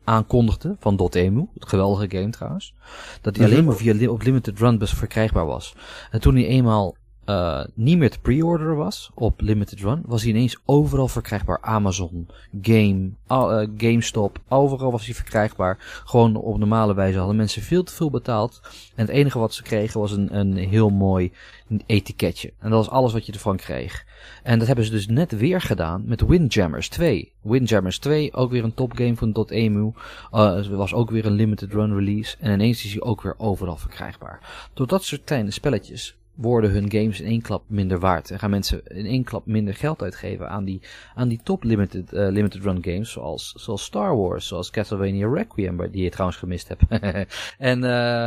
aankondigde van .emu, het geweldige game trouwens, dat die alleen maar via op Limited Run best verkrijgbaar was. En toen hij eenmaal uh, niet meer te pre-orderen was op Limited Run, was hij ineens overal verkrijgbaar. Amazon, Game, uh, GameStop, overal was hij verkrijgbaar. Gewoon op normale wijze hadden mensen veel te veel betaald. En het enige wat ze kregen was een, een heel mooi etiketje. En dat was alles wat je ervan kreeg. En dat hebben ze dus net weer gedaan met Windjammers twee. Windjammers twee, ook weer een topgame van .emu. Uh, het was ook weer een limited run release. En ineens is hij ook weer overal verkrijgbaar. Door dat soort kleine spelletjes worden hun games in één klap minder waard. En gaan mensen in één klap minder geld uitgeven aan die, aan die top limited, uh, limited run games. Zoals, zoals Star Wars, zoals Castlevania Requiem, die je trouwens gemist hebt. en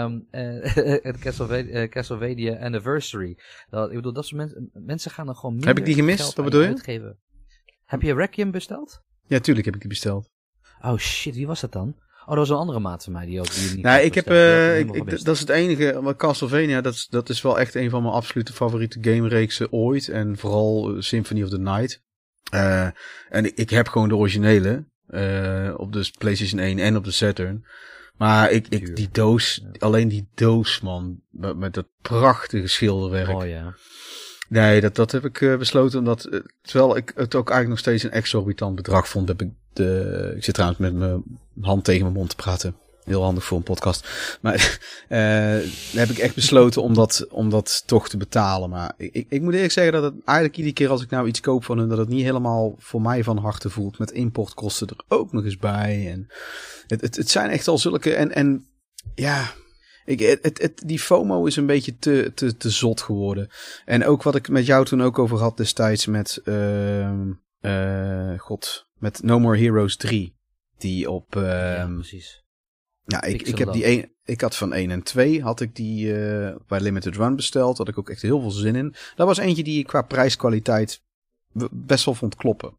uh, uh, Castlevania, uh, Castlevania Anniversary. Dat, ik bedoel, dat soort mensen, mensen gaan dan gewoon minder Heb ik die gemist? geld Wat bedoel je? uitgeven. Heb je Requiem besteld? Ja, tuurlijk heb ik die besteld. Oh shit, wie was dat dan? Oh, dat was een andere maat van mij die ook die niet. Nou, ik heb, uh, ik, ik, dat is het enige, maar Castlevania, dat is, dat is wel echt een van mijn absolute favoriete gamereeksen ooit. En vooral uh, Symphony of the Night. Uh, en ik, ik heb gewoon de originele, uh, op de PlayStation één en op de Saturn. Maar ik, ik die doos, ja. alleen die doos, man, met, met dat prachtige schilderwerk. Oh ja. Nee, dat, dat heb ik uh, besloten omdat, uh, terwijl ik het ook eigenlijk nog steeds een exorbitant bedrag vond, heb ik de, ik zit trouwens met mijn hand tegen mijn mond te praten. Heel handig voor een podcast. Maar uh, heb ik echt besloten om dat, om dat toch te betalen. Maar ik, ik moet eerlijk zeggen dat het eigenlijk iedere keer als ik nou iets koop van hun, dat het niet helemaal voor mij van harte voelt. Met importkosten er ook nog eens bij. En het, het, het zijn echt al zulke, en, en ja... Ik, het, het, die FOMO is een beetje te, te, te zot geworden. En ook wat ik met jou toen ook over had destijds met, uh, uh, god, met No More Heroes drie. Die op, uh, ja, precies. Ja, ik, ik heb die een, ik had van één en twee, had ik die uh, bij Limited Run besteld. Had ik ook echt heel veel zin in. Dat was eentje die ik qua prijskwaliteit best wel vond kloppen.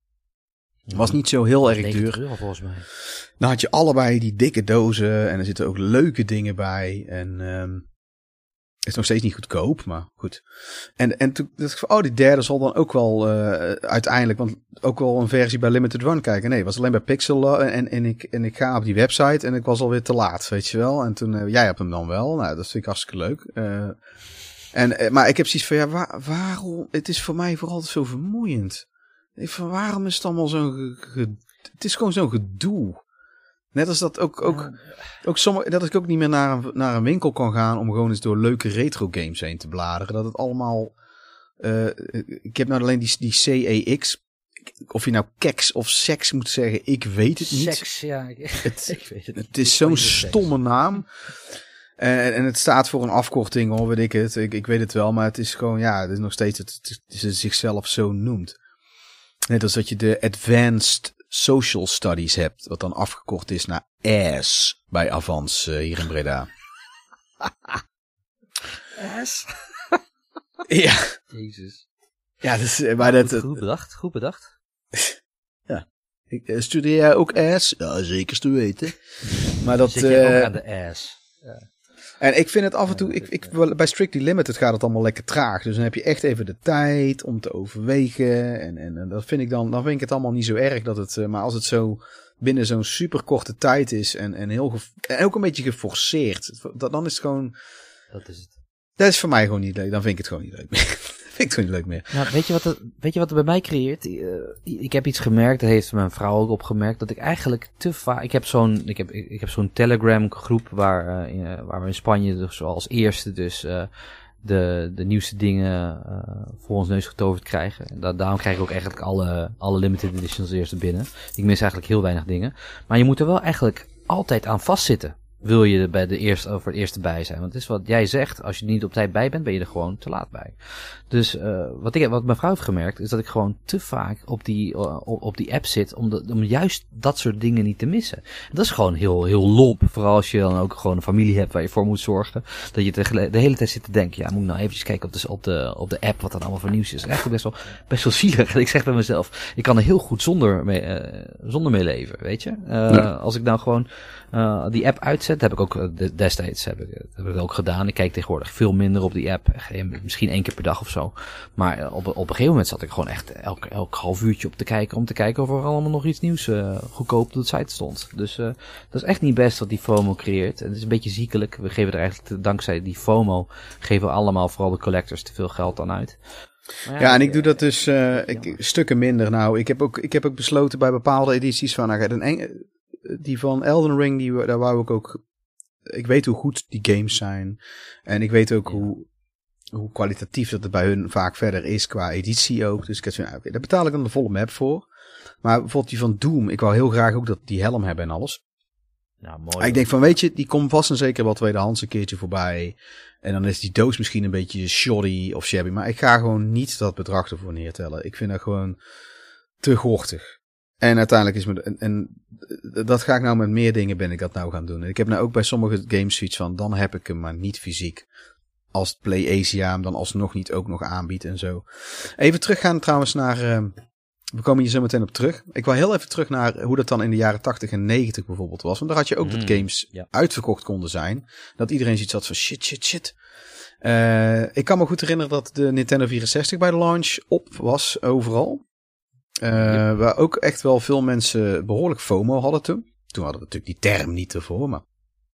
Het was niet zo heel erg duur. Euro, volgens mij. Dan had je allebei die dikke dozen. En er zitten ook leuke dingen bij. En um, het is nog steeds niet goedkoop, maar goed. En, en toen dacht ik van, oh, die derde zal dan ook wel uh, uiteindelijk, want ook wel een versie bij Limited Run kijken. Nee, het was alleen bij Pixel. En, en, ik, en ik ga op die website en ik was alweer te laat, weet je wel. En toen, uh, jij hebt hem dan wel. Nou, dat vind ik hartstikke leuk. Uh, en, uh, maar ik heb zoiets van, ja, waar, waarom? Het is voor mij vooral zo vermoeiend. Ik van, waarom is het allemaal zo'n ge, ge, het is gewoon zo'n gedoe. Net als dat ook, ook, ook sommige, dat ik ook niet meer naar een, naar een winkel kan gaan om gewoon eens door leuke retro games heen te bladeren. Dat het allemaal, uh, ik heb nou alleen die, die C E X, of je nou keks of seks moet zeggen, ik weet het niet. Seks, ja. Ik, het, ik weet het niet. Het is zo'n stomme naam. En, en het staat voor een afkorting, hoor, weet ik het. Ik, ik weet het wel, maar het is gewoon, ja, het is nog steeds, het, het, het, het zichzelf zo noemt. Net als dat je de Advanced Social Studies hebt, wat dan afgekort is naar A S bij Avans uh, hier in Breda. A S? Ja. Jezus. Ja, dus, uh, maar dat, goed, goed bedacht, goed bedacht. Ja. Ik, uh, studeer jij ook A S? Ja, zeker te weten. Maar dat, Zit jij uh, ook aan de A S? Ja. En ik vind het af en toe, ik, ik, bij Strictly Limited gaat het allemaal lekker traag. Dus dan heb je echt even de tijd om te overwegen. En, en, en dat vind ik dan, dan vind ik het allemaal niet zo erg dat het, maar als het zo binnen zo'n super korte tijd is en, en, heel ge, en ook een beetje geforceerd, dat, dan is het gewoon, dat is het. Dat is voor mij gewoon niet leuk. Dan vind ik het gewoon niet leuk meer. vind ik het gewoon niet leuk meer. Nou, weet je wat er, weet je wat er bij mij creëert? Uh, ik heb iets gemerkt, dat heeft mijn vrouw ook opgemerkt, dat ik eigenlijk te vaak, ik heb zo'n, ik heb, ik, ik heb zo'n Telegram groep waar, uh, in, waar we in Spanje dus als eerste dus uh, de, de nieuwste dingen uh, voor ons neus getoverd krijgen. Da- daarom krijg ik ook eigenlijk alle, alle limited editions eerste binnen. Ik mis eigenlijk heel weinig dingen. Maar je moet er wel eigenlijk altijd aan vastzitten. Wil je er bij de eerste, voor het eerste bij zijn. Want het is wat jij zegt, als je er niet op tijd bij bent, ben je er gewoon te laat bij. Dus uh, wat, ik, wat mijn vrouw heeft gemerkt, is dat ik gewoon te vaak op die, uh, op, op die app zit, om, de, om juist dat soort dingen niet te missen. En dat is gewoon heel, heel lomp. Vooral als je dan ook gewoon een familie hebt waar je voor moet zorgen. Dat je de, de hele tijd zit te denken, ja, moet ik nou eventjes kijken op de, op de, op de app wat er allemaal voor nieuws is. Echt best wel, best wel zielig. En ik zeg bij mezelf, ik kan er heel goed zonder mee, uh, zonder mee leven, weet je. Uh, ja. Als ik nou gewoon uh, die app uitzet, Dat heb ik ook de, destijds heb ik, heb ik ook gedaan. Ik kijk tegenwoordig veel minder op die app. Misschien één keer per dag of zo. Maar op, op een gegeven moment zat ik gewoon echt elk, elk half uurtje op te kijken. Om te kijken of er allemaal nog iets nieuws uh, goedkoop op de site stond. Dus uh, dat is echt niet best wat die FOMO creëert. En het is een beetje ziekelijk. We geven er eigenlijk, dankzij die FOMO, geven we allemaal, vooral de collectors, te veel geld aan uit. Ja, ja, en ik doe dat dus uh, ik, stukken minder. Nou, ik heb ook, ik heb ook besloten bij bepaalde edities van, nou, een, die van Elden Ring, die, daar wou ik ook, ik weet hoe goed die games zijn. En ik weet ook ja. hoe, hoe kwalitatief dat het bij hun vaak verder is qua editie ook. Dus ik heb zoiets, nou, oké, daar betaal ik dan de volle map voor. Maar bijvoorbeeld die van Doom, ik wou heel graag ook dat die helm hebben en alles. Ja, mooi. Maar ik denk van, weet je, die komt vast en zeker wel tweedehands een keertje voorbij. En dan is die doos misschien een beetje shoddy of shabby. Maar ik ga gewoon niet dat bedrag ervoor neertellen. Ik vind dat gewoon te gortig. En uiteindelijk is me... En, en dat ga ik nou met meer dingen ben ik dat nou gaan doen. En ik heb nou ook bij sommige games zoiets van, dan heb ik hem maar niet fysiek. Als PlayAsia hem dan alsnog niet ook nog aanbiedt en zo. Even teruggaan trouwens naar... Uh, we komen hier zo meteen op terug. Ik wil heel even terug naar hoe dat dan in de jaren tachtig en negentig bijvoorbeeld was. Want daar had je ook mm, dat games ja. uitverkocht konden zijn. Dat iedereen zoiets had van shit, shit, shit. Uh, ik kan me goed herinneren dat de Nintendo vierenzestig bij de launch op was overal. Uh, ja. Waar ook echt wel veel mensen behoorlijk FOMO hadden toen. Toen hadden we natuurlijk die term niet ervoor, maar...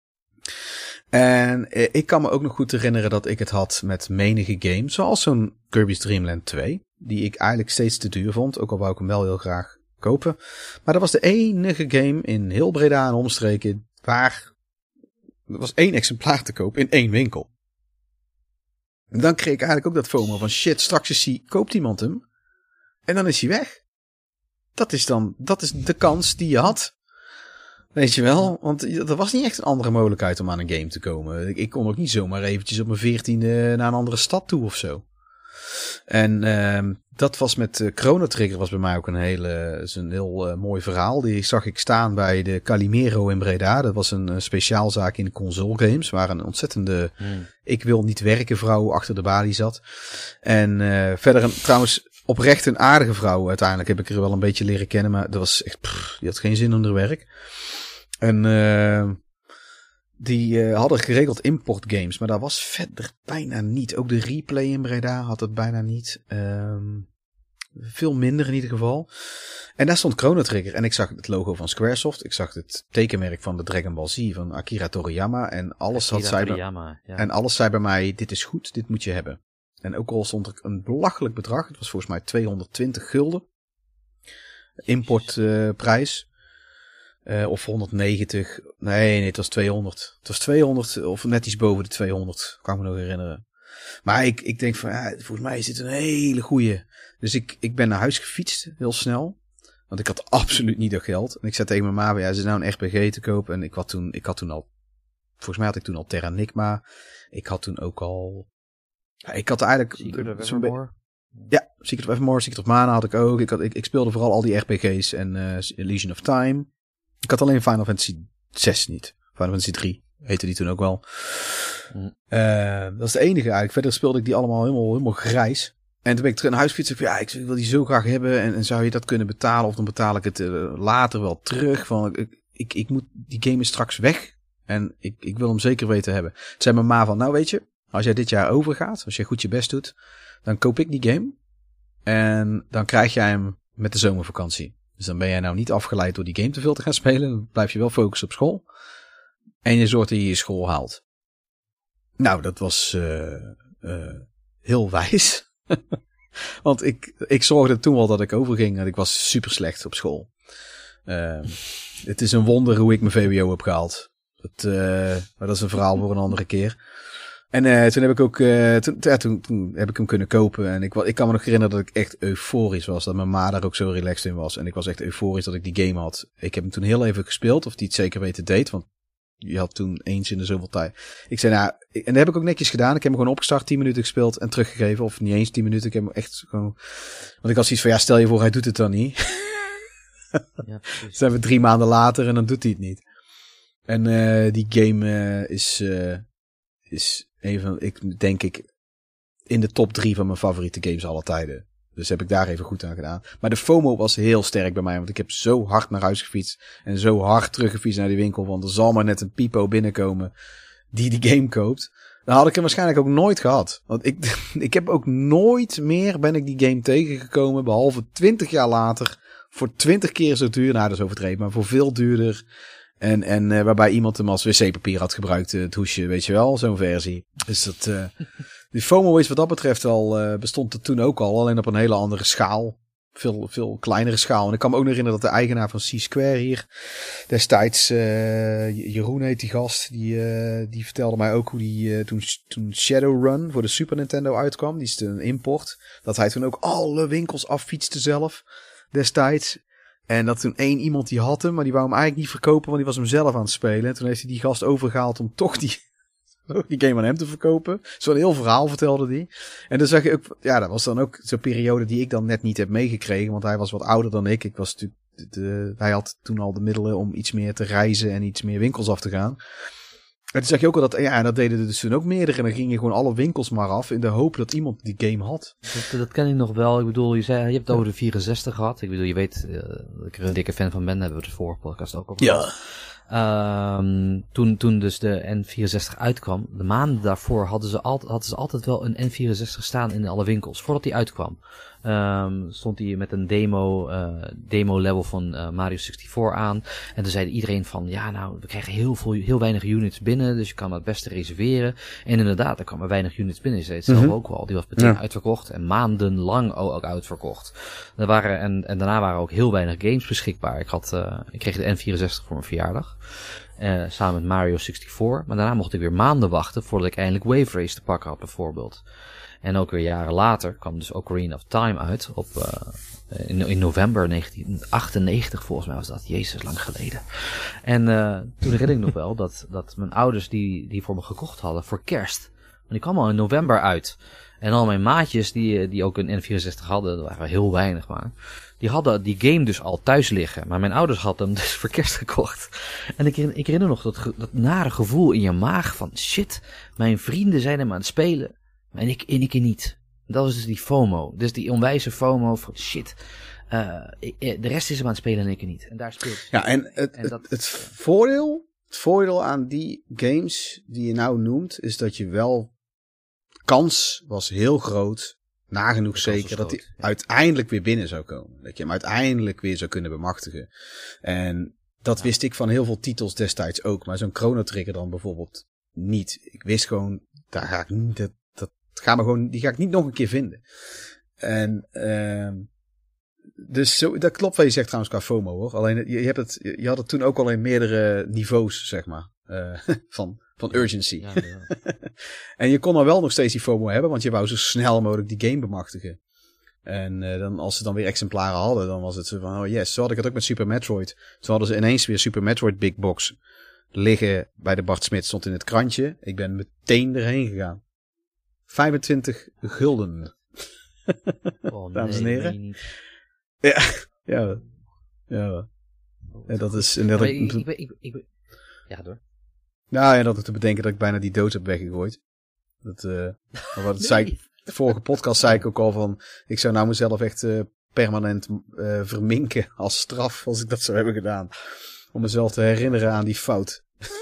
En uh, ik kan me ook nog goed herinneren dat ik het had met menige games. Zoals zo'n Kirby's Dream Land twee. Die ik eigenlijk steeds te duur vond. Ook al wou ik hem wel heel graag kopen. Maar dat was de enige game in heel Breda en omstreken. Waar er was één exemplaar te koop in één winkel. En dan kreeg ik eigenlijk ook dat FOMO van shit, straks is hij, koopt iemand hem. En dan is hij weg. Dat is dan, dat is de kans die je had. Weet je wel, want er was niet echt een andere mogelijkheid om aan een game te komen. Ik, ik kon ook niet zomaar eventjes op mijn veertiende naar een andere stad toe of zo. En uh, dat was met uh, Chrono Trigger was bij mij ook een, hele, is een heel uh, mooi verhaal. Die zag ik staan bij de Calimero in Breda. Dat was een uh, speciaalzaak in console games. Waar een ontzettende hmm. ik wil niet werken vrouw achter de balie zat. En uh, verder een, trouwens oprecht een aardige vrouw. Uiteindelijk heb ik er wel een beetje leren kennen. Maar dat was echt, pff, die had geen zin in haar werk. En uh, die uh, hadden geregeld importgames, maar daar was verder bijna niet. Ook de Replay in Breda had het bijna niet. Um, veel minder in ieder geval. En daar stond Chrono Trigger. En ik zag het logo van Squaresoft. Ik zag het tekenmerk van de Dragon Ball Z van Akira Toriyama. En alles, Akira had Toriyama, bij, ja. en alles zei bij mij, dit is goed, dit moet je hebben. En ook al stond er een belachelijk bedrag. Het was volgens mij tweehonderdtwintig gulden. Importprijs. Uh, Uh, of honderdnegentig. Nee, nee, het was tweehonderd. Het was tweehonderd of net iets boven de tweehonderd. Kan ik me nog herinneren. Maar ik, ik denk van, ja, volgens mij is dit een hele goeie. Dus ik, ik ben naar huis gefietst, heel snel. Want ik had absoluut niet dat geld. En ik zei tegen mijn ma, ja, ze is nou een R P G te kopen. En ik had toen, ik had toen al, volgens mij had ik toen al Terranigma. Ik had toen ook al, ja, ik had eigenlijk... Secret of Evermore? Ja, Secret of Evermore, Secret of Mana had ik ook. Ik, had, ik, ik speelde vooral al die R P G's en uh, Legion of Time. Ik had alleen Final Fantasy zes niet. Final Fantasy drie heette die toen ook wel. Mm. Uh, dat is de enige eigenlijk. Verder speelde ik die allemaal helemaal, helemaal grijs. En toen ben ik terug naar huis fietsen. Ja, ik wil die zo graag hebben. En, en zou je dat kunnen betalen? Of dan betaal ik het uh, later wel terug. Van, ik, ik, ik moet, die game is straks weg. En ik, ik wil hem zeker weten hebben. Toen zei mijn ma van, nou weet je, als jij dit jaar overgaat, als jij goed je best doet, dan koop ik die game. En dan krijg jij hem met de zomervakantie. Dus dan ben jij nou niet afgeleid door die game te veel te gaan spelen. Dan blijf je wel focussen op school. En je zorgt dat je je school haalt. Nou, dat was uh, uh, heel wijs. Want ik, ik zorgde toen wel dat ik overging. En ik was super slecht op school. Uh, het is een wonder hoe ik mijn V W O heb gehaald. Het, uh, maar dat is een verhaal voor een andere keer. En uh, toen heb ik ook, uh, toen, ja, toen, toen heb ik hem kunnen kopen. En ik, ik kan me nog herinneren dat ik echt euforisch was. Dat mijn ma daar ook zo relaxed in was. En ik was echt euforisch dat ik die game had. Ik heb hem toen heel even gespeeld. Of die het zeker weten deed. Want je had toen eens in de zoveel tijd. Ik zei, nou, en dat heb ik ook netjes gedaan. Ik heb hem gewoon opgestart, tien minuten gespeeld en teruggegeven. Of niet eens tien minuten. Ik heb hem echt gewoon... Want ik had zoiets van, ja, stel je voor, hij doet het dan niet. Ja, dan zijn we drie maanden later en dan doet hij het niet. En uh, die game uh, is... Uh, is een van, ik denk ik, in de top drie van mijn favoriete games aller tijden. Dus heb ik daar even goed aan gedaan. Maar de FOMO was heel sterk bij mij. Want ik heb zo hard naar huis gefietst. En zo hard teruggefietst naar die winkel. Want er zal maar net een pipo binnenkomen die die game koopt. Dan had ik hem waarschijnlijk ook nooit gehad. Want ik, ik heb ook nooit meer ben ik die game tegengekomen. Behalve twintig jaar later. Voor twintig keer zo duur. Nou, dat is overdreven. Maar voor veel duurder. En, en uh, waarbij iemand hem als wc-papier had gebruikt. Uh, het hoesje, weet je wel. Zo'n versie. Dus dat... Uh, die FOMO is wat dat betreft al... Uh, bestond er toen ook al. Alleen op een hele andere schaal. Veel, veel kleinere schaal. En ik kan me ook nog herinneren dat de eigenaar van C-Square hier... destijds... Uh, Jeroen heet die gast. Die, uh, die vertelde mij ook hoe die... Uh, toen, toen Shadowrun voor de Super Nintendo uitkwam. Die is een import. Dat hij toen ook alle winkels affietste zelf. Destijds... En dat toen één iemand die had hem, maar die wou hem eigenlijk niet verkopen, want die was hem zelf aan het spelen. En toen heeft hij die gast overgehaald om toch die, die game aan hem te verkopen. Zo'n heel verhaal vertelde hij. En dan zag je ook, ja, dat was dan ook zo'n periode die ik dan net niet heb meegekregen, want hij was wat ouder dan ik. Ik was natuurlijk, de, hij had toen al de middelen om iets meer te reizen en iets meer winkels af te gaan. En toen zag je ook al dat, ja, en dat deden er dus toen ook meerdere. En dan gingen gewoon alle winkels maar af in de hoop dat iemand die game had. Dat, dat ken ik nog wel. Ik bedoel, je zei, je hebt het over de vierenzestig gehad. Ik bedoel, je weet uh, dat ik er een dikke fan van ben. Daar hebben we de vorige podcast ook over gehad. Ja. Um, toen, toen dus de N vierenzestig uitkwam, de maanden daarvoor hadden ze, altijd, hadden ze altijd wel een N vierenzestig staan in alle winkels. Voordat die uitkwam. Um, stond hij met een demo, uh, demo level van uh, Mario zesendertig aan. En toen zei iedereen van, ja nou, we krijgen heel veel, heel weinig units binnen, dus je kan het beste reserveren. En inderdaad, er kwamen weinig units binnen. Je zei het zelf mm-hmm. ook wel. Die was meteen ja. uitverkocht en maandenlang ook uitverkocht. Er waren, en, en daarna waren ook heel weinig games beschikbaar. Ik had, uh, ik kreeg de N vierenzestig voor mijn verjaardag. Uh, samen met Mario zesendertig. Maar daarna mocht ik weer maanden wachten voordat ik eindelijk Wave Race te pakken had bijvoorbeeld. En ook weer jaren later kwam dus Ocarina of Time uit. Op, uh, in, in november negentien achtennegentig volgens mij was dat. Jezus, lang geleden. En uh, toen herinner ik nog wel dat, dat mijn ouders die, die voor me gekocht hadden voor kerst. Want die kwam al in november uit. En al mijn maatjes die, die ook een N vierenzestig hadden, dat waren heel weinig maar. Die hadden die game dus al thuis liggen. Maar mijn ouders hadden hem dus voor kerst gekocht. En ik, ik herinner nog dat, dat nare gevoel in je maag van shit, mijn vrienden zijn hem aan het spelen. En ik, en ik niet. Dat was dus die FOMO. Dus die onwijze FOMO van shit. Uh, de rest is hem aan het spelen en ik niet. En daar speelt. Ja, en het, en dat... het, het voordeel, het voordeel aan die games die je nou noemt, is dat je wel, kans was heel groot, nagenoeg zeker, dat hij ja. uiteindelijk weer binnen zou komen. Dat je hem uiteindelijk weer zou kunnen bemachtigen. En dat ja. wist ik van heel veel titels destijds ook. Maar zo'n Chrono Trigger dan bijvoorbeeld niet. Ik wist gewoon, daar ga ik niet, dat, dat ga me gewoon, die ga ik niet nog een keer vinden. En, uh, dus zo, dat klopt wat je zegt trouwens qua FOMO hoor. Alleen, je, je, hebt het, je had het toen ook al in meerdere niveaus, zeg maar, uh, van, van urgency. Ja, ja. En je kon dan wel nog steeds die FOMO hebben, want je wou zo snel mogelijk die game bemachtigen. En uh, dan, als ze dan weer exemplaren hadden, dan was het zo van, oh yes. Zo had ik het ook met Super Metroid. Toen hadden ze ineens weer Super Metroid Big Box liggen bij de Bart Smit, stond in het krantje. Ik ben meteen erheen gegaan. vijfentwintig gulden. Oh, dames en nee, heren. Nee, ja, ja, ja. En dat is... En dat ik, ik, ik, ik, ik, ik, ja, door. Nou ja, dat te bedenken dat ik bijna die dood heb weggegooid. Dat, uh, wat het zei ik, de vorige podcast zei ik ook al van, ik zou nou mezelf echt uh, permanent uh, verminken als straf als ik dat zou hebben gedaan. Om mezelf te herinneren aan die fout.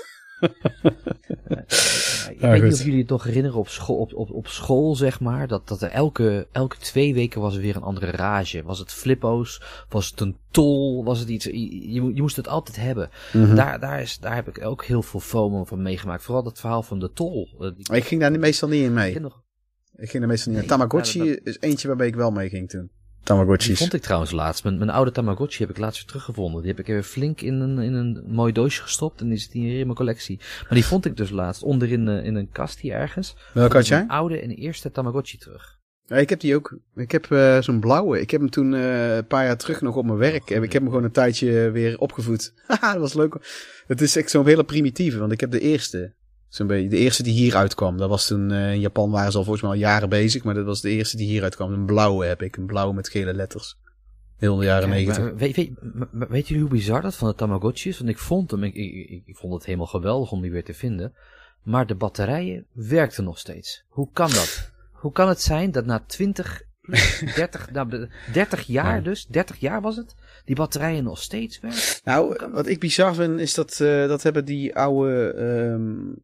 Ja, ik ja, weet goed. Niet of jullie het nog herinneren op school, op, op, op school zeg maar, dat, dat er elke, elke twee weken was er weer een andere rage. Was het flippo's, was het een tol, was het iets, je, je moest het altijd hebben. Mm-hmm. Daar, daar, is, daar heb ik ook heel veel FOMO van meegemaakt. Vooral dat verhaal van de tol. Die, ik ging daar meestal niet in mee. Ik, nog... ik ging daar meestal niet in. Nee, Tamagotchi ja, dat, dat... is eentje waarbij ik wel mee ging toen. Tamagotchis. Die vond ik trouwens laatst. Mijn, mijn oude Tamagotchi heb ik laatst weer teruggevonden. Die heb ik weer flink in een, in een mooi doosje gestopt. En die zit hier in mijn collectie. Maar die vond ik dus laatst onderin uh, in een kast hier ergens. Welke had jij? Mijn oude en eerste Tamagotchi terug. Ja, ik heb die ook. Ik heb uh, zo'n blauwe. Ik heb hem toen uh, een paar jaar terug nog op mijn werk. Ik heb hem gewoon een tijdje weer opgevoed. Haha, dat was leuk. Het is echt zo'n hele primitieve. Want ik heb de eerste... Zo'n beetje, de eerste die hier uitkwam. Dat was toen uh, in Japan waren ze al volgens mij al jaren bezig. Maar dat was de eerste die hier uitkwam. Een blauwe heb ik. Een blauwe met gele letters. Heel de jaren negentig. Ja, weet, weet, weet jullie hoe bizar dat van de Tamagotchi is? Want ik vond hem, ik, ik, ik vond het helemaal geweldig om die weer te vinden. Maar de batterijen werkten nog steeds. Hoe kan dat? Hoe kan het zijn dat na twintig dertig, nou, dertig jaar dus, dertig jaar was het. Die batterijen nog steeds werken. Nou, wat ik bizar vind is dat, uh, dat hebben die oude, um,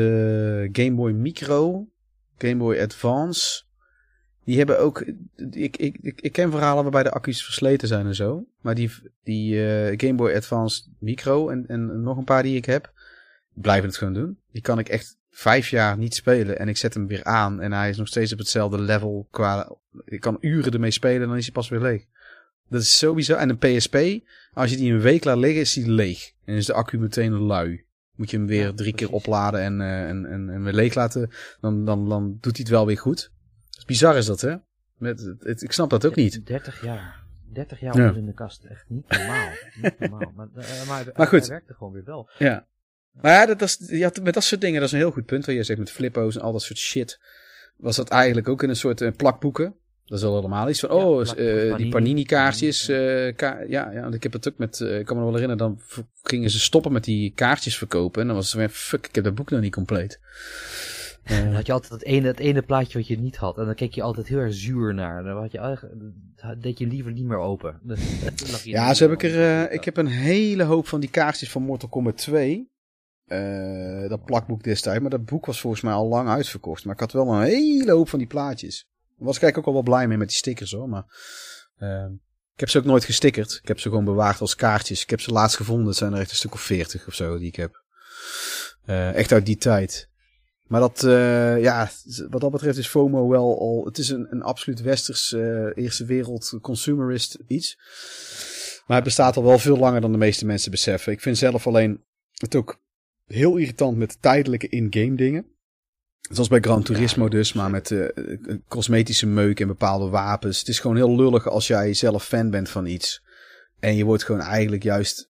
de Game Boy Micro, Game Boy Advance, die hebben ook, ik, ik, ik, ik ken verhalen waarbij de accu's versleten zijn en zo. Maar die, die uh, Game Boy Advance Micro en, en nog een paar die ik heb, blijven het gewoon doen. Die kan ik echt vijf jaar niet spelen en ik zet hem weer aan en hij is nog steeds op hetzelfde level qua, ik kan uren ermee spelen en dan is hij pas weer leeg. Dat is zo bizar. En een P S P, als je die een week laat liggen, is die leeg. En is de accu meteen lui. Moet je hem weer ja, drie precies. keer opladen en, uh, en, en, en weer leeg laten, dan, dan, dan doet hij het wel weer goed. Dus bizar is dat, hè? Met, het, het, ik snap dat ook niet. dertig jaar. dertig jaar onder ja. in de kast. Echt niet normaal. niet normaal. Maar, uh, maar, maar goed. Hij werkte gewoon weer wel. Ja. Maar ja, dat, dat is, ja, met dat soort dingen, dat is een heel goed punt. Wat jij zegt met flippo's en al dat soort shit. Was dat eigenlijk ook in een soort uh, plakboeken. Dat is wel helemaal iets van, ja, oh, plak, uh, panini. die Panini-kaartjes. Uh, ka- ja, ja, ik heb het ook met, uh, ik kan me nog wel herinneren, dan gingen ze stoppen met die kaartjes verkopen. En dan was het weer, fuck, ik heb dat boek nog niet compleet. Uh, dan had je altijd het ene, het ene plaatje wat je niet had. En dan keek je altijd heel erg zuur naar. Dan had je, deed je liever niet meer open. Ja, zo heb ik er, uh, ik heb een hele hoop van die kaartjes van Mortal Kombat twee. Uh, dat plakboek destijds. Maar dat boek was volgens mij al lang uitverkocht. Maar ik had wel een hele hoop van die plaatjes. Daar was ik eigenlijk ook al wel blij mee met die stickers hoor. Maar uh, ik heb ze ook nooit gestickerd. Ik heb ze gewoon bewaard als kaartjes. Ik heb ze laatst gevonden. Het zijn er echt een stuk of veertig of zo die ik heb. Uh, echt uit die tijd. Maar dat, uh, ja, wat dat betreft is FOMO wel al... Het is een, een absoluut westers uh, eerste wereld consumerist iets. Maar het bestaat al wel veel langer dan de meeste mensen beseffen. Ik vind zelf alleen het ook heel irritant met tijdelijke in-game dingen. Zoals bij Gran Turismo ja, dus, maar met uh, cosmetische meuk en bepaalde wapens. Het is gewoon heel lullig als jij zelf fan bent van iets. En je wordt gewoon eigenlijk juist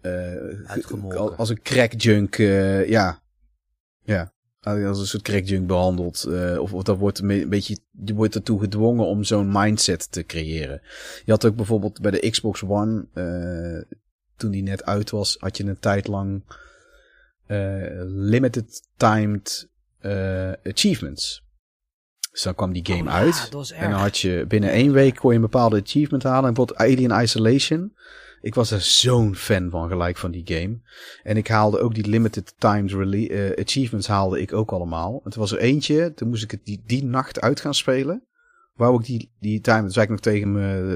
uh, als een crackjunk, uh, ja, ja, als een soort crackjunk behandeld. Uh, of, of dat wordt een beetje, je wordt ertoe gedwongen om zo'n mindset te creëren. Je had ook bijvoorbeeld bij de Xbox One, uh, toen die net uit was, had je een tijd lang uh, limited timed Uh, achievements. Dus dan kwam die game oh, uit. Ja, en dan had je binnen één week kon je een bepaalde achievement halen. En bijvoorbeeld Alien Isolation. Ik was er zo'n fan van gelijk van die game. En ik haalde ook die limited timed rele- uh, achievements haalde ik ook allemaal. En toen was er eentje. Toen moest ik het die, die nacht uit gaan spelen. Wou ik die, die time. Toen zei ik nog tegen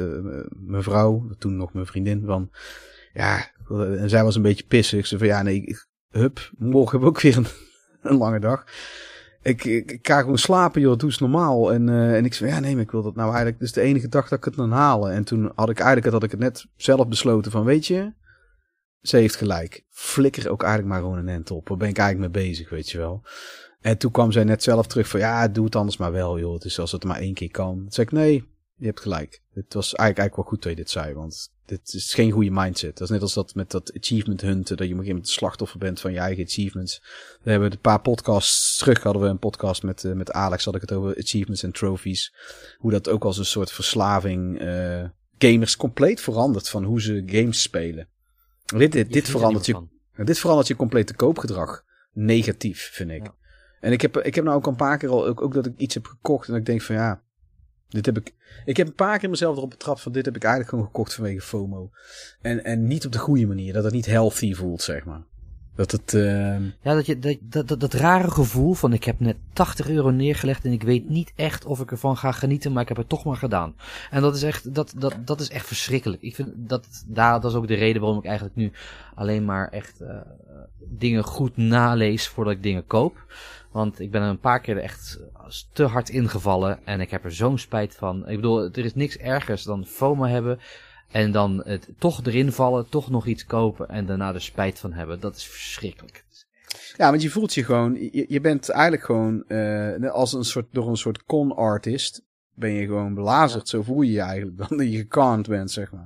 mijn vrouw. Toen nog mijn vriendin. Van ja. En zij was een beetje pissig. Ze van ja nee. Ik, hup. Morgen hebben we ook weer een Een lange dag. Ik, ik, ik ga gewoon slapen, joh. Doe eens normaal. En, uh, en ik zei, ja, nee, maar ik wil dat nou eigenlijk. Dus de enige dag dat ik het dan halen. En toen had ik eigenlijk, had ik het net zelf besloten van, weet je, ze heeft gelijk. Flikker ook eigenlijk maar gewoon een end op. Waar ben ik eigenlijk mee bezig, weet je wel. En toen kwam zij net zelf terug van, ja, doe het anders maar wel, joh. Dus als het maar één keer kan. Toen zei ik, nee, je hebt gelijk. Het was eigenlijk, eigenlijk wel goed dat je dit zei, want dit is geen goede mindset. Dat is net als dat met dat achievement hunten, dat je op een gegeven moment slachtoffer bent van je eigen achievements. We hebben een paar podcasts terug, hadden we een podcast met, uh, met Alex, had ik het over achievements en trophies. Hoe dat ook als een soort verslaving uh, gamers compleet verandert van hoe ze games spelen. Dit, dit, dit, verandert je, dit verandert je complete koopgedrag. Negatief, vind ik. Ja. En ik heb, ik heb nou ook een paar keer al, ook, ook dat ik iets heb gekocht en dat ik denk van ja, dit heb ik, ik heb een paar keer mezelf erop betrapt van dit heb ik eigenlijk gewoon gekocht vanwege FOMO. En, en niet op de goede manier, dat het niet healthy voelt, zeg maar. Dat het, uh... Ja, dat, je, dat, dat, dat, dat rare gevoel van ik heb net tachtig euro neergelegd en ik weet niet echt of ik ervan ga genieten, maar ik heb het toch maar gedaan. En dat is echt, dat, dat, dat is echt verschrikkelijk. Ik vind dat, daar, dat is ook de reden waarom ik eigenlijk nu alleen maar echt uh, dingen goed nalees voordat ik dingen koop. Want ik ben er een paar keer echt te hard ingevallen en ik heb er zo'n spijt van. Ik bedoel, er is niks ergers dan FOMO hebben en dan het toch erin vallen, toch nog iets kopen en daarna er spijt van hebben. Dat is verschrikkelijk. Ja, want je voelt je gewoon, je, je bent eigenlijk gewoon uh, als een soort, door een soort con artist ben je gewoon belazerd. Ja. Zo voel je je eigenlijk dan dat je geconned bent, zeg maar.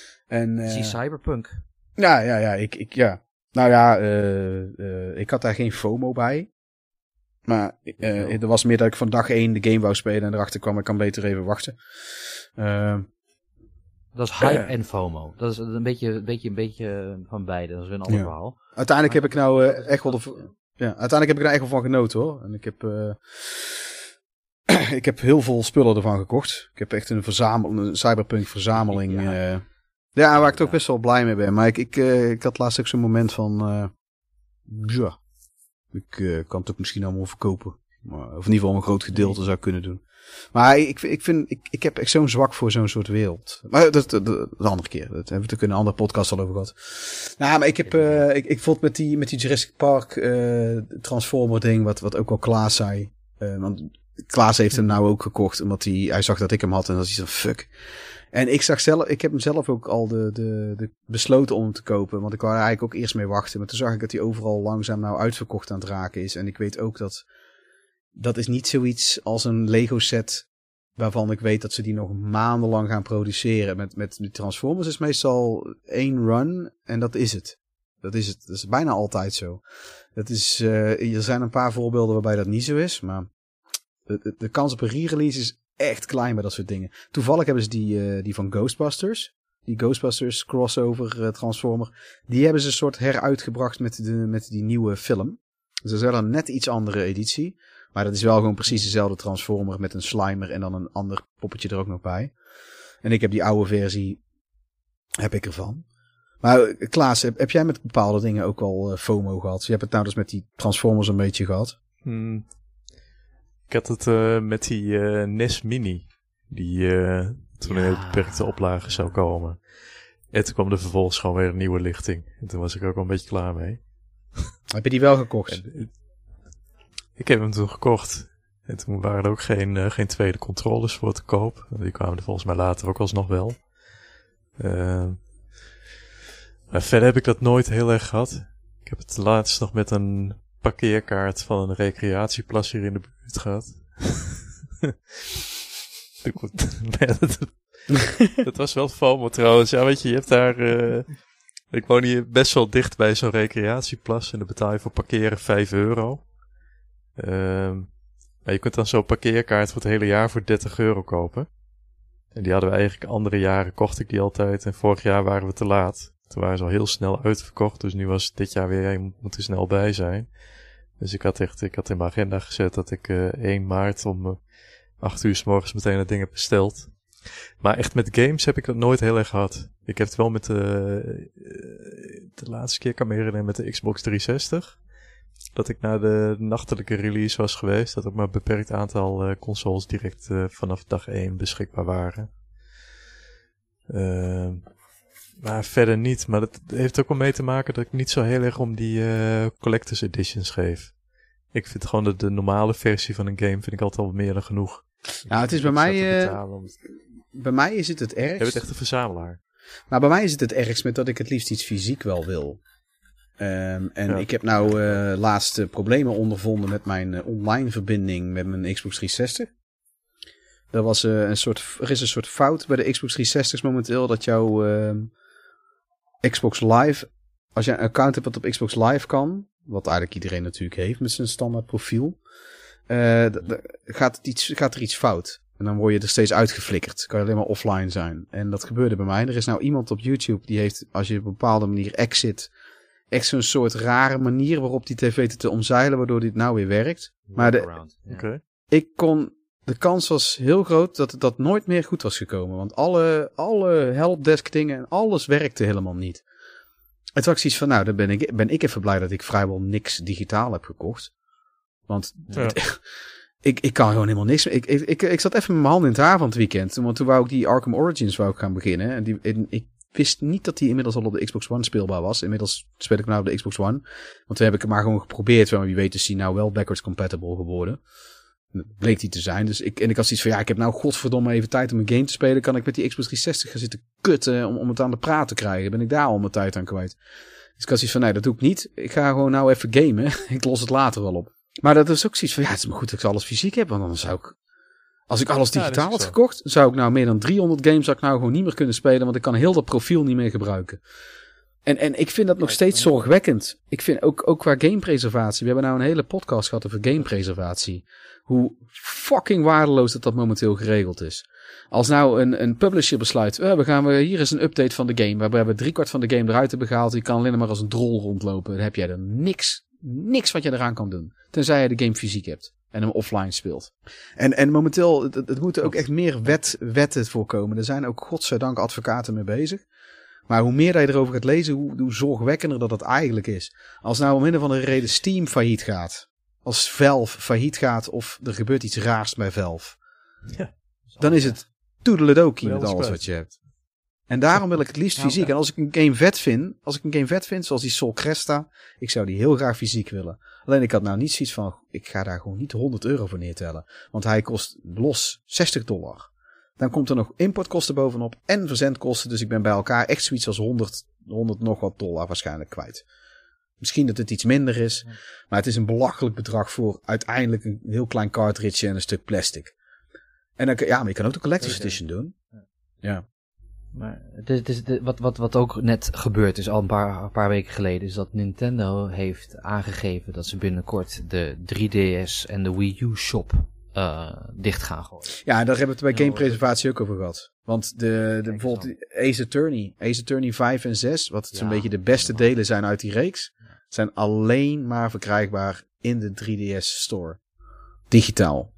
En, uh, zie Cyberpunk. Ja, ja, ja, ik, ik ja. Nou ja, uh, uh, ik had daar geen FOMO bij. Maar uh, er was meer dat ik van dag één de game wou spelen en erachter kwam, ik kan beter even wachten. Uh, dat is hype uh, en FOMO. Dat is een beetje, een beetje, een beetje van beide. Dat is weer een ander ja. verhaal. Uiteindelijk maar, heb ik nou uh, echt wel de, ja, uiteindelijk heb ik er echt wel van genoten hoor. En ik heb, uh, ik heb heel veel spullen ervan gekocht. Ik heb echt een, verzamel, een cyberpunk verzameling. Ja, uh, ja waar ik toch best wel blij mee ben. Maar ik, ik, uh, ik had laatst ook zo'n moment van... Uh, ja, ik uh, kan het ook misschien allemaal verkopen. Maar, of in ieder geval een groot gedeelte zou ik kunnen doen. Maar ik, ik vind, ik, ik heb echt zo'n zwak voor zo'n soort wereld. Maar dat, dat, dat de andere keer. Dat hebben we natuurlijk in een andere podcast al over gehad. Nou, maar ik heb, uh, ik, ik vond met die, met die Jurassic Park uh, Transformer ding, wat, wat ook al Klaas zei. Uh, want Klaas heeft hem nou ook gekocht, omdat hij, hij zag dat ik hem had en dat hij zo fuck. En ik zag zelf, ik heb hem zelf ook al de, de, de besloten om hem te kopen, want ik wou er eigenlijk ook eerst mee wachten. Maar toen zag ik dat hij overal langzaam nou uitverkocht aan het raken is. En ik weet ook dat, dat is niet zoiets als een Lego set waarvan ik weet dat ze die nog maandenlang gaan produceren. Met, met, met Transformers is meestal één run en dat is het. Dat is het. Dat is bijna altijd zo. Dat is, uh, er zijn een paar voorbeelden waarbij dat niet zo is, maar de, de, de kans op een re-release is echt klein bij dat soort dingen. Toevallig hebben ze die, uh, die van Ghostbusters. Die Ghostbusters crossover uh, Transformer. Die hebben ze een soort heruitgebracht met, de, met die nieuwe film. Dus dat is wel een net iets andere editie. Maar dat is wel gewoon precies dezelfde Transformer met een Slimer en dan een ander poppetje er ook nog bij. En ik heb die oude versie, heb ik ervan. Maar Klaas, heb, heb jij met bepaalde dingen ook al uh, FOMO gehad? Je hebt het nou dus met die Transformers een beetje gehad. Hmm. Ik had het uh, met die uh, N E S Mini. Die uh, toen ja. in een beperkte oplage zou komen. En toen kwam er vervolgens gewoon weer een nieuwe lichting. En toen was ik ook al een beetje klaar mee. Heb je die wel gekocht? En, ik heb hem toen gekocht. En toen waren er ook geen, uh, geen tweede controllers voor te koop. Die kwamen er volgens mij later ook alsnog wel. Uh, maar verder heb ik dat nooit heel erg gehad. Ik heb het laatst nog met een parkeerkaart van een recreatieplas hier in de buurt gehad. dat, dat was wel FOMO trouwens. Ja, weet je, je hebt daar... Uh, ik woon hier best wel dicht bij zo'n recreatieplas. En dan betaal je voor parkeren vijf euro. Uh, maar je kunt dan zo'n parkeerkaart voor het hele jaar voor dertig euro kopen. En die hadden we eigenlijk andere jaren, kocht ik die altijd. En vorig jaar waren we te laat. Toen waren ze al heel snel uitverkocht. Dus nu was het dit jaar weer, je moet er snel bij zijn. Dus ik had echt, ik had in mijn agenda gezet dat ik uh, één maart om uh, acht uur 's morgens meteen dat ding heb besteld. Maar echt met games heb ik dat nooit heel erg gehad. Ik heb het wel met de, uh, de laatste keer kan me herinneren met de Xbox driehonderdzestig. Dat ik naar de nachtelijke release was geweest. Dat ook maar een beperkt aantal uh, consoles direct uh, vanaf dag één beschikbaar waren. Uh, maar verder niet. Maar dat heeft ook wel mee te maken dat ik niet zo heel erg om die uh, collector's editions geef. Ik vind gewoon de, de normale versie van een game vind ik altijd al meer dan genoeg. Nou, het is bij mij... Uh, bij mij is het het ergst. Je bent echt een verzamelaar. Nou, bij mij is het het ergst met dat ik het liefst iets fysiek wel wil. Um, en ja. Ik heb nou uh, laatst uh, problemen ondervonden met mijn uh, online verbinding met mijn Xbox driehonderdzestig. Er, was, uh, een soort, er is een soort fout bij de Xbox driehonderdzestig momenteel dat jouw uh, Xbox Live, als je een account hebt wat op Xbox Live kan, wat eigenlijk iedereen natuurlijk heeft met zijn standaard profiel, uh, d- d- gaat, het iets, gaat er iets fout. En dan word je er steeds uitgeflikkerd. Kan je alleen maar offline zijn. En dat gebeurde bij mij. Er is nou iemand op YouTube die heeft, als je op een bepaalde manier exit, echt zo'n soort rare manier waarop die tv te omzeilen, waardoor dit nou weer werkt. Maar de, yeah. okay. ik kon, de kans was heel groot dat het dat nooit meer goed was gekomen. Want alle, alle helpdesk dingen en alles werkte helemaal niet. Het was zoiets van, nou, dan ben ik, ben ik even blij dat ik vrijwel niks digitaal heb gekocht. Want ja. ik, ik kan gewoon helemaal niks meer. Ik, ik, ik, ik zat even met mijn handen in het haar van het weekend. Want toen wou ik die Arkham Origins wou ik gaan beginnen. En, die, en ik wist niet dat die inmiddels al op de Xbox One speelbaar was. Inmiddels speel ik nou op de Xbox One. Want toen heb ik hem maar gewoon geprobeerd. Maar wie weet is die nou wel backwards compatible geworden. Dat bleek die te zijn. Dus ik, en ik had zoiets van, ja, ik heb nou godverdomme even tijd om een game te spelen. Kan ik met die Xbox driehonderdzestig gaan zitten kutten om, om het aan de praat te krijgen? Ben ik daar al mijn tijd aan kwijt? Dus ik had zoiets van, nee, dat doe ik niet. Ik ga gewoon nou even gamen. Ik los het later wel op. Maar dat is ook zoiets van, ja, het is maar goed dat ik alles fysiek heb. Want dan zou ik, als ik alles digitaal ja, had gekocht, zou ik nou meer dan driehonderd games zou ik nou gewoon niet meer kunnen spelen. Want ik kan heel dat profiel niet meer gebruiken. En, en ik vind dat nog steeds zorgwekkend. Ik vind ook, ook qua gamepreservatie. We hebben nou een hele podcast gehad over gamepreservatie. Hoe fucking waardeloos dat dat momenteel geregeld is. Als nou een, een publisher besluit, oh, we gaan we, hier is een update van de game. Waarbij we driekwart van de game eruit hebben gehaald. Je kan alleen maar als een drol rondlopen. Dan heb jij er niks, niks wat je eraan kan doen. Tenzij je de game fysiek hebt. en hem offline speelt. En, en momenteel, het, het moeten ook echt meer wet, wetten voorkomen. Er zijn ook godzijdank advocaten mee bezig. Maar hoe meer dat je erover gaat lezen, hoe, hoe zorgwekkender dat het eigenlijk is. Als nou om een of andere reden Steam failliet gaat. Als Valve failliet gaat of er gebeurt iets raars bij Valve. Ja, dan is het toedeledokie met alles wat je hebt. En daarom wil ik het liefst fysiek. En als ik een game vet vind, als ik een game vet vind, zoals die Sol Cresta, ik zou die heel graag fysiek willen. Alleen ik had nou niet zoiets van, ik ga daar gewoon niet honderd euro voor neertellen. Want hij kost los zestig dollar. Dan komt er nog importkosten bovenop en verzendkosten. Dus ik ben bij elkaar echt zoiets als honderd, honderd nog wat dollar waarschijnlijk kwijt. Misschien dat het iets minder is. Maar het is een belachelijk bedrag voor uiteindelijk een heel klein cartridge en een stuk plastic. En dan, ja, maar je kan ook de Collector's Edition doen. Ja. Maar het is, het is, de, wat, wat, wat ook net gebeurd is, al een paar, een paar weken geleden, is dat Nintendo heeft aangegeven dat ze binnenkort de drie D S en de Wii U shop uh, dicht gaan gooien. Ja, daar hebben we het bij gamepreservatie ook over gehad. Want de, de bijvoorbeeld Ace Attorney, Ace Attorney vijf en zes, wat zo'n ja, beetje de beste delen zijn uit die reeks, zijn alleen maar verkrijgbaar in de drie D S store. Digitaal.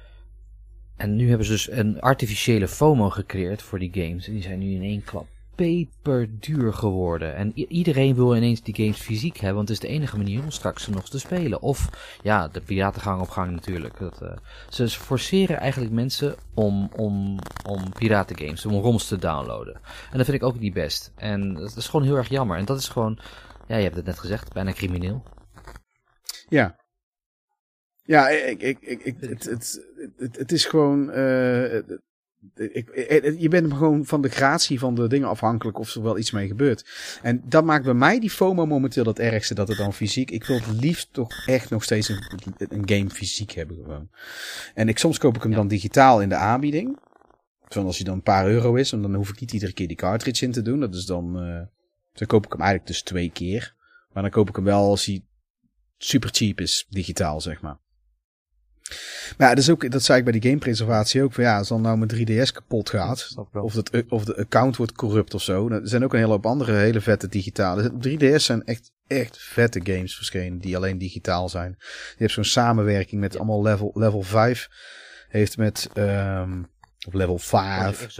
En nu hebben ze dus een artificiële FOMO gecreëerd voor die games. En die zijn nu in één klap peperduur geworden. En i- iedereen wil ineens die games fysiek hebben. Want het is de enige manier om straks ze nog te spelen. Of ja, de piratengang op gang natuurlijk. Dat, uh, ze forceren eigenlijk mensen om, om, om piratengames, om roms te downloaden. En dat vind ik ook niet best. En dat is gewoon heel erg jammer. En dat is gewoon, ja, je hebt het net gezegd, bijna crimineel. Ja. Ja, ik, ik, ik, ik, het, het, het, het is gewoon, uh, ik, ik, je bent gewoon van de gratie van de dingen afhankelijk of er wel iets mee gebeurt. En dat maakt bij mij die FOMO momenteel het ergste, dat het dan fysiek, ik wil het liefst toch echt nog steeds een, een game fysiek hebben gewoon. En ik, soms koop ik hem dan digitaal in de aanbieding. Van als hij dan een paar euro is, en dan hoef ik niet iedere keer die cartridge in te doen. Dat is dan, uh, dan koop ik hem eigenlijk dus twee keer. Maar dan koop ik hem wel als hij super cheap is, digitaal zeg maar. Maar ja, dat, is ook, dat zei ik bij die gamepreservatie ook. Van ja, als dan nou mijn drie D S kapot gaat. Of, dat, of de account wordt corrupt of zo. Er zijn ook een hele hoop andere hele vette digitale. drie D S zijn echt, echt vette games verschenen. Die alleen digitaal zijn. Je hebt zo'n samenwerking met ja. allemaal level, level vijf. Heeft met, um, of level vijf.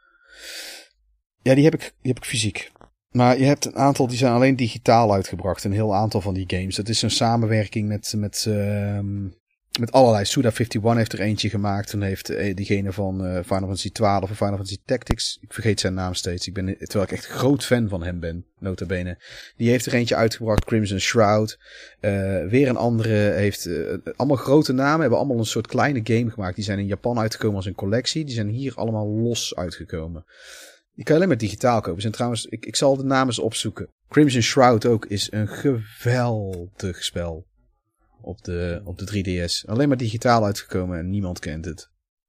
Ja, die heb ik, die heb ik fysiek. Maar je hebt een aantal, die zijn alleen digitaal uitgebracht. Een heel aantal van die games. Dat is een samenwerking met, met, um, met allerlei. Suda eenenvijftig heeft er eentje gemaakt. Toen heeft uh, diegene van uh, Final Fantasy twaalf of Final Fantasy Tactics. Ik vergeet zijn naam steeds. Ik ben, terwijl ik echt groot fan van hem ben. Nota bene. Die heeft er eentje uitgebracht. Crimson Shroud. Uh, weer een andere heeft, uh, allemaal grote namen. Hebben allemaal een soort kleine game gemaakt. Die zijn in Japan uitgekomen als een collectie. Die zijn hier allemaal los uitgekomen. Die kan je alleen maar digitaal kopen. Zijn trouwens, ik, ik zal de namen eens opzoeken. Crimson Shroud ook is een geweldig spel. Op de, op de drie D S. Alleen maar digitaal uitgekomen en niemand kent het.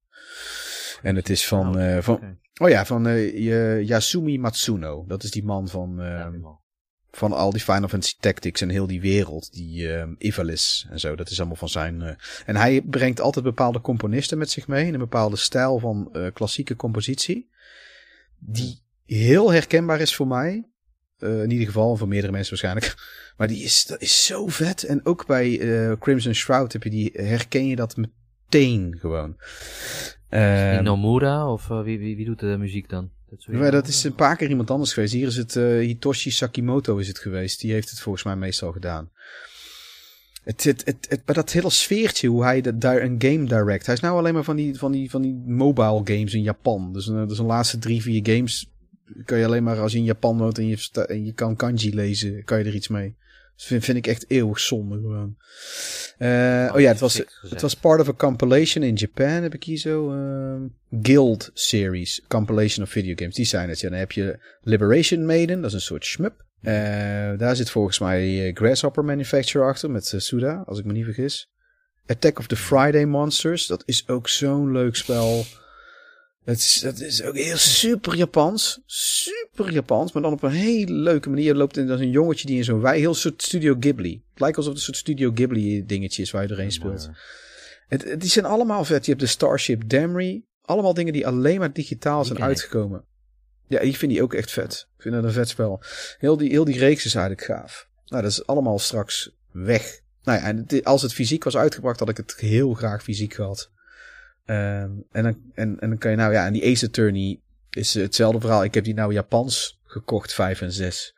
En het is van, uh, van oh ja, van uh, Yasumi Matsuno. Dat is die man van, uh, ja, van al die Final Fantasy Tactics en heel die wereld. Die uh, Ivalice en zo. Dat is allemaal van zijn. Uh, en hij brengt altijd bepaalde componisten met zich mee. In een bepaalde stijl van uh, klassieke compositie. Die heel herkenbaar is voor mij. Uh, in ieder geval, voor meerdere mensen waarschijnlijk. Maar die is, dat is zo vet. En ook bij uh, Crimson Shroud heb je die, herken je dat meteen gewoon. Uh, Nomura of uh, wie, wie, wie doet de muziek dan? Dat, ja, dat is een paar keer iemand anders geweest. Hier is het uh, Hitoshi Sakimoto is het geweest. Die heeft het volgens mij meestal gedaan. Het, het, het, het, maar dat hele sfeertje, hoe hij de, daar een game direct. Hij is nou alleen maar van die, van die, van die mobile games in Japan. Dus een, dus een laatste drie, vier games kan je alleen maar als je in Japan woont en je, en je kan kanji lezen, kan je er iets mee. Dat vind, vind ik echt eeuwig zonde gewoon. Uh, oh, oh ja, het was, het was part of a compilation in Japan, heb ik hier zo. Uh, Guild Series, compilation of video games. Die zijn het, ja. Dan heb je Liberation Maiden, dat is een soort shmup. Uh, daar zit volgens mij Grasshopper Manufacturer achter met uh, Suda, als ik me niet vergis. Attack of the Friday Monsters, dat is ook zo'n leuk spel. Dat is, dat is ook heel super Japans. Super Japans, maar dan op een hele leuke manier. Je loopt in als een jongetje die in zo'n wei, heel soort Studio Ghibli. Het lijkt alsof het een soort Studio Ghibli dingetje is waar je doorheen speelt. Het, het, die zijn allemaal vet. Je hebt de Starship Damri. Allemaal dingen die alleen maar digitaal zijn uitgekomen. Ja, ik vind die ook echt vet. Ik vind dat een vet spel. Heel die, heel die reeks is eigenlijk gaaf. Nou, dat is allemaal straks weg nou ja, en als het fysiek was uitgebracht, had ik het heel graag fysiek gehad. Um, en, dan, en, en dan kan je nou, ja, en die Ace Attorney is hetzelfde verhaal. Ik heb die nou Japans gekocht, vijf en zes.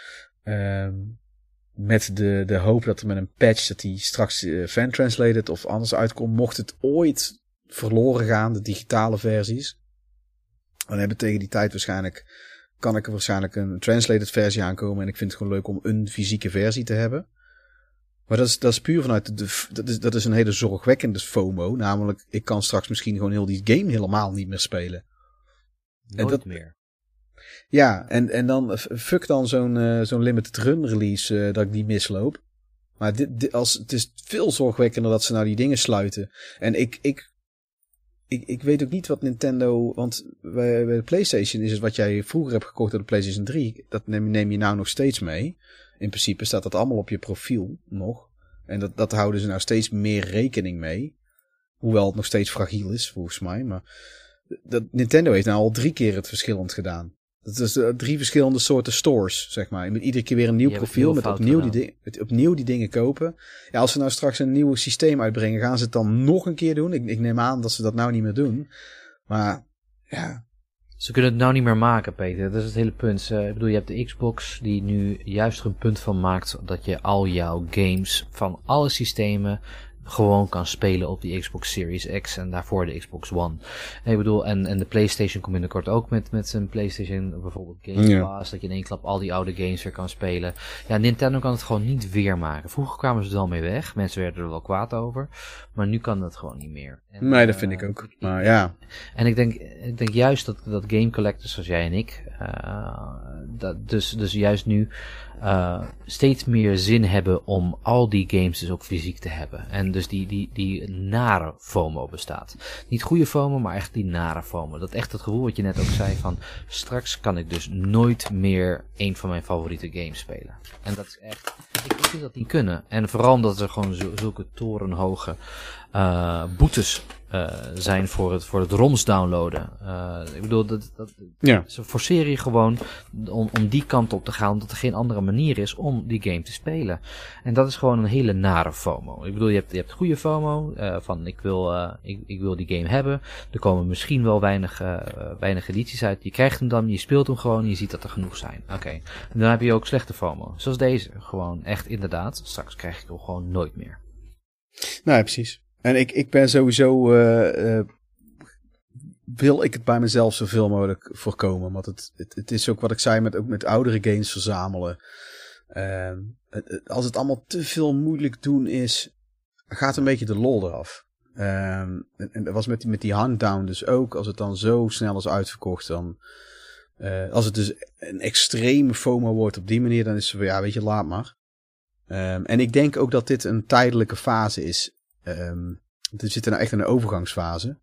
Um, met de, de hoop dat er met een patch, dat die straks uh, fan-translated of anders uitkomt, mocht het ooit verloren gaan, de digitale versies. Dan hebben tegen die tijd waarschijnlijk, kan ik er waarschijnlijk een translated versie aankomen. En ik vind het gewoon leuk om een fysieke versie te hebben. Maar dat is, dat is puur vanuit de, dat is, dat is een hele zorgwekkende FOMO. Namelijk, ik kan straks misschien gewoon heel die game helemaal niet meer spelen. Nooit en dat, meer. Ja, en, en dan, fuck dan zo'n, uh, zo'n limited run release uh, dat ik die misloop. Maar dit, dit, als, het is veel zorgwekkender dat ze nou die dingen sluiten. En ik, ik, ik, ik weet ook niet wat Nintendo, want bij, bij de PlayStation is het wat jij vroeger hebt gekocht door de PlayStation drie. Dat neem, neem je nou nog steeds mee. In principe staat dat allemaal op je profiel nog. En dat, dat houden ze nou steeds meer rekening mee. Hoewel het nog steeds fragiel is, volgens mij. Maar dat, Nintendo heeft nou al drie keer het verschillend gedaan. Dat is uh, drie verschillende soorten stores, zeg maar. Je moet iedere keer weer een nieuw je profiel met opnieuw die, di- met opnieuw die dingen kopen. Ja, als ze nou straks een nieuw systeem uitbrengen, gaan ze het dan nog een keer doen? Ik, ik neem aan dat ze dat nou niet meer doen. Maar, ja... Ze kunnen het nou niet meer maken, Peter. Dat is het hele punt. Uh, ik bedoel, je hebt de Xbox die nu juist er een punt van maakt dat je al jouw games van alle systemen gewoon kan spelen op die Xbox Series X en daarvoor de Xbox One. En ik bedoel, en, en de PlayStation komt binnenkort ook met, met een PlayStation, bijvoorbeeld Game Pass, ja. Dat je in één klap al die oude games weer kan spelen. Ja, Nintendo kan het gewoon niet weer maken. Vroeger kwamen ze er wel mee weg. Mensen werden er wel kwaad over. Maar nu kan dat gewoon niet meer. En, nee, dat uh, vind ik ook. Maar ja. En ik denk, ik denk juist dat, dat game collectors zoals jij en ik, uh, dat dus, dus juist nu uh, steeds meer zin hebben om al die games dus ook fysiek te hebben. En dus die, die, die nare FOMO bestaat. Niet goede FOMO, maar echt die nare FOMO. Dat echt het gevoel wat je net ook zei van, straks kan ik dus nooit meer een van mijn favoriete games spelen. En dat is echt, ik, ik vind dat niet kunnen. En vooral omdat er gewoon zo, zulke torenhoge uh, boetes uh, zijn voor het, voor het ROMs downloaden. Uh, ik bedoel, dat, dat, ja. Ze forceren je gewoon om, om die kant op te gaan, omdat er geen andere manier is om die game te spelen. En dat is gewoon een hele nare FOMO. Ik bedoel, je hebt, je hebt goede FOMO, uh, van ik wil, uh, ik, ik wil die game hebben. Er komen misschien wel weinig, uh, weinig edities uit. Je krijgt hem dan, je speelt hem gewoon en je ziet dat er genoeg zijn. Oké. Okay. En dan heb je ook slechte FOMO. Zoals deze. Gewoon echt inderdaad. Straks krijg ik hem gewoon nooit meer. Nou ja, precies. En ik, ik ben sowieso, uh, uh, wil ik het bij mezelf zoveel mogelijk voorkomen. Want het, het, het is ook wat ik zei met, ook met oudere games verzamelen. Uh, het, het, als het allemaal te veel moeilijk doen is, gaat een beetje de lol eraf. Uh, en, en dat was met die, met die Huntdown dus ook. Als het dan zo snel is uitverkocht, dan... Uh, als het dus een extreme FOMO wordt op die manier, dan is het van, ja, weet je, laat maar. Um, en ik denk ook dat dit een tijdelijke fase is. Um, we zitten nou echt in een overgangsfase.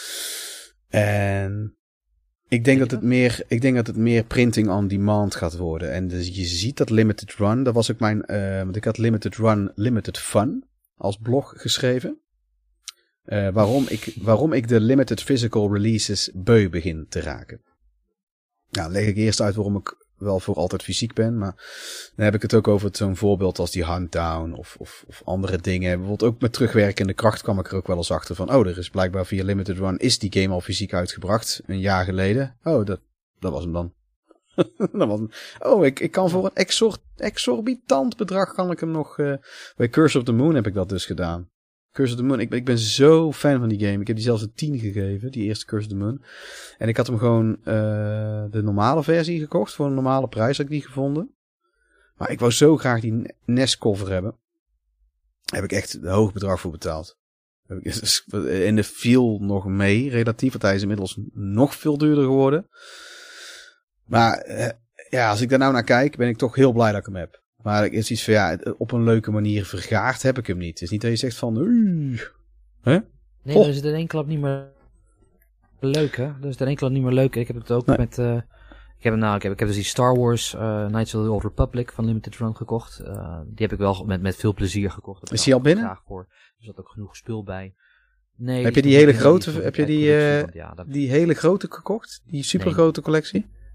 En ik denk dat het meer, ik denk dat het meer printing on demand gaat worden. En dus je ziet dat limited run, dat was ook mijn, uh, want ik had limited run, limited fun als blog geschreven. Uh, waarom ik, waarom ik de limited physical releases beu begin te raken. Nou, leg ik eerst uit waarom ik wel voor altijd fysiek ben, maar dan heb ik het ook over zo'n voorbeeld als die Huntdown of, of, of andere dingen. Bijvoorbeeld ook met terugwerkende kracht kwam ik er ook wel eens achter van, oh, er is blijkbaar via Limited Run, is die game al fysiek uitgebracht, een jaar geleden. Oh, dat, dat was hem dan. dat was hem. Oh, ik, ik kan voor een exor, exorbitant bedrag kan ik hem nog, uh, bij Curse of the Moon heb ik dat dus gedaan. Curse of the Moon, ik, ik ben zo fan van die game. Ik heb die zelfs een tien gegeven, die eerste Curse of the Moon. En ik had hem gewoon uh, de normale versie gekocht. Voor een normale prijs had ik die gevonden. Maar ik wou zo graag die N E S cover hebben. Daar heb ik echt een hoog bedrag voor betaald. En de viel nog mee, relatief. Want hij is inmiddels nog veel duurder geworden. Maar uh, ja, als ik daar nou naar kijk, ben ik toch heel blij dat ik hem heb. Maar het is iets van, ja, op een leuke manier vergaard heb ik hem niet. Het is niet dat je zegt van, uh, hè? Nee, dan is het in één klap niet meer leuk, hè? Dan is het in één klap niet meer leuk. Ik heb het ook nee. met, uh, ik heb, nou, ik heb, ik heb dus die Star Wars uh, Knights of the Old Republic van Limited Run gekocht. Uh, die heb ik wel met, met veel plezier gekocht. Is die al binnen? Graag voor. Er zat ook genoeg spul bij. Nee, heb je die hele grote, heb je die, uh, ja, dat... die hele grote gekocht? Die supergrote collectie?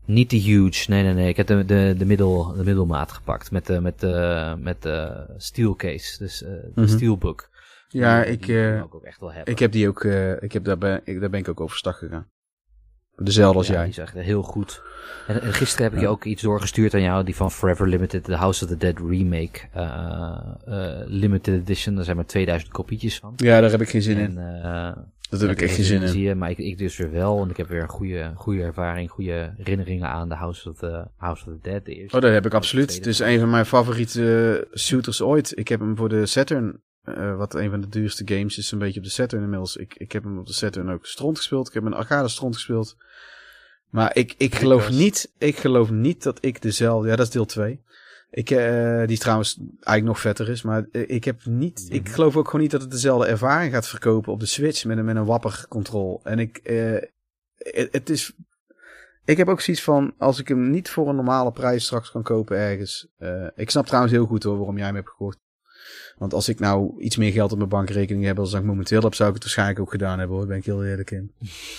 Niet de huge, nee, nee, nee. Ik heb de, de, de, middel, de middelmaat gepakt met de, met de, met de steel case, dus uh, de mm-hmm. steelbook. Ja, die, ik, die uh, ook echt wel hebben. ik heb die ook, uh, ik heb daar, ben, ik, daar ben ik ook overstag gegaan. Dezelfde als ja, jij. Die is echt heel goed. En, en gisteren heb ik ja. je ook iets doorgestuurd aan jou, die van Forever Limited, The House of the Dead remake, uh, uh, limited edition. Daar zijn maar tweeduizend kopietjes van. Ja, daar heb ik geen zin en, in. Uh, dat heb ik echt geen zin in. Zie je, maar ik, ik dus weer wel, want ik heb weer een goede, goede ervaring, goede herinneringen aan The House of the, House of the Dead. De eerste, oh, dat heb ik absoluut. Het is een van mijn favoriete uh, shooters ooit. Ik heb hem voor de Saturn, uh, wat een van de duurste games is, een beetje op de Saturn inmiddels. Ik, ik heb hem op de Saturn ook stront gespeeld. Ik heb een arcade stront gespeeld. Maar ik, ik geloof niet, ik geloof niet dat ik dezelfde, ja, dat is deel twee. Ik, uh, die trouwens eigenlijk nog vetter is, maar uh, ik heb niet, mm-hmm. ik geloof ook gewoon niet dat het dezelfde ervaring gaat verkopen op de Switch met een, met een wapper control. En ik, uh, het, het is, ik heb ook zoiets van, als ik hem niet voor een normale prijs straks kan kopen ergens. Uh, ik snap trouwens heel goed hoor, waarom jij hem hebt gekocht. Want als ik nou iets meer geld op mijn bankrekening heb als ik momenteel heb, zou ik het waarschijnlijk ook gedaan hebben hoor, daar ben ik heel eerlijk in.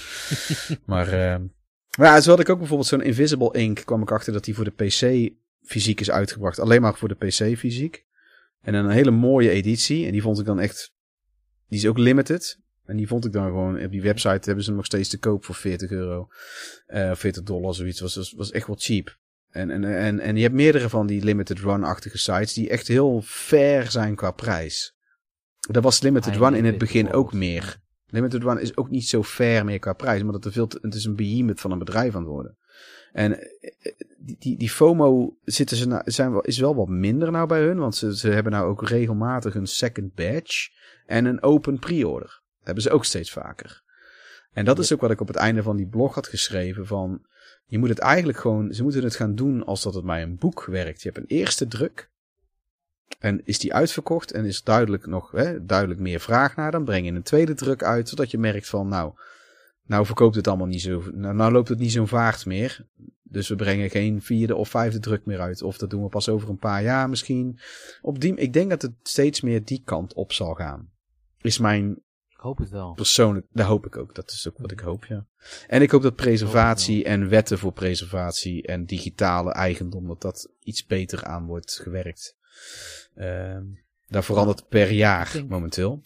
maar, uh, maar ja, zo had ik ook bijvoorbeeld zo'n Invisible Ink, kwam ik achter dat die voor de P C fysiek is uitgebracht. Alleen maar voor de P C fysiek. En een hele mooie editie. En die vond ik dan echt, die is ook limited. En die vond ik dan gewoon, op die website hebben ze hem nog steeds te koop voor veertig euro. Uh, veertig dollar, zoiets. Was, was, was echt wel cheap. En, en, en, en je hebt meerdere van die limited run-achtige sites die echt heel fair zijn qua prijs. Dat was limited run in het begin ook meer. Limited run is ook niet zo fair meer qua prijs, maar dat er veel te, het is een behemoth van een bedrijf aan het worden. En die, die, die FOMO zitten ze nou, zijn wel, is wel wat minder nou bij hun, want ze, ze hebben nou ook regelmatig een second batch en een open pre-order. Dat hebben ze ook steeds vaker. En dat is ook wat ik op het einde van die blog had geschreven van, je moet het eigenlijk gewoon, ze moeten het gaan doen als dat het bij een boek werkt. Je hebt een eerste druk en is die uitverkocht en is duidelijk nog, hè, duidelijk meer vraag naar, dan breng je een tweede druk uit, zodat je merkt van, nou, nou verkoopt het allemaal niet zo, nou, nou loopt het niet zo'n vaart meer. Dus we brengen geen vierde of vijfde druk meer uit. Of dat doen we pas over een paar jaar misschien. Op die, ik denk dat het steeds meer die kant op zal gaan. Is mijn ik hoop het wel. Persoonlijk, dat hoop ik ook. Dat is ook wat ik hoop, ja. En ik hoop dat preservatie en wetten voor preservatie en digitale eigendom, dat dat iets beter aan wordt gewerkt. Uh, daar verandert per jaar denk, momenteel.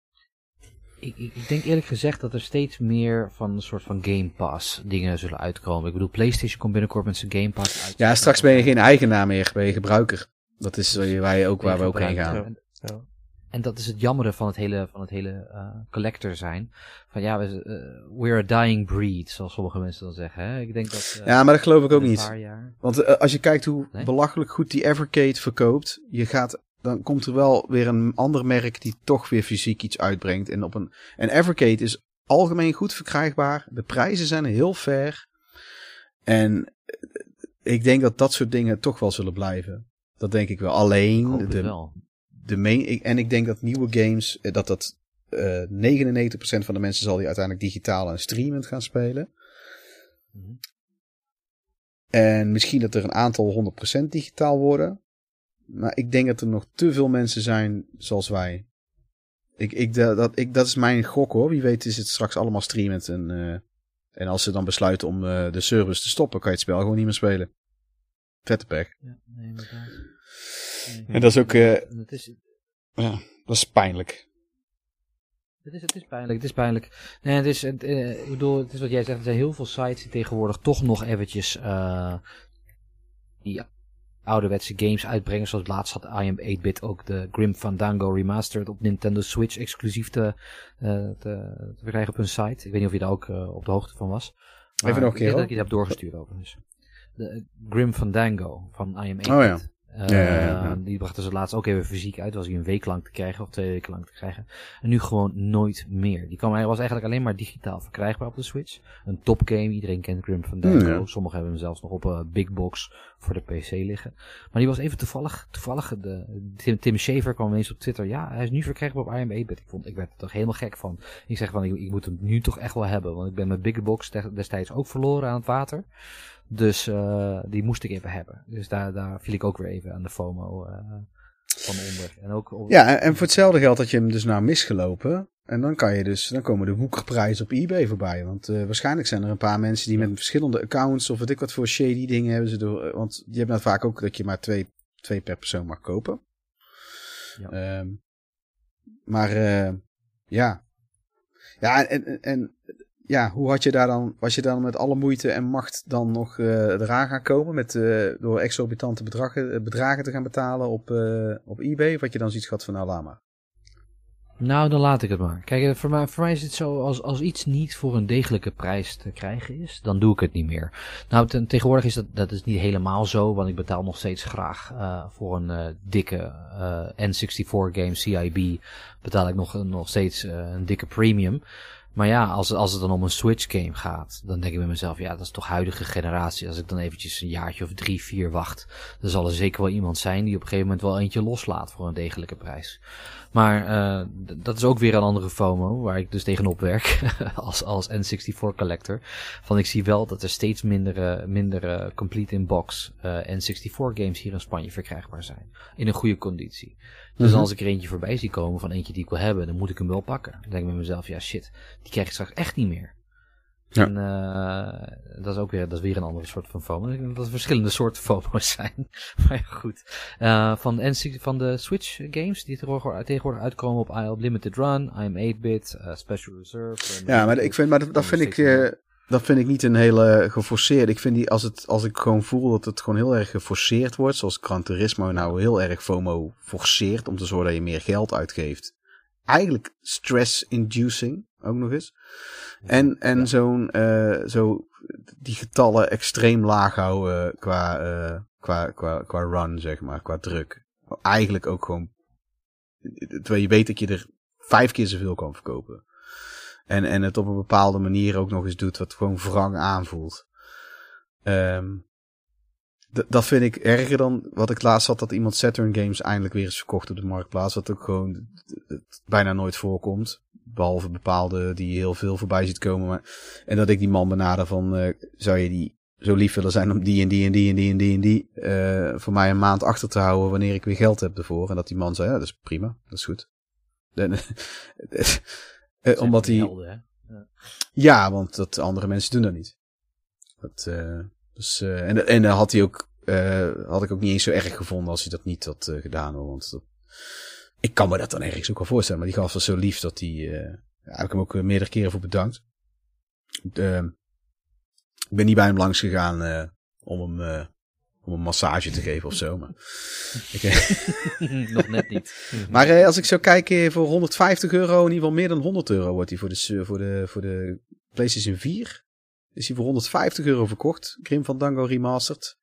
Ik, ik, ik denk eerlijk gezegd dat er steeds meer van een soort van Game Pass dingen zullen uitkomen. Ik bedoel, PlayStation komt binnenkort met zijn Game Pass uit. Ja, straks ben je geen eigenaar meer, ben je gebruiker. Dat is waar je ook, waar we ook heen gaan. En, ja. En dat is het jammere van het hele, van het hele uh, collector zijn. Van ja, we, uh, we're a dying breed, zoals sommige mensen dan zeggen. Hè? Ik denk dat, uh, ja, maar dat geloof ik ook niet. Want uh, als je kijkt hoe nee? belachelijk goed die Evercade verkoopt, je gaat, dan komt er wel weer een ander merk die toch weer fysiek iets uitbrengt. En, op een, en Evercade is algemeen goed verkrijgbaar. De prijzen zijn heel fair. En ik denk dat dat soort dingen toch wel zullen blijven. Dat denk ik wel. Alleen ik de, wel. de main, ik, en ik denk dat nieuwe games, dat dat uh, negenennegentig procent van de mensen zal die uiteindelijk digitaal en streamend gaan spelen. Mm-hmm. En misschien dat er een aantal honderd procent digitaal worden. Maar ik denk dat er nog te veel mensen zijn zoals wij. Ik, ik, dat, ik, dat is mijn gok hoor. Wie weet is het straks allemaal streamend. En, uh, en als ze dan besluiten om uh, de service te stoppen, kan je het spel gewoon niet meer spelen. Vette pech. Ja, nee, inderdaad. Nee, en dat is ook... Uh, dat is, ja, dat is pijnlijk. Het is, het is pijnlijk, het is pijnlijk. Nee, het is, het, uh, ik bedoel, het is wat jij zegt. Er zijn heel veel sites die tegenwoordig toch nog eventjes... Uh, die ouderwetse games uitbrengen. Zoals laatst had I Am eight bit ook de Grim Fandango Remastered op Nintendo Switch exclusief te, uh, te, te krijgen op hun site. Ik weet niet of je daar ook uh, op de hoogte van was. Maar even nog een keer. Ik denk dat ik je dat heb doorgestuurd overigens. De uh, Grim Fandango van I Am eight bit. Oh ja. Uh, ja, ja, ja. Die brachten ze laatst ook even fysiek uit. Was hij een week lang te krijgen of twee weken lang te krijgen. En nu gewoon nooit meer. Die kwam, hij was eigenlijk alleen maar digitaal verkrijgbaar op de Switch. Een topgame. Iedereen kent Grim Fandango. Ja. Sommigen hebben hem zelfs nog op een uh, big box voor de P C liggen. Maar die was even toevallig. Toevallig. De, Tim, Tim Schafer kwam ineens op Twitter. Ja, hij is nu verkrijgbaar op I Am eight bit. Ik, vond, ik werd er toch helemaal gek van. Ik zeg van, ik, ik moet hem nu toch echt wel hebben. Want ik ben mijn big box destijds ook verloren aan het water. Dus uh, die moest ik even hebben. Dus daar, daar viel ik ook weer even aan de FOMO uh, van onder. En ook op... Ja, en, en voor hetzelfde geld had je hem dus nou misgelopen. En dan kan je dus, dan komen de woekerprijzen op eBay voorbij. Want uh, waarschijnlijk zijn er een paar mensen die met verschillende accounts of weet ik wat voor shady dingen hebben ze door. Want je hebt nou vaak ook dat je maar twee, twee per persoon mag kopen. Ja. Um, maar uh, ja. Ja, en, en, en ja, hoe had je daar dan, was je dan met alle moeite en macht dan nog uh, eraan gaan komen met uh, door exorbitante bedragen, bedragen te gaan betalen op, uh, op eBay? Of had je dan zoiets gehad van nou, laat maar? Nou, dan laat ik het maar. Kijk, voor mij, voor mij is het zo, als, als iets niet voor een degelijke prijs te krijgen is, dan doe ik het niet meer. Nou, ten, tegenwoordig is dat, dat is niet helemaal zo, want ik betaal nog steeds graag uh, voor een uh, dikke uh, N zesenzestig game C I B, betaal ik nog, nog steeds uh, een dikke premium. Maar ja, als, als het dan om een Switch game gaat, dan denk ik bij mezelf, ja, dat is toch huidige generatie. Als ik dan eventjes een jaartje of drie, vier wacht, dan zal er zeker wel iemand zijn die op een gegeven moment wel eentje loslaat voor een degelijke prijs. Maar uh, d- dat is ook weer een andere FOMO, waar ik dus tegenop werk, als, als N zesenzestig collector. Van ik zie wel dat er steeds minder, uh, minder uh, complete in box uh, N zesenzestig games hier in Spanje verkrijgbaar zijn. In een goede conditie. Dus mm-hmm. als ik er eentje voorbij zie komen van eentje die ik wil hebben, dan moet ik hem wel pakken. Dan denk ik bij mezelf, ja shit, die krijg ik straks echt niet meer. Ja. En uh, dat is ook weer, dat is weer een andere soort van FOMO. Ik denk dat er verschillende soorten FOMO's zijn. Maar ja, goed. Uh, van, de, van de Switch games die tegenwoordig uitkomen op I L Limited Run, I M eight bit, uh, Special Reserve. Ja, maar ik vind, maar dat, dat vind ik... Uh, Dat vind ik niet een hele geforceerd. Ik vind die, als het, als ik gewoon voel dat het gewoon heel erg geforceerd wordt, zoals Gran Turismo nou heel erg FOMO forceert om te zorgen dat je meer geld uitgeeft. Eigenlijk stress-inducing, ook nog eens. En, en ja. zo'n, uh, zo die getallen extreem laag houden qua, uh, qua, qua, qua run, zeg maar, qua druk. Eigenlijk ook gewoon, terwijl je weet dat je er vijf keer zoveel kan verkopen. En, en het op een bepaalde manier ook nog eens doet wat gewoon wrang aanvoelt. Um, d- dat vind ik erger dan wat ik laatst had, dat iemand Saturn Games eindelijk weer is verkocht op de marktplaats. Wat ook gewoon d- d- bijna nooit voorkomt. Behalve bepaalde die je heel veel voorbij ziet komen. Maar, en dat ik die man benader van, uh, zou je die zo lief willen zijn om die en die en die en die en die en die uh, voor mij een maand achter te houden wanneer ik weer geld heb ervoor. En dat die man zei, ja, dat is prima, dat is goed. Uh, omdat hij... Helden, hè? Ja. ja, want dat andere mensen doen dat niet. Dat, uh, dus, uh, en en uh, had hij ook, uh, had ik ook niet eens zo erg gevonden als hij dat niet had uh, gedaan. Hoor, want dat, ik kan me dat dan ergens ook wel voorstellen. Maar die gast was zo lief dat hij... Uh, ja, heb ik hem ook uh, meerdere keren voor bedankt. Uh, ik ben niet bij hem langs gegaan uh, om hem... Uh, om een massage te geven of zo. Maar ik, nog net niet. Maar eh, als ik zo kijk, eh, voor honderdvijftig euro, in ieder geval meer dan honderd euro wordt hij voor de, voor de, voor de PlayStation vier. Is hij voor honderdvijftig euro verkocht. Grim Fandango Remastered.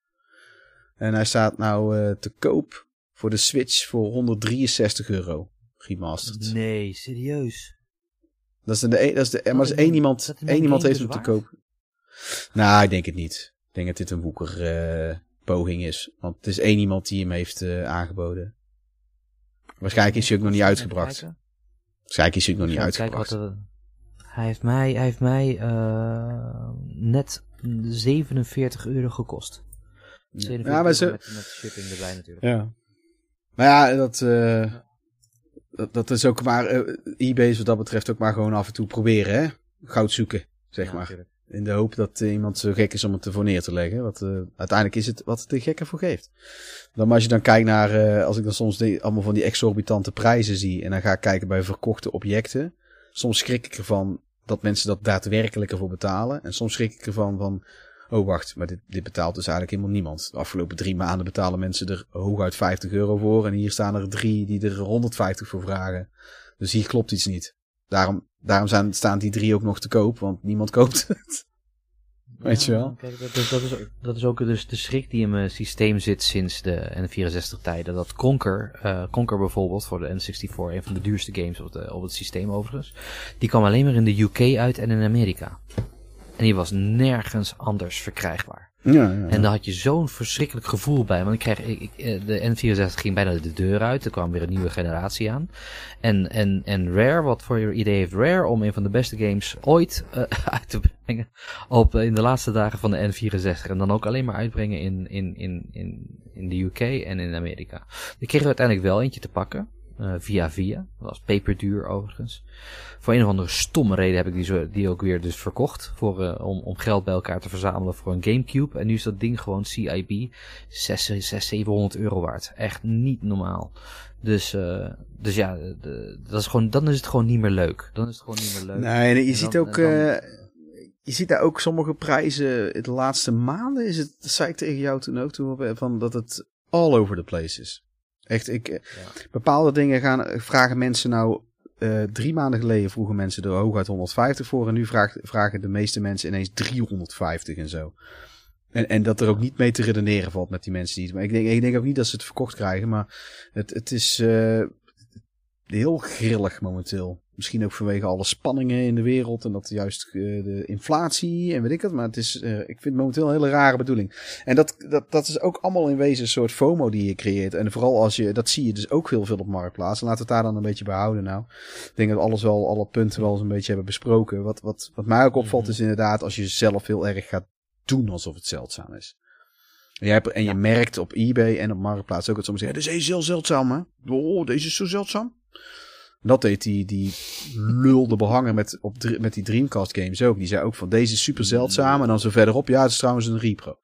En hij staat nou uh, te koop voor de Switch voor honderddrieënzestig euro. Remastered. Nee, serieus? Dat is de, dat is de, maar als één dat iemand, dat één iemand heeft hem te koop. Nou, ik denk het niet. Ik denk dat dit een woeker... Uh, poging is. Want het is één iemand die hem heeft uh, aangeboden. Waarschijnlijk is hij ook nog niet uitgebracht. Waarschijnlijk is hij ook nog niet uitgebracht. Er, hij heeft mij, hij heeft mij uh, net zevenenveertig euro gekost. zevenenveertig ja, maar ze... met, met shipping erbij natuurlijk. Ja. Maar ja, dat, uh, dat, dat is ook maar... Uh, eBay is wat dat betreft ook maar gewoon af en toe proberen, hè? Goud zoeken, zeg ja, maar. Natuurlijk. In de hoop dat uh, iemand zo gek is om het ervoor neer te leggen. Wat, uh, uiteindelijk is het wat het de gek ervoor geeft. Dan, maar als je dan kijkt naar... Uh, als ik dan soms die, allemaal van die exorbitante prijzen zie... en dan ga ik kijken bij verkochte objecten... soms schrik ik ervan dat mensen dat daadwerkelijk ervoor betalen. En soms schrik ik ervan van... oh wacht, maar dit, dit betaalt dus eigenlijk helemaal niemand. De afgelopen drie maanden betalen mensen er hooguit vijftig euro voor... en hier staan er drie die er honderdvijftig voor vragen. Dus hier klopt iets niet. Daarom, daarom zijn, staan die drie ook nog te koop, want niemand koopt het. Weet ja, je wel? Kijk, dat, is, dat, is, dat is ook dus de schrik die in mijn systeem zit sinds de N vierenzestig tijden. Dat Conker, uh, Conker bijvoorbeeld, voor de N zesenzestig, een van de duurste games op, de, op het systeem overigens, die kwam alleen maar in de U K uit en in Amerika. En die was nergens anders verkrijgbaar. Ja, ja, ja. En daar had je zo'n verschrikkelijk gevoel bij. Want ik kreeg, ik, ik, de N vierenzestig ging bijna de deur uit. Er kwam weer een nieuwe generatie aan. En, en, en Rare, wat voor je idee heeft Rare om een van de beste games ooit uh, uit te brengen op, in de laatste dagen van de N vierenzestig. En dan ook alleen maar uitbrengen in, in, in, in, in de U K en in Amerika. Ik kreeg er uiteindelijk wel eentje te pakken. Uh, via via. Dat was peperduur overigens. Voor een of andere stomme reden heb ik die, zo, die ook weer dus verkocht. Voor, uh, om, om geld bij elkaar te verzamelen voor een Gamecube. En nu is dat ding gewoon C I B zeshonderd, zevenhonderd euro waard. Echt niet normaal. Dus, uh, dus ja, de, dat is gewoon, dan is het gewoon niet meer leuk. Dan is het gewoon niet meer leuk. Nee, nee je en ziet dan, ook... dan, uh, je ziet daar ook sommige prijzen... De laatste maanden is het... Dat zei ik tegen jou toen ook. Toen, van dat het all over the place is. Echt, ik... Ja. Bepaalde dingen gaan... Vragen mensen nou... Uh, drie maanden geleden vroegen mensen er hooguit honderdvijftig voor. En nu vraagt, vragen de meeste mensen ineens driehonderdvijftig en zo. En, en dat er ook niet mee te redeneren valt met die mensen. Die, maar ik denk, ik denk ook niet dat ze het verkocht krijgen. Maar het, het is uh, heel grillig momenteel. Misschien ook vanwege alle spanningen in de wereld. En dat juist uh, de inflatie en weet ik het. Maar het is, uh, ik vind het momenteel een hele rare bedoeling. En dat, dat, dat is ook allemaal in wezen een soort FOMO die je creëert. En vooral als je, dat zie je dus ook heel veel op Marktplaats. En laten we het daar dan een beetje bij houden nou. Ik denk dat alles wel, alle punten wel eens een beetje hebben besproken. Wat, wat, wat mij ook opvalt is inderdaad als je zelf heel erg gaat doen alsof het zeldzaam is. En, jij, en je ja. merkt op eBay en op Marktplaats ook dat soms zeggen, dit is heel zeldzaam hè. Oh, deze is zo zeldzaam. Dat deed die, die lulde behanger met, op, met die Dreamcast games ook. Die zei ook van, deze is super zeldzaam. En dan zo verderop, ja, het is trouwens een repro.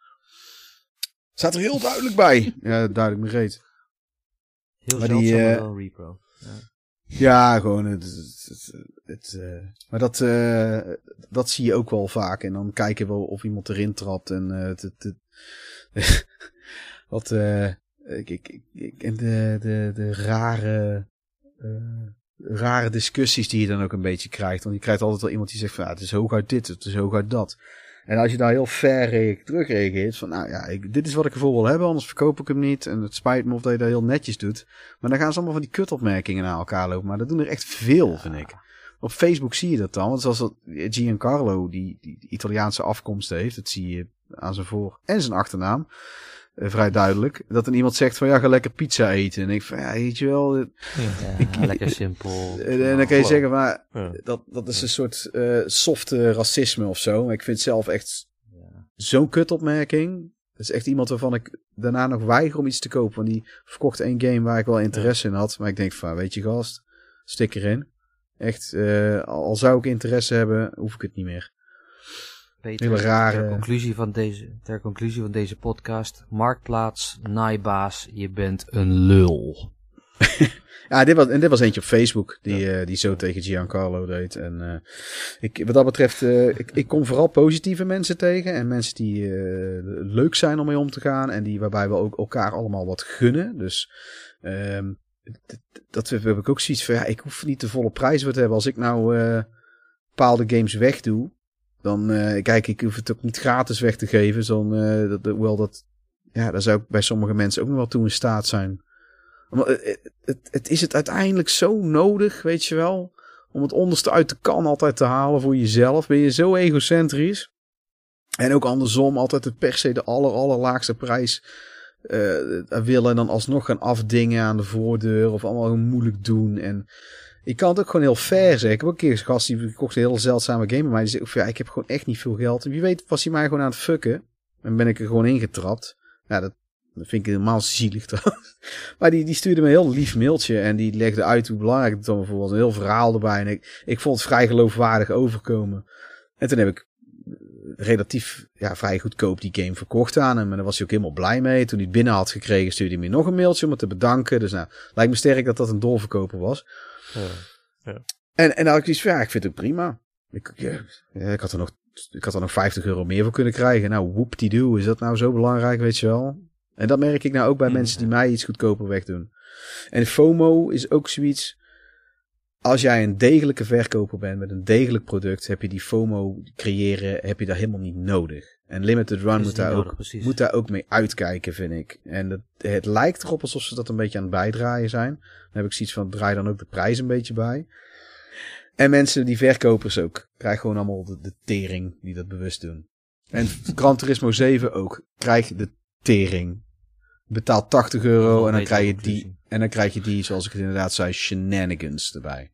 Staat er heel duidelijk bij. Ja, duidelijk me reet. Heel maar zeldzaam, die, uh, maar wel een repro. Ja, ja gewoon, het, het, het, uh, maar dat, uh, dat zie je ook wel vaak. En dan kijken we of iemand erin trapt. En uh, het, het, het wat, uh, ik, ik, ik, en de, de, de rare... Uh, rare discussies die je dan ook een beetje krijgt. Want je krijgt altijd wel iemand die zegt van ja, het is hooguit dit, het is hooguit dat. En als je daar heel fair re- terug reageert van nou ja, ik, dit is wat ik ervoor wil hebben, anders verkoop ik hem niet. En het spijt me of dat je dat heel netjes doet. Maar dan gaan ze allemaal van die kutopmerkingen naar elkaar lopen. Maar dat doen er echt veel, vind ik. Op Facebook zie je dat dan. Want zoals dat Giancarlo, die, die, die Italiaanse afkomst heeft, dat zie je aan zijn voor- en zijn achternaam. Uh, vrij duidelijk. Dat er iemand zegt van ja, ga lekker pizza eten. En ik van ja, weet je wel. Ja, ik, lekker simpel. En dan kan je zeggen, maar ja. dat, dat is een soort uh, soft uh, racisme of zo. Maar ik vind het zelf echt ja. zo'n kutopmerking. Dat is echt iemand waarvan ik daarna nog weiger om iets te kopen. Want die verkocht één game waar ik wel interesse ja. in had. Maar ik denk van, weet je gast, stik erin. Echt, uh, al zou ik interesse hebben, hoef ik het niet meer. Peter, hele rare... ter, conclusie van deze, ter conclusie van deze podcast. Marktplaats, naaibaas, je bent een lul. Ja, dit was, en dit was eentje op Facebook. Die, ja. uh, die zo tegen Giancarlo deed. En uh, ik, wat dat betreft, uh, ik, ik kom vooral positieve mensen tegen. En mensen die uh, leuk zijn om mee om te gaan. En die waarbij we ook elkaar allemaal wat gunnen. Dus um, dat, dat heb ik ook zoiets van, ja, ik hoef niet de volle prijs voor te hebben. Als ik nou uh, bepaalde games wegdoe. Dan, uh, kijk, ik hoef het ook niet gratis weg te geven. Zo'n, uh, dat, wel dat, ja, daar zou ik bij sommige mensen ook nog wel toe in staat zijn. Maar het, het, het is het uiteindelijk zo nodig, weet je wel, om het onderste uit de kan altijd te halen voor jezelf. Ben je zo egocentrisch. En ook andersom, altijd het per se de aller, allerlaagste prijs uh, willen en dan alsnog gaan afdingen aan de voordeur of allemaal moeilijk doen. En je kan het ook gewoon heel fair zeggen. Ik heb ook een keer een gast die kocht een heel zeldzame game bij mij. Die zei ook van, ja, ik heb gewoon echt niet veel geld. En wie weet was hij mij gewoon aan het fucken. En ben ik er gewoon ingetrapt. Ja, dat, dat vind ik helemaal zielig trouwens. Maar die, die stuurde me een heel lief mailtje. En die legde uit hoe belangrijk het dan voor was. Een heel verhaal erbij. En ik, ik vond het vrij geloofwaardig overkomen. En toen heb ik relatief ja, vrij goedkoop die game verkocht aan hem. En daar was hij ook helemaal blij mee. Toen hij het binnen had gekregen stuurde hij me nog een mailtje om het te bedanken. Dus nou, lijkt me sterk dat dat een doorverkoper was. Ja, ja. En, en dan had ik iets van, ja, ik vind het ook prima. Ik, ja, ik, had er nog, ik had er nog vijftig euro meer voor kunnen krijgen. Nou, whoop-die-doo, is dat nou zo belangrijk, weet je wel? En dat merk ik nou ook bij mm, mensen die ja. mij iets goedkoper wegdoen. En FOMO is ook zoiets. Als jij een degelijke verkoper bent met een degelijk product, heb je die FOMO creëren, heb je daar helemaal niet nodig. En Limited Run moet daar, nodig, ook, moet daar ook mee uitkijken, vind ik. En het, het lijkt erop alsof ze dat een beetje aan het bijdraaien zijn. Dan heb ik zoiets van, draai dan ook de prijs een beetje bij. En mensen, die verkopers ook, krijgen gewoon allemaal de, de tering die dat bewust doen. En Gran Turismo zeven ook, krijg de tering. Betaal tachtig euro en dan krijg je die, en dan krijg je die, zoals ik het inderdaad zei, shenanigans erbij.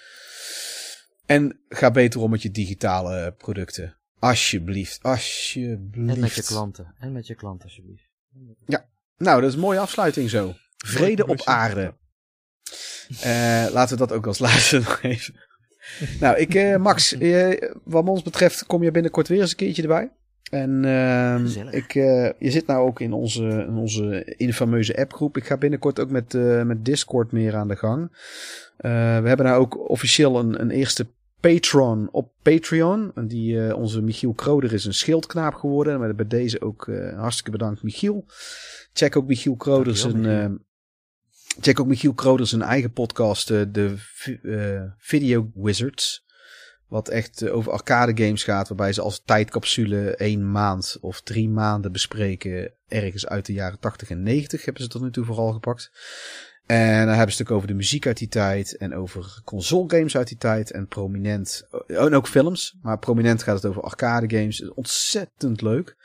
En ga beter om met je digitale producten. Alsjeblieft, alsjeblieft. En met je klanten. En met je klanten, alsjeblieft. Ja, nou, dat is een mooie afsluiting zo. Vrede op aarde. Uh, laten we dat ook als laatste nog even. Nou, ik, uh, Max, uh, wat ons betreft kom je binnenkort weer eens een keertje erbij. En uh, ik, uh, je zit nou ook in onze, in onze infameuze appgroep. Ik ga binnenkort ook met, uh, met Discord meer aan de gang. Uh, we hebben nou ook officieel een, een eerste patron op Patreon. En die, uh, onze Michiel Kroder is een schildknaap geworden. Maar bij deze ook uh, hartstikke bedankt, Michiel. Check ook Michiel Kroder zijn... Uh, check ook Michiel Kroder zijn eigen podcast, uh, de uh, Video Wizards. Wat echt uh, over arcade games gaat, waarbij ze als tijdcapsule één maand of drie maanden bespreken. Ergens uit de jaren tachtig en negentig hebben ze tot nu toe vooral gepakt. En dan hebben ze het ook over de muziek uit die tijd en over console games uit die tijd en prominent, oh, en ook films. Maar prominent gaat het over arcade games. Ontzettend leuk.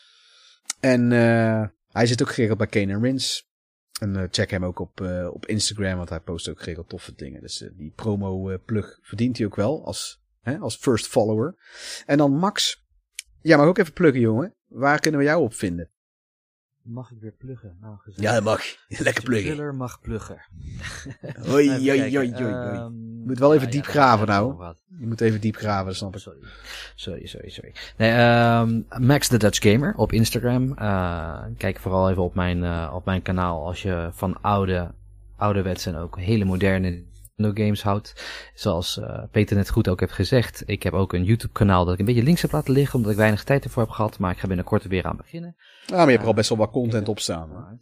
En uh, hij zit ook geregeld bij Kane en Rins. En uh, check hem ook op, uh, op Instagram, want hij post ook geregeld toffe dingen. Dus uh, die promo uh, plug verdient hij ook wel als, hè, als first follower. En dan Max. Ja, mag ook even pluggen, jongen. Waar kunnen we jou op vinden? Mag ik weer pluggen? Nou, ja, dat mag. Lekker pluggen. Triller mag pluggen. Hoi, hoi, hoi, hoi, hoi. Um, je moet wel even ja, diep ja, graven nou. Je moet even diep graven, dat snap ik. Sorry, sorry, sorry. sorry. Nee, um, Max the Dutch Gamer op Instagram. Uh, kijk vooral even op mijn, uh, op mijn kanaal als je van oude, ouderwets en ook hele moderne games houdt. Zoals uh, Peter net goed ook heeft gezegd. Ik heb ook een YouTube kanaal dat ik een beetje links heb laten liggen, omdat ik weinig tijd ervoor heb gehad. Maar ik ga binnenkort er weer aan beginnen. Ja, maar je hebt er al best wel wat content op staan. Er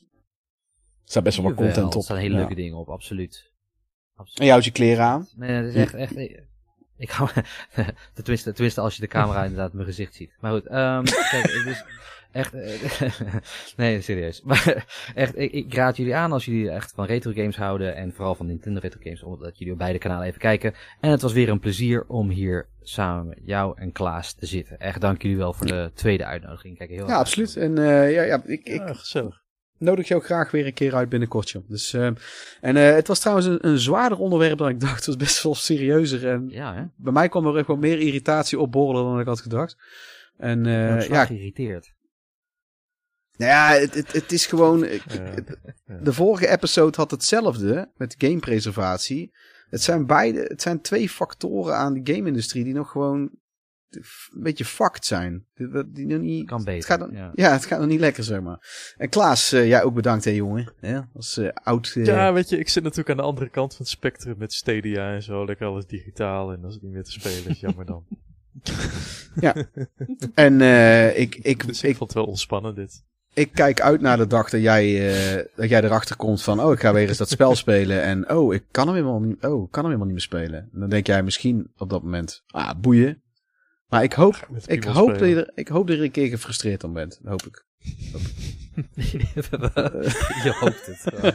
staat best wel wat content op. Er staan hele ja. leuke dingen op, absoluut. absoluut. En je houdt je kleren aan? Nee, dat is echt, echt, ik hou, tenminste, tenminste als je de camera inderdaad mijn gezicht ziet. Maar goed, um, kijk, het is echt, nee, serieus. Maar echt, ik, ik raad jullie aan als jullie echt van retro games houden en vooral van Nintendo retro games, omdat jullie op beide kanalen even kijken. En het was weer een plezier om hier samen met jou en Klaas te zitten. Echt dank jullie wel voor de tweede uitnodiging. Kijk, heel ja, absoluut. En uh, ja, ja, ik, ik ja, gezellig. Nodig je ook graag weer een keer uit binnenkort, joh. Dus, uh, en uh, het was trouwens een, een zwaarder onderwerp dan ik dacht. Het was best wel serieuzer. En ja, hè? Bij mij kwam er echt wel meer irritatie opborrelen dan ik had gedacht. En uh, ik ben ja, geïrriteerd. Nou ja, het, het, het is gewoon... Ja. De vorige episode had hetzelfde met gamepreservatie. Het zijn beide, het zijn twee factoren aan de game-industrie die nog gewoon een beetje fucked zijn. Die, die nog niet, kan beter. Het gaat nog, ja. ja, het gaat nog niet lekker, zeg maar. En Klaas, uh, jij ook bedankt, hè, jongen. Ja, als uh, oud... Uh... Ja, weet je, ik zit natuurlijk aan de andere kant van het spectrum met Stadia en zo. Lekker alles digitaal en als het niet meer te spelen is, jammer dan. Ja. En uh, ik... ik, dus ik, ik vond het wel ontspannen, dit. Ik kijk uit naar de dag dat jij, uh, dat jij erachter komt van... Oh, ik ga weer eens dat spel spelen. En oh, ik kan hem helemaal niet, oh, ik kan hem helemaal niet meer spelen. En dan denk jij misschien op dat moment... Ah, boeien. Maar ik hoop, ik hoop, dat je er, ik hoop dat je er een keer gefrustreerd om bent. Dat hoop ik. Hoop ik. Je hoopt het.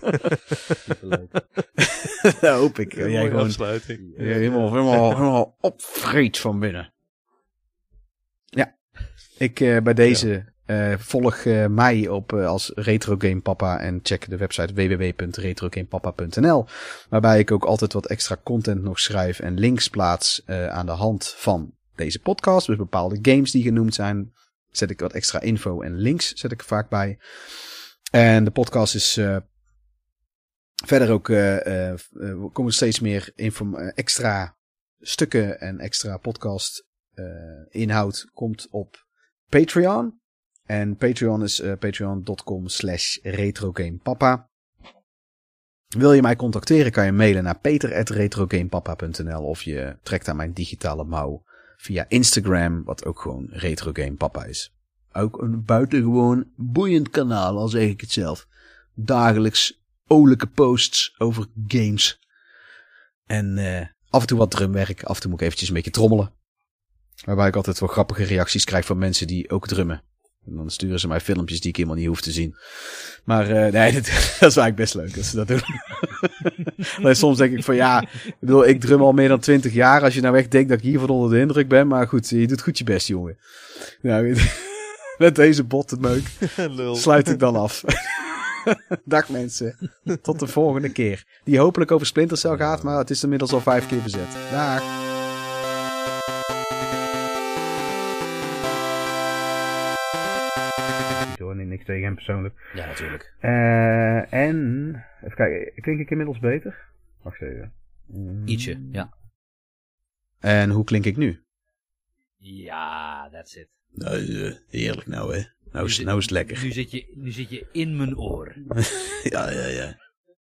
Leuk. Dat hoop ik. Een jij gewoon afsluiting. Ja, helemaal, helemaal, helemaal opvreet van binnen. Ja. Ik uh, bij deze... Ja. Uh, volg uh, mij op uh, als Retro Game Papa en check de website w w w punt retro game papa punt n l, waarbij ik ook altijd wat extra content nog schrijf en links plaats uh, aan de hand van deze podcast. Dus bepaalde games die genoemd zijn, zet ik wat extra info en links zet ik er vaak bij. En de podcast is uh, verder ook uh, uh, uh, komen steeds meer inform- uh, extra stukken en extra podcast uh, inhoud komt op Patreon. En Patreon is uh, patreon dot com slash retrogamepapa. Wil je mij contacteren, kan je mailen naar peter at retrogamepapa punt n l of je trekt aan mijn digitale mouw via Instagram, wat ook gewoon retrogamepapa is. Ook een buitengewoon boeiend kanaal, al zeg ik het zelf. Dagelijks olijke posts over games. En uh, af en toe wat drumwerk, af en toe moet ik eventjes een beetje trommelen. Waarbij ik altijd wel grappige reacties krijg van mensen die ook drummen. En dan sturen ze mij filmpjes die ik helemaal niet hoef te zien. Maar uh, nee, dat, dat is eigenlijk best leuk als ze dat doen. Maar soms denk ik van ja, ik bedoel, ik drum al meer dan twintig jaar. Als je nou echt denkt dat ik hiervan onder de indruk ben. Maar goed, je doet goed je best, jongen. Nou, met deze bottenmeuk sluit ik dan af. Dag mensen. Tot de volgende keer. Die hopelijk over Splinter Cell gaat, maar het is inmiddels al vijf keer bezet. Dag. Ik hoor niks. tegen hem persoonlijk. Ja, natuurlijk. Uh, en, even kijken, klink ik inmiddels beter? Wacht even. Mm. Ietsje, ja. En hoe klink ik nu? Ja, that's it. Nou, uh, heerlijk nou, hè. Nou is, nou is het lekker. Nu zit, je, nu zit je in mijn oor. ja, ja, ja.